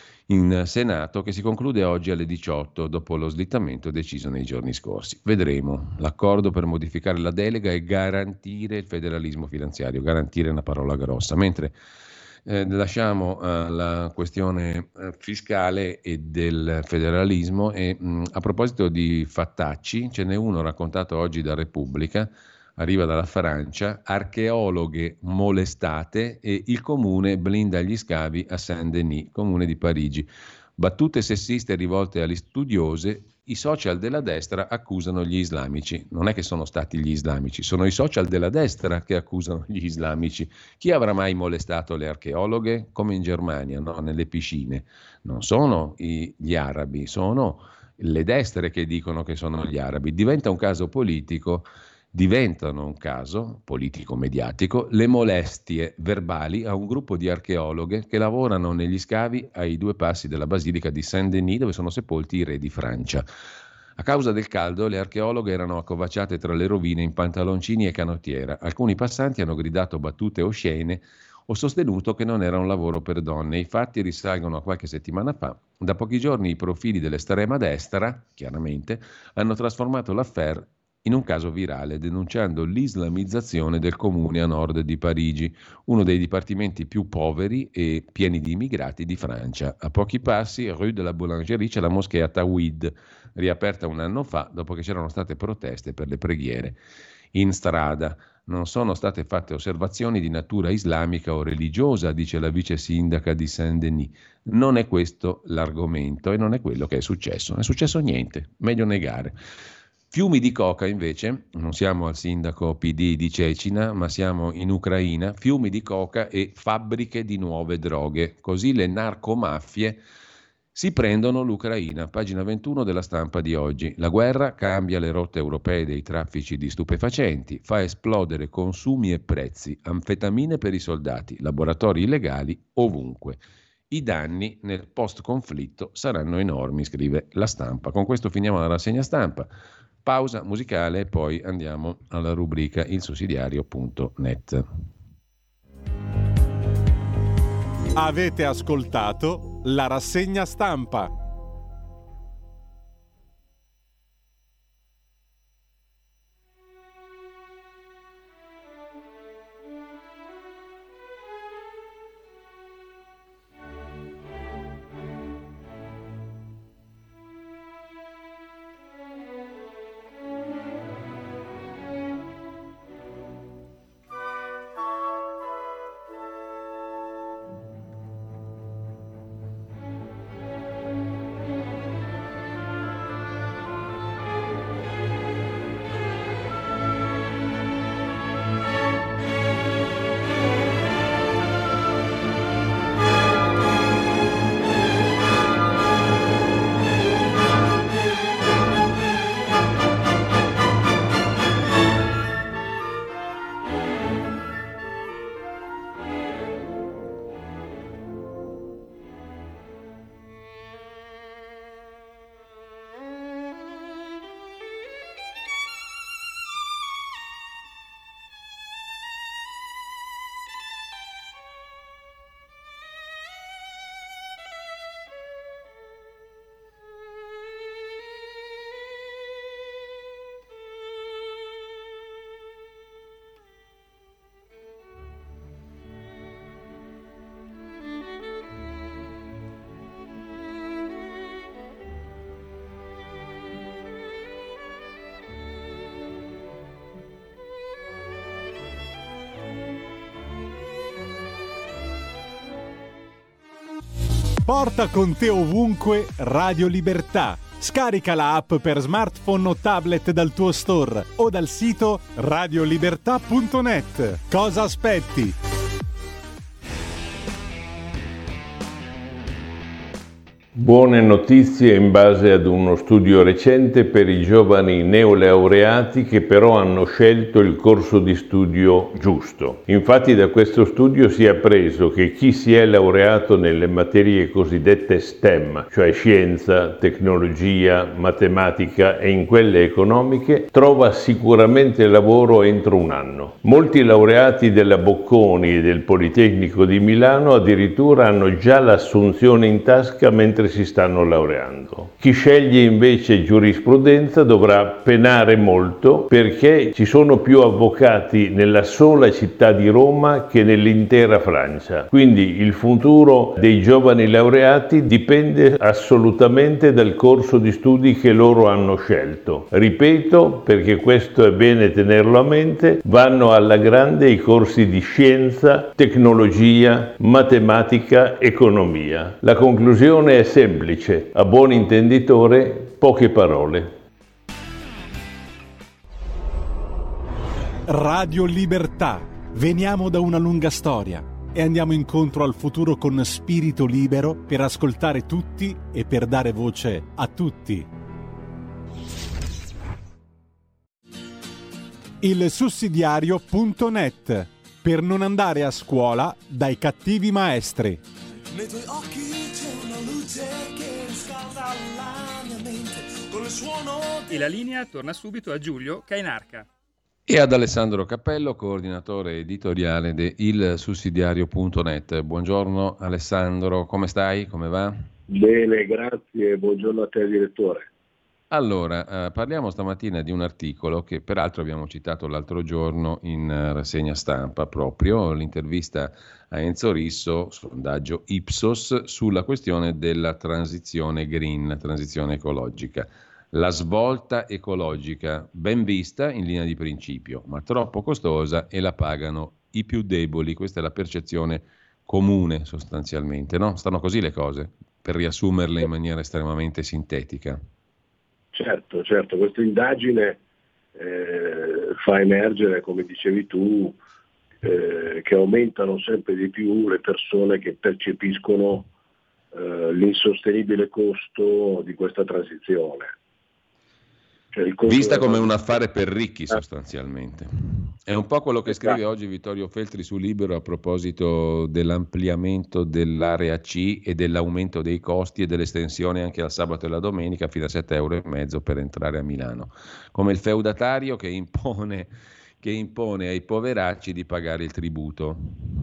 in Senato che si conclude oggi alle diciotto dopo lo slittamento deciso nei giorni scorsi. Vedremo. L'accordo per modificare la delega e garantire il federalismo finanziario. Garantire è una parola grossa, mentre Eh, lasciamo uh, la questione uh, fiscale e del federalismo e mh, a proposito di fattacci, ce n'è uno raccontato oggi da Repubblica, arriva dalla Francia: archeologhe molestate e il comune blinda gli scavi a Saint-Denis, comune di Parigi. Battute sessiste rivolte alle studiose, i social della destra accusano gli islamici. Non è che sono stati gli islamici, sono i social della destra che accusano gli islamici. Chi avrà mai molestato le archeologhe? Come in Germania, no? Nelle piscine. Non sono i, gli arabi, sono le destre che dicono che sono gli arabi. Diventa un caso politico. Diventano un caso politico-mediatico le molestie verbali a un gruppo di archeologhe che lavorano negli scavi ai due passi della basilica di Saint-Denis, dove sono sepolti i re di Francia. A causa del caldo, le archeologhe erano accovacciate tra le rovine in pantaloncini e canottiera. Alcuni passanti hanno gridato battute oscene o sostenuto che non era un lavoro per donne. I fatti risalgono a qualche settimana fa. Da pochi giorni i profili dell'estrema destra, chiaramente, hanno trasformato l'affaire in un caso virale, denunciando l'islamizzazione del comune a nord di Parigi, uno dei dipartimenti più poveri e pieni di immigrati di Francia. A pochi passi, Rue de la Boulangerie, c'è la moschea Tawhid, riaperta un anno fa dopo che c'erano state proteste per le preghiere in strada. Non sono state fatte osservazioni di natura islamica o religiosa, dice la vice sindaca di Saint-Denis. Non è questo l'argomento e non è quello che è successo. Non è successo niente, meglio negare. Fiumi di coca invece, non siamo al sindaco P D di Cecina, ma siamo in Ucraina, fiumi di coca e fabbriche di nuove droghe. Così le narcomafie si prendono l'Ucraina. Pagina ventuno della Stampa di oggi. La guerra cambia le rotte europee dei traffici di stupefacenti, fa esplodere consumi e prezzi, anfetamine per i soldati, laboratori illegali ovunque. I danni nel post-conflitto saranno enormi, scrive la Stampa. Con questo finiamo la rassegna stampa. Pausa musicale e poi andiamo alla rubrica il sussidiario punto net. Avete ascoltato la rassegna stampa. Porta con te ovunque Radio Libertà. Scarica la app per smartphone o tablet dal tuo store o dal sito radiolibertà punto net. Cosa aspetti? Buone notizie in base ad uno studio recente per i giovani neolaureati che però hanno scelto il corso di studio giusto. Infatti da questo studio si è appreso che chi si è laureato nelle materie cosiddette STEM, cioè scienza, tecnologia, matematica e in quelle economiche, trova sicuramente lavoro entro un anno. Molti laureati della Bocconi e del Politecnico di Milano addirittura hanno già l'assunzione in tasca mentre si stanno laureando. Chi sceglie invece giurisprudenza dovrà penare molto perché ci sono più avvocati nella sola città di Roma che nell'intera Francia. Quindi il futuro dei giovani laureati dipende assolutamente dal corso di studi che loro hanno scelto. Ripeto, perché questo è bene tenerlo a mente, vanno alla grande i corsi di scienza, tecnologia, matematica, economia. La conclusione è semplice, a buon intenditore, poche parole. Radio Libertà. Veniamo da una lunga storia e andiamo incontro al futuro con spirito libero per ascoltare tutti e per dare voce a tutti. Il sussidiario punto net, per non andare a scuola dai cattivi maestri. Nei tuoi occhi c'è una luce che riscalda la mia mente con il suono. E la linea torna subito a Giulio Cainarca. E ad Alessandro Cappello, coordinatore editoriale di il sussidiario punto net. Buongiorno Alessandro, come stai? Come va? Bene, grazie. Buongiorno a te, direttore. Allora, eh, parliamo stamattina di un articolo che peraltro abbiamo citato l'altro giorno in uh, rassegna stampa, proprio l'intervista a Enzo Risso, sondaggio Ipsos, sulla questione della transizione green, transizione ecologica. La svolta ecologica, ben vista in linea di principio, ma troppo costosa e la pagano i più deboli. Questa è la percezione comune sostanzialmente, no? Stanno così le cose, per riassumerle in maniera estremamente sintetica. Certo, certo, questa indagine eh, fa emergere, come dicevi tu, eh, che aumentano sempre di più le persone che percepiscono eh, l'insostenibile costo di questa transizione. Cioè il costo Vista come della... un affare per ricchi sostanzialmente. È un po' quello che scrive oggi Vittorio Feltri su Libero a proposito dell'ampliamento dell'area C e dell'aumento dei costi e dell'estensione anche al sabato e la domenica fino a sette euro e mezzo per entrare a Milano. Come il feudatario che impone, che impone ai poveracci di pagare il tributo.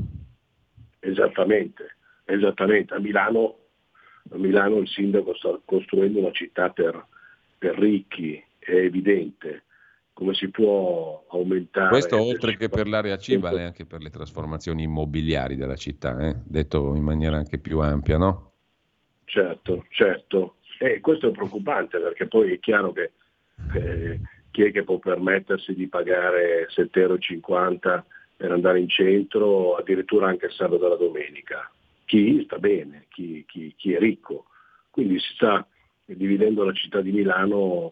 Esattamente, esattamente. A Milano, a Milano il sindaco sta costruendo una città per, per ricchi. È evidente come si può aumentare. Questo oltre che per l'area C vale anche per le trasformazioni immobiliari della città, eh? Detto in maniera anche più ampia, no? Certo, certo. E questo è preoccupante perché poi è chiaro che eh, chi è che può permettersi di pagare sette euro e cinquanta per andare in centro, addirittura anche il sabato e la domenica? Chi sta bene, chi, chi, chi è ricco. Quindi si sta dividendo la città di Milano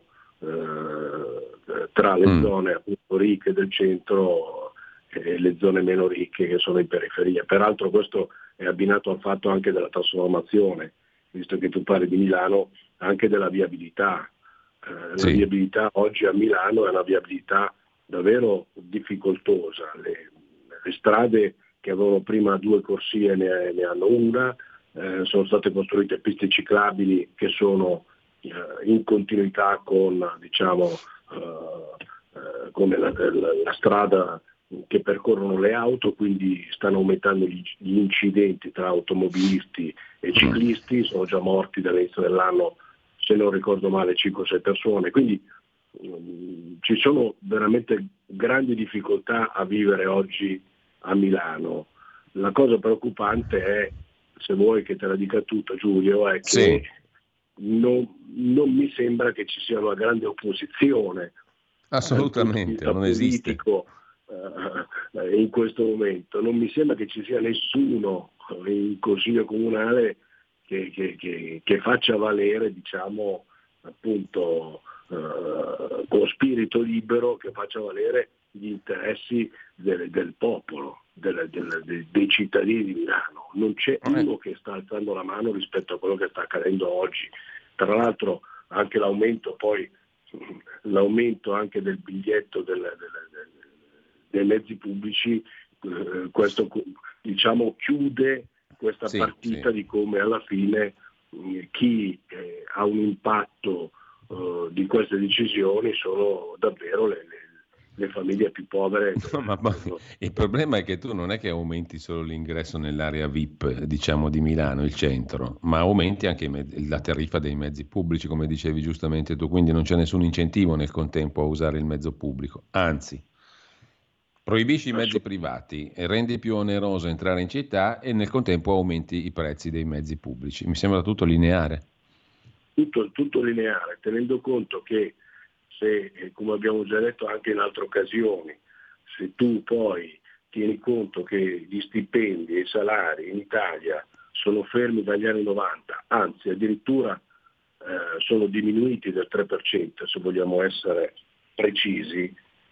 Eh, tra le mm. zone appunto ricche del centro e le zone meno ricche che sono in periferia. Peraltro questo è abbinato al fatto anche della trasformazione, visto che tu parli di Milano, anche della viabilità. Eh, sì. La viabilità oggi a Milano è una viabilità davvero difficoltosa. Le, le strade che avevano prima due corsie ne, ne hanno una, eh, sono state costruite piste ciclabili che sono in continuità con, diciamo, uh, uh, come la, la, la strada che percorrono le auto, quindi stanno aumentando gli, gli incidenti tra automobilisti e ciclisti. Sono già morti dall'inizio dell'anno, se non ricordo male, cinque o sei persone, quindi um, ci sono veramente grandi difficoltà a vivere oggi a Milano. La cosa preoccupante è, se vuoi che te la dica tutta Giulio, è che sì. Non, non mi sembra che ci sia una grande opposizione. Assolutamente, non esiste. Uh, in questo momento non mi sembra che ci sia nessuno in Consiglio Comunale che, che, che, che faccia valere, diciamo, appunto, eh, con spirito libero, che faccia valere gli interessi del, del popolo, del, del, dei cittadini di Milano. Non c'è uno che sta alzando la mano rispetto a quello che sta accadendo oggi. Tra l'altro anche l'aumento poi l'aumento anche del biglietto del, del, del, dei mezzi pubblici, eh, questo diciamo chiude questa sì, partita sì. di come alla fine eh, chi eh, ha un impatto eh, di queste decisioni sono davvero le, le le famiglie più povere. No, ma, ma il problema è che tu non è che aumenti solo l'ingresso nell'area V I P, diciamo, di Milano, il centro, ma aumenti anche la tariffa dei mezzi pubblici, come dicevi giustamente tu, quindi non c'è nessun incentivo nel contempo a usare il mezzo pubblico, anzi proibisci i mezzi privati e rendi più oneroso entrare in città e nel contempo aumenti i prezzi dei mezzi pubblici. Mi sembra tutto lineare. Tutto, tutto lineare, tenendo conto che se, come abbiamo già detto anche in altre occasioni, se tu poi tieni conto che gli stipendi e i salari in Italia sono fermi dagli anni novanta, anzi addirittura eh, sono diminuiti del tre per cento, se vogliamo essere precisi,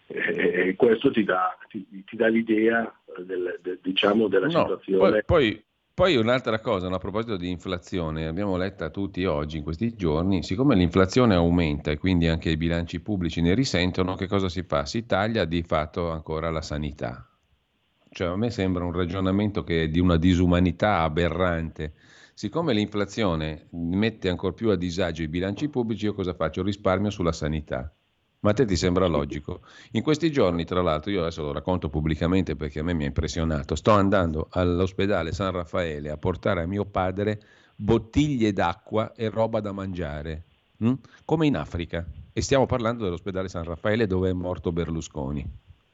eh, questo ti dà, ti, ti dà l'idea del, del, diciamo, della no, situazione. Poi, poi... Poi un'altra cosa, a proposito di inflazione, abbiamo letta tutti oggi, in questi giorni, siccome l'inflazione aumenta e quindi anche i bilanci pubblici ne risentono, che cosa si fa? Si taglia di fatto ancora la sanità. Cioè a me sembra un ragionamento che è di una disumanità aberrante. Siccome l'inflazione mette ancora più a disagio i bilanci pubblici, io cosa faccio? Risparmio sulla sanità. Ma a te ti sembra logico? In questi giorni, tra l'altro, io adesso lo racconto pubblicamente perché a me mi ha impressionato, sto andando all'ospedale San Raffaele a portare a mio padre bottiglie d'acqua e roba da mangiare, hm? come in Africa. E stiamo parlando dell'ospedale San Raffaele dove è morto Berlusconi.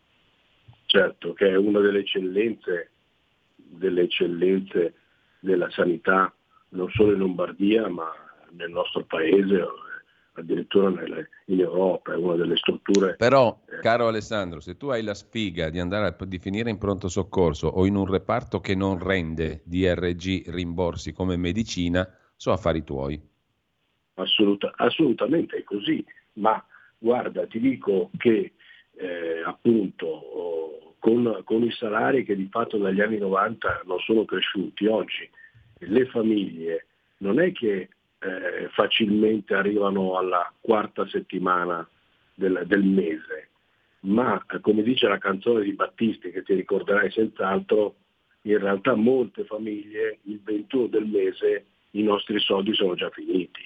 Certo, che è una delle eccellenze, delle eccellenze della sanità, non solo in Lombardia, ma nel nostro paese, addirittura nelle, in Europa, è una delle strutture. Però, eh, caro Alessandro, se tu hai la sfiga di andare a, di finire in pronto soccorso o in un reparto che non rende D R G rimborsi come medicina, so affari tuoi. Assoluta, assolutamente è così, ma guarda, ti dico che eh, appunto oh, con, con i salari che di fatto dagli anni novanta non sono cresciuti, oggi le famiglie non è che Eh, facilmente arrivano alla quarta settimana del, del mese, ma eh, come dice la canzone di Battisti, che ti ricorderai senz'altro, in realtà molte famiglie il ventuno del mese i nostri soldi sono già finiti.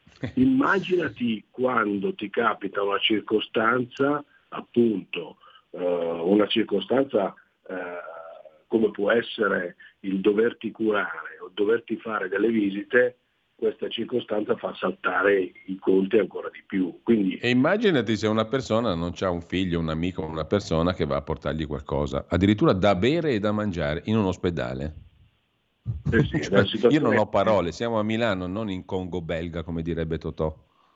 Immaginati quando ti capita una circostanza, appunto eh, una circostanza eh, come può essere il doverti curare o doverti fare delle visite, questa circostanza fa saltare i conti ancora di più. Quindi, e immaginati se una persona non ha un figlio, un amico, una persona che va a portargli qualcosa, addirittura da bere e da mangiare in un ospedale. Eh sì, cioè, io non ho parole, siamo a Milano, non in Congo belga, come direbbe Totò.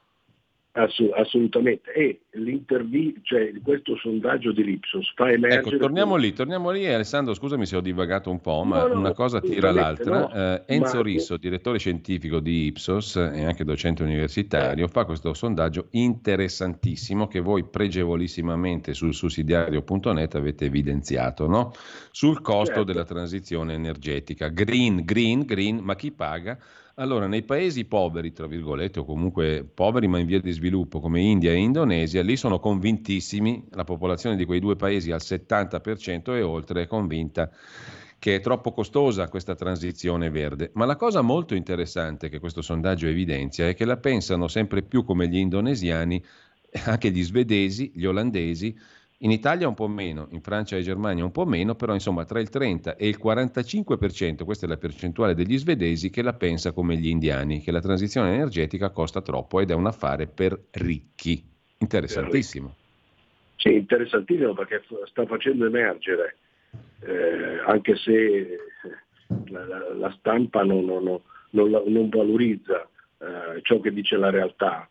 Assolutamente, e l'intervista, cioè questo sondaggio di Ipsos fa emergere. Ecco, torniamo lì, torniamo lì. Alessandro, scusami se ho divagato un po', ma no, no, una cosa tira l'altra. No, eh, Enzo ma... Risso, direttore scientifico di Ipsos e anche docente universitario, fa questo sondaggio interessantissimo che voi pregevolissimamente sul sussidiario punto net avete evidenziato, no? Sul costo certo. della transizione energetica. Green, green, green, ma chi paga? Allora, nei paesi poveri, tra virgolette, o comunque poveri ma in via di sviluppo, come India e Indonesia, lì sono convintissimi, la popolazione di quei due paesi al settanta per cento e oltre è convinta che è troppo costosa questa transizione verde. Ma la cosa molto interessante che questo sondaggio evidenzia è che la pensano sempre più come gli indonesiani, anche gli svedesi, gli olandesi. In Italia un po' meno, in Francia e Germania un po' meno, però insomma tra il trenta e il quarantacinque per cento, questa è la percentuale degli svedesi, che la pensa come gli indiani, che la transizione energetica costa troppo ed è un affare per ricchi. Interessantissimo. Sì, interessantissimo perché sta facendo emergere, eh, anche se la, la, la stampa non, non, non, non valorizza eh, ciò che dice la realtà,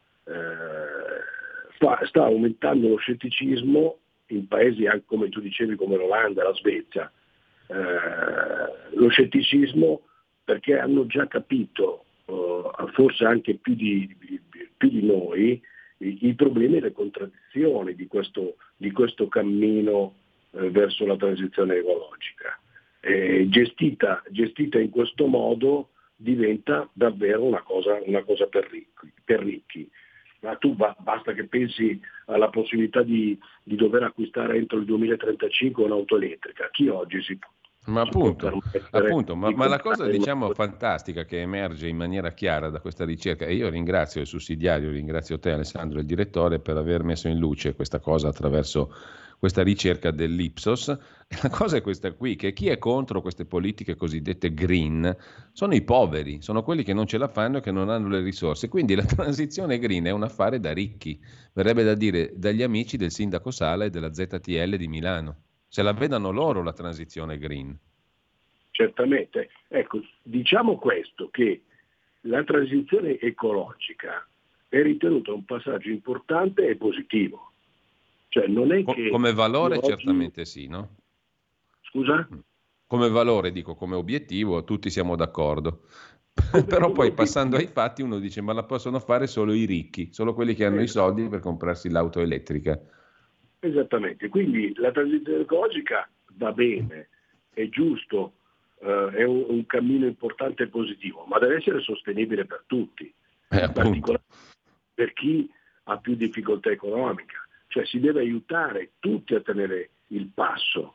eh, sta, sta aumentando lo scetticismo in paesi anche come tu dicevi come l'Olanda, la Svezia, eh, lo scetticismo perché hanno già capito, uh, forse anche più di, più di noi, i, i problemi e le contraddizioni di questo, di questo cammino eh, verso la transizione ecologica. Eh, gestita, gestita in questo modo diventa davvero una cosa, una cosa per ricchi, per ricchi. Ma tu ba- basta che pensi alla possibilità di, di dover acquistare entro il duemilatrentacinque un'auto elettrica. Chi oggi si può? Ma appunto, appunto ma, ma la cosa diciamo fantastica che emerge in maniera chiara da questa ricerca, e io ringrazio il sussidiario, ringrazio te Alessandro, il direttore, per aver messo in luce questa cosa attraverso questa ricerca dell'Ipsos, la cosa è questa qui, che chi è contro queste politiche cosiddette green sono i poveri, sono quelli che non ce la fanno e che non hanno le risorse, quindi la transizione green è un affare da ricchi, verrebbe da dire dagli amici del sindaco Sala e della Z T L di Milano. Se la vedano loro la transizione green. Certamente. Ecco, diciamo questo, che la transizione ecologica è ritenuta un passaggio importante e positivo. Cioè non è che come valore oggi... certamente sì, no? Scusa? Come valore, dico, come obiettivo, tutti siamo d'accordo. Però poi passando ai fatti uno dice ma la possono fare solo i ricchi, solo quelli che hanno eh. i soldi per comprarsi l'auto elettrica. Esattamente, quindi la transizione ecologica va bene, è giusto, eh, è un, un cammino importante e positivo, ma deve essere sostenibile per tutti, eh, in particolare per chi ha più difficoltà economica, cioè si deve aiutare tutti a tenere il passo.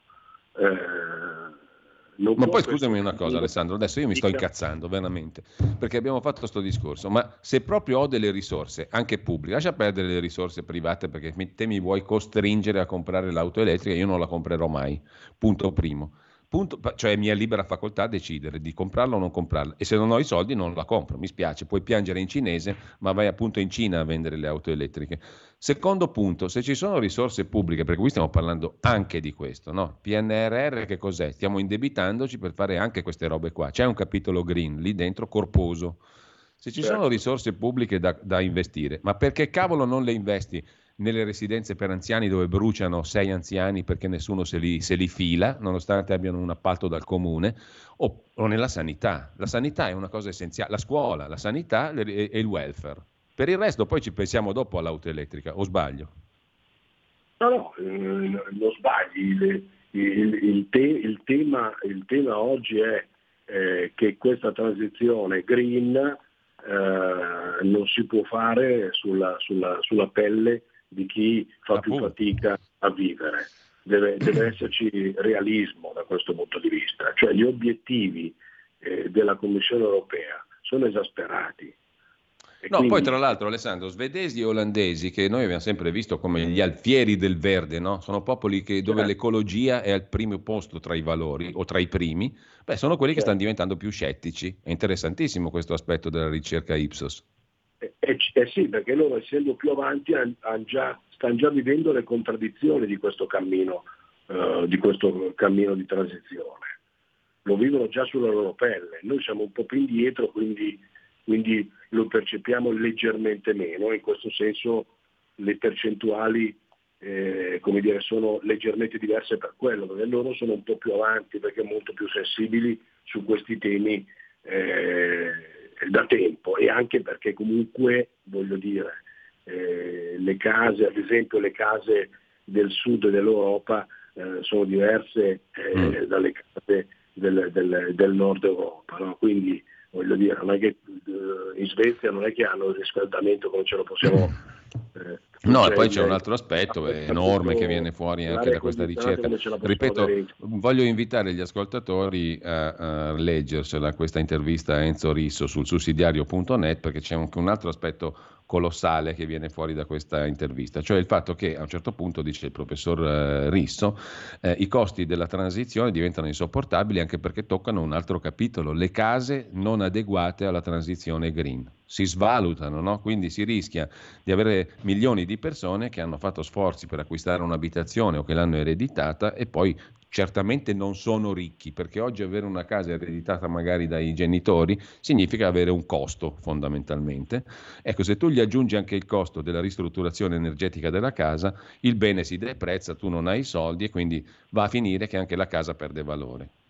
Eh, Non ma poi scusami una cosa Alessandro, adesso io mi sto incazzando veramente, perché abbiamo fatto questo discorso, ma se proprio ho delle risorse, anche pubbliche, lascia perdere le risorse private perché te mi vuoi costringere a comprare l'auto elettrica, io non la comprerò mai, punto primo. Punto, cioè è mia libera facoltà decidere di comprarla o non comprarla, e se non ho i soldi non la compro, mi spiace, puoi piangere in cinese ma vai appunto in Cina a vendere le auto elettriche. Secondo punto, se ci sono risorse pubbliche, perché qui stiamo parlando anche di questo, no? P N R R che cos'è? Stiamo indebitandoci per fare anche queste robe qua, c'è un capitolo green lì dentro corposo, se ci sono risorse pubbliche da, da investire, ma perché cavolo non le investi nelle residenze per anziani dove bruciano sei anziani perché nessuno se li, se li fila, nonostante abbiano un appalto dal comune, o, o nella sanità. La sanità è una cosa essenziale, la scuola, la sanità e, e il welfare. Per il resto poi ci pensiamo dopo all'auto elettrica, o sbaglio? No, no, eh, non sbagli. Il, il, il, te, il, tema, il tema oggi è eh, che questa transizione green eh, non si può fare sulla, sulla, sulla pelle di chi fa più fatica a vivere. Deve, deve esserci realismo da questo punto di vista, cioè gli obiettivi eh, della Commissione europea sono esasperati. E no, quindi... poi tra l'altro Alessandro, svedesi e olandesi, che noi abbiamo sempre visto come gli alfieri del verde, no? Sono popoli che, dove certo. l'ecologia è al primo posto tra i valori o tra i primi, beh, sono quelli che certo. stanno diventando più scettici. È interessantissimo questo aspetto della ricerca Ipsos. Eh, eh sì, perché loro essendo più avanti han, han già, stanno già vivendo le contraddizioni di questo cammino, uh, di questo cammino di transizione. Lo vivono già sulla loro pelle. Noi siamo un po' più indietro, quindi, quindi lo percepiamo leggermente meno. In questo senso le percentuali eh, come dire, sono leggermente diverse per quello, perché loro sono un po' più avanti, perché molto più sensibili su questi temi eh, da tempo, e anche perché comunque, voglio dire, eh, le case, ad esempio le case del sud dell'Europa eh, sono diverse eh, mm. dalle case del, del, del nord Europa, no? Quindi voglio dire, non è che eh, in Svezia non è che hanno il riscaldamento come ce lo possiamo eh, no, e poi c'è un altro aspetto enorme che viene fuori anche da questa ricerca. Ripeto, voglio invitare gli ascoltatori a, a leggersela questa intervista a Enzo Risso sul sussidiario punto net, perché c'è anche un altro aspetto colossale che viene fuori da questa intervista, cioè il fatto che a un certo punto, dice il professor eh, Risso, eh, i costi della transizione diventano insopportabili anche perché toccano un altro capitolo, le case non adeguate alla transizione green. Si svalutano, no? Quindi si rischia di avere milioni di persone che hanno fatto sforzi per acquistare un'abitazione o che l'hanno ereditata e poi certamente non sono ricchi, perché oggi avere una casa ereditata magari dai genitori significa avere un costo fondamentalmente. Ecco, se tu gli aggiungi anche il costo della ristrutturazione energetica della casa, il bene si deprezza, tu non hai i soldi e quindi va a finire che anche la casa perde valore.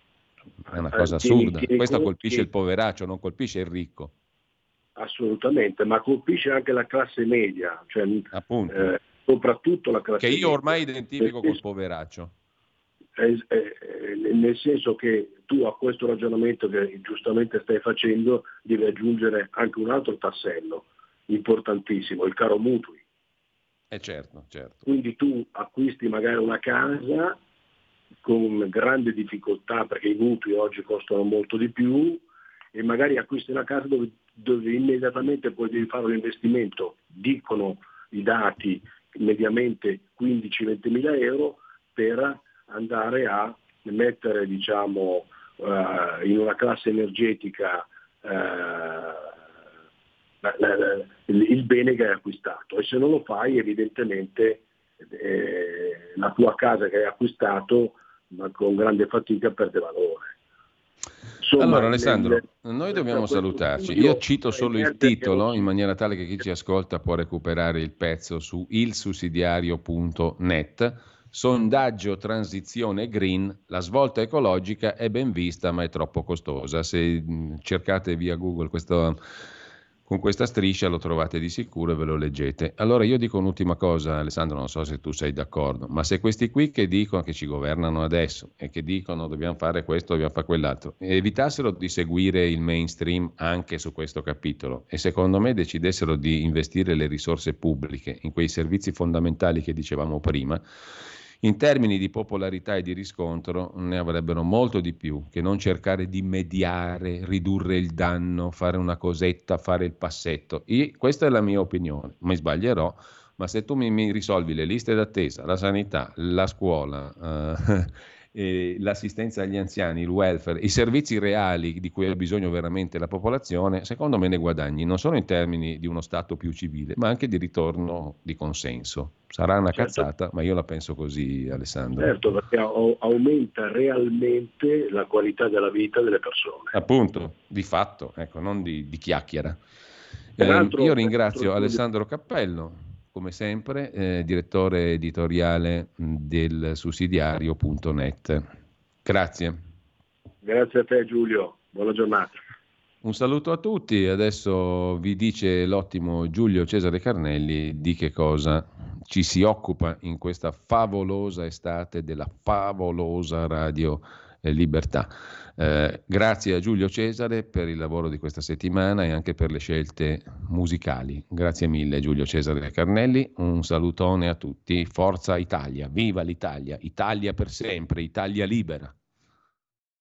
È una cosa assurda. Questo colpisce il poveraccio, non colpisce il ricco. Assolutamente, ma colpisce anche la classe media, cioè appunto. Eh, soprattutto la classe che io ormai media. identifico col poveraccio. Eh, eh, nel senso che tu a questo ragionamento che giustamente stai facendo devi aggiungere anche un altro tassello importantissimo, il caro mutui. Eh certo, certo. Quindi tu acquisti magari una casa con grande difficoltà perché i mutui oggi costano molto di più e magari acquisti una casa dove, dove immediatamente poi devi fare un investimento, dicono i dati, mediamente quindici venti mila euro per andare a mettere diciamo uh, in una classe energetica uh, la, la, la, il, il bene che hai acquistato, e se non lo fai evidentemente eh, la tua casa che hai acquistato ma con grande fatica perde valore. Insomma, allora Alessandro, nel, noi dobbiamo salutarci. Io cito solo il titolo in maniera tale che chi ci ascolta può recuperare il pezzo su il sussidiario punto net. Sondaggio transizione green, la svolta ecologica è ben vista ma è troppo costosa. Se cercate via Google questo, con questa striscia lo trovate di sicuro e ve lo leggete. Allora io dico un'ultima cosa, Alessandro, non so se tu sei d'accordo, ma se questi qui che dicono che ci governano adesso e che dicono dobbiamo fare questo, dobbiamo fare quell'altro, evitassero di seguire il mainstream anche su questo capitolo e secondo me decidessero di investire le risorse pubbliche in quei servizi fondamentali che dicevamo prima, in termini di popolarità e di riscontro ne avrebbero molto di più che non cercare di mediare, ridurre il danno, fare una cosetta, fare il passetto. Io, questa è la mia opinione, mi sbaglierò, ma se tu mi, mi risolvi le liste d'attesa, la sanità, la scuola, eh, e l'assistenza agli anziani, il welfare, i servizi reali di cui ha bisogno veramente la popolazione, secondo me ne guadagni, non solo in termini di uno Stato più civile, ma anche di ritorno di consenso. Sarà una certo. cazzata, ma io la penso così, Alessandro. Certo, perché aumenta realmente la qualità della vita delle persone. Appunto, di fatto, ecco, non di, di chiacchiera. Eh, io ringrazio Alessandro Cappello, come sempre, eh, direttore editoriale del sussidiario punto net. Grazie. Grazie a te Giulio, buona giornata. Un saluto a tutti, adesso vi dice l'ottimo Giulio Cesare Carnelli di che cosa ci si occupa in questa favolosa estate della favolosa Radio Libertà. Eh, grazie a Giulio Cesare per il lavoro di questa settimana e anche per le scelte musicali. Grazie mille Giulio Cesare Carnelli, un salutone a tutti, forza Italia, viva l'Italia, Italia per sempre, Italia libera.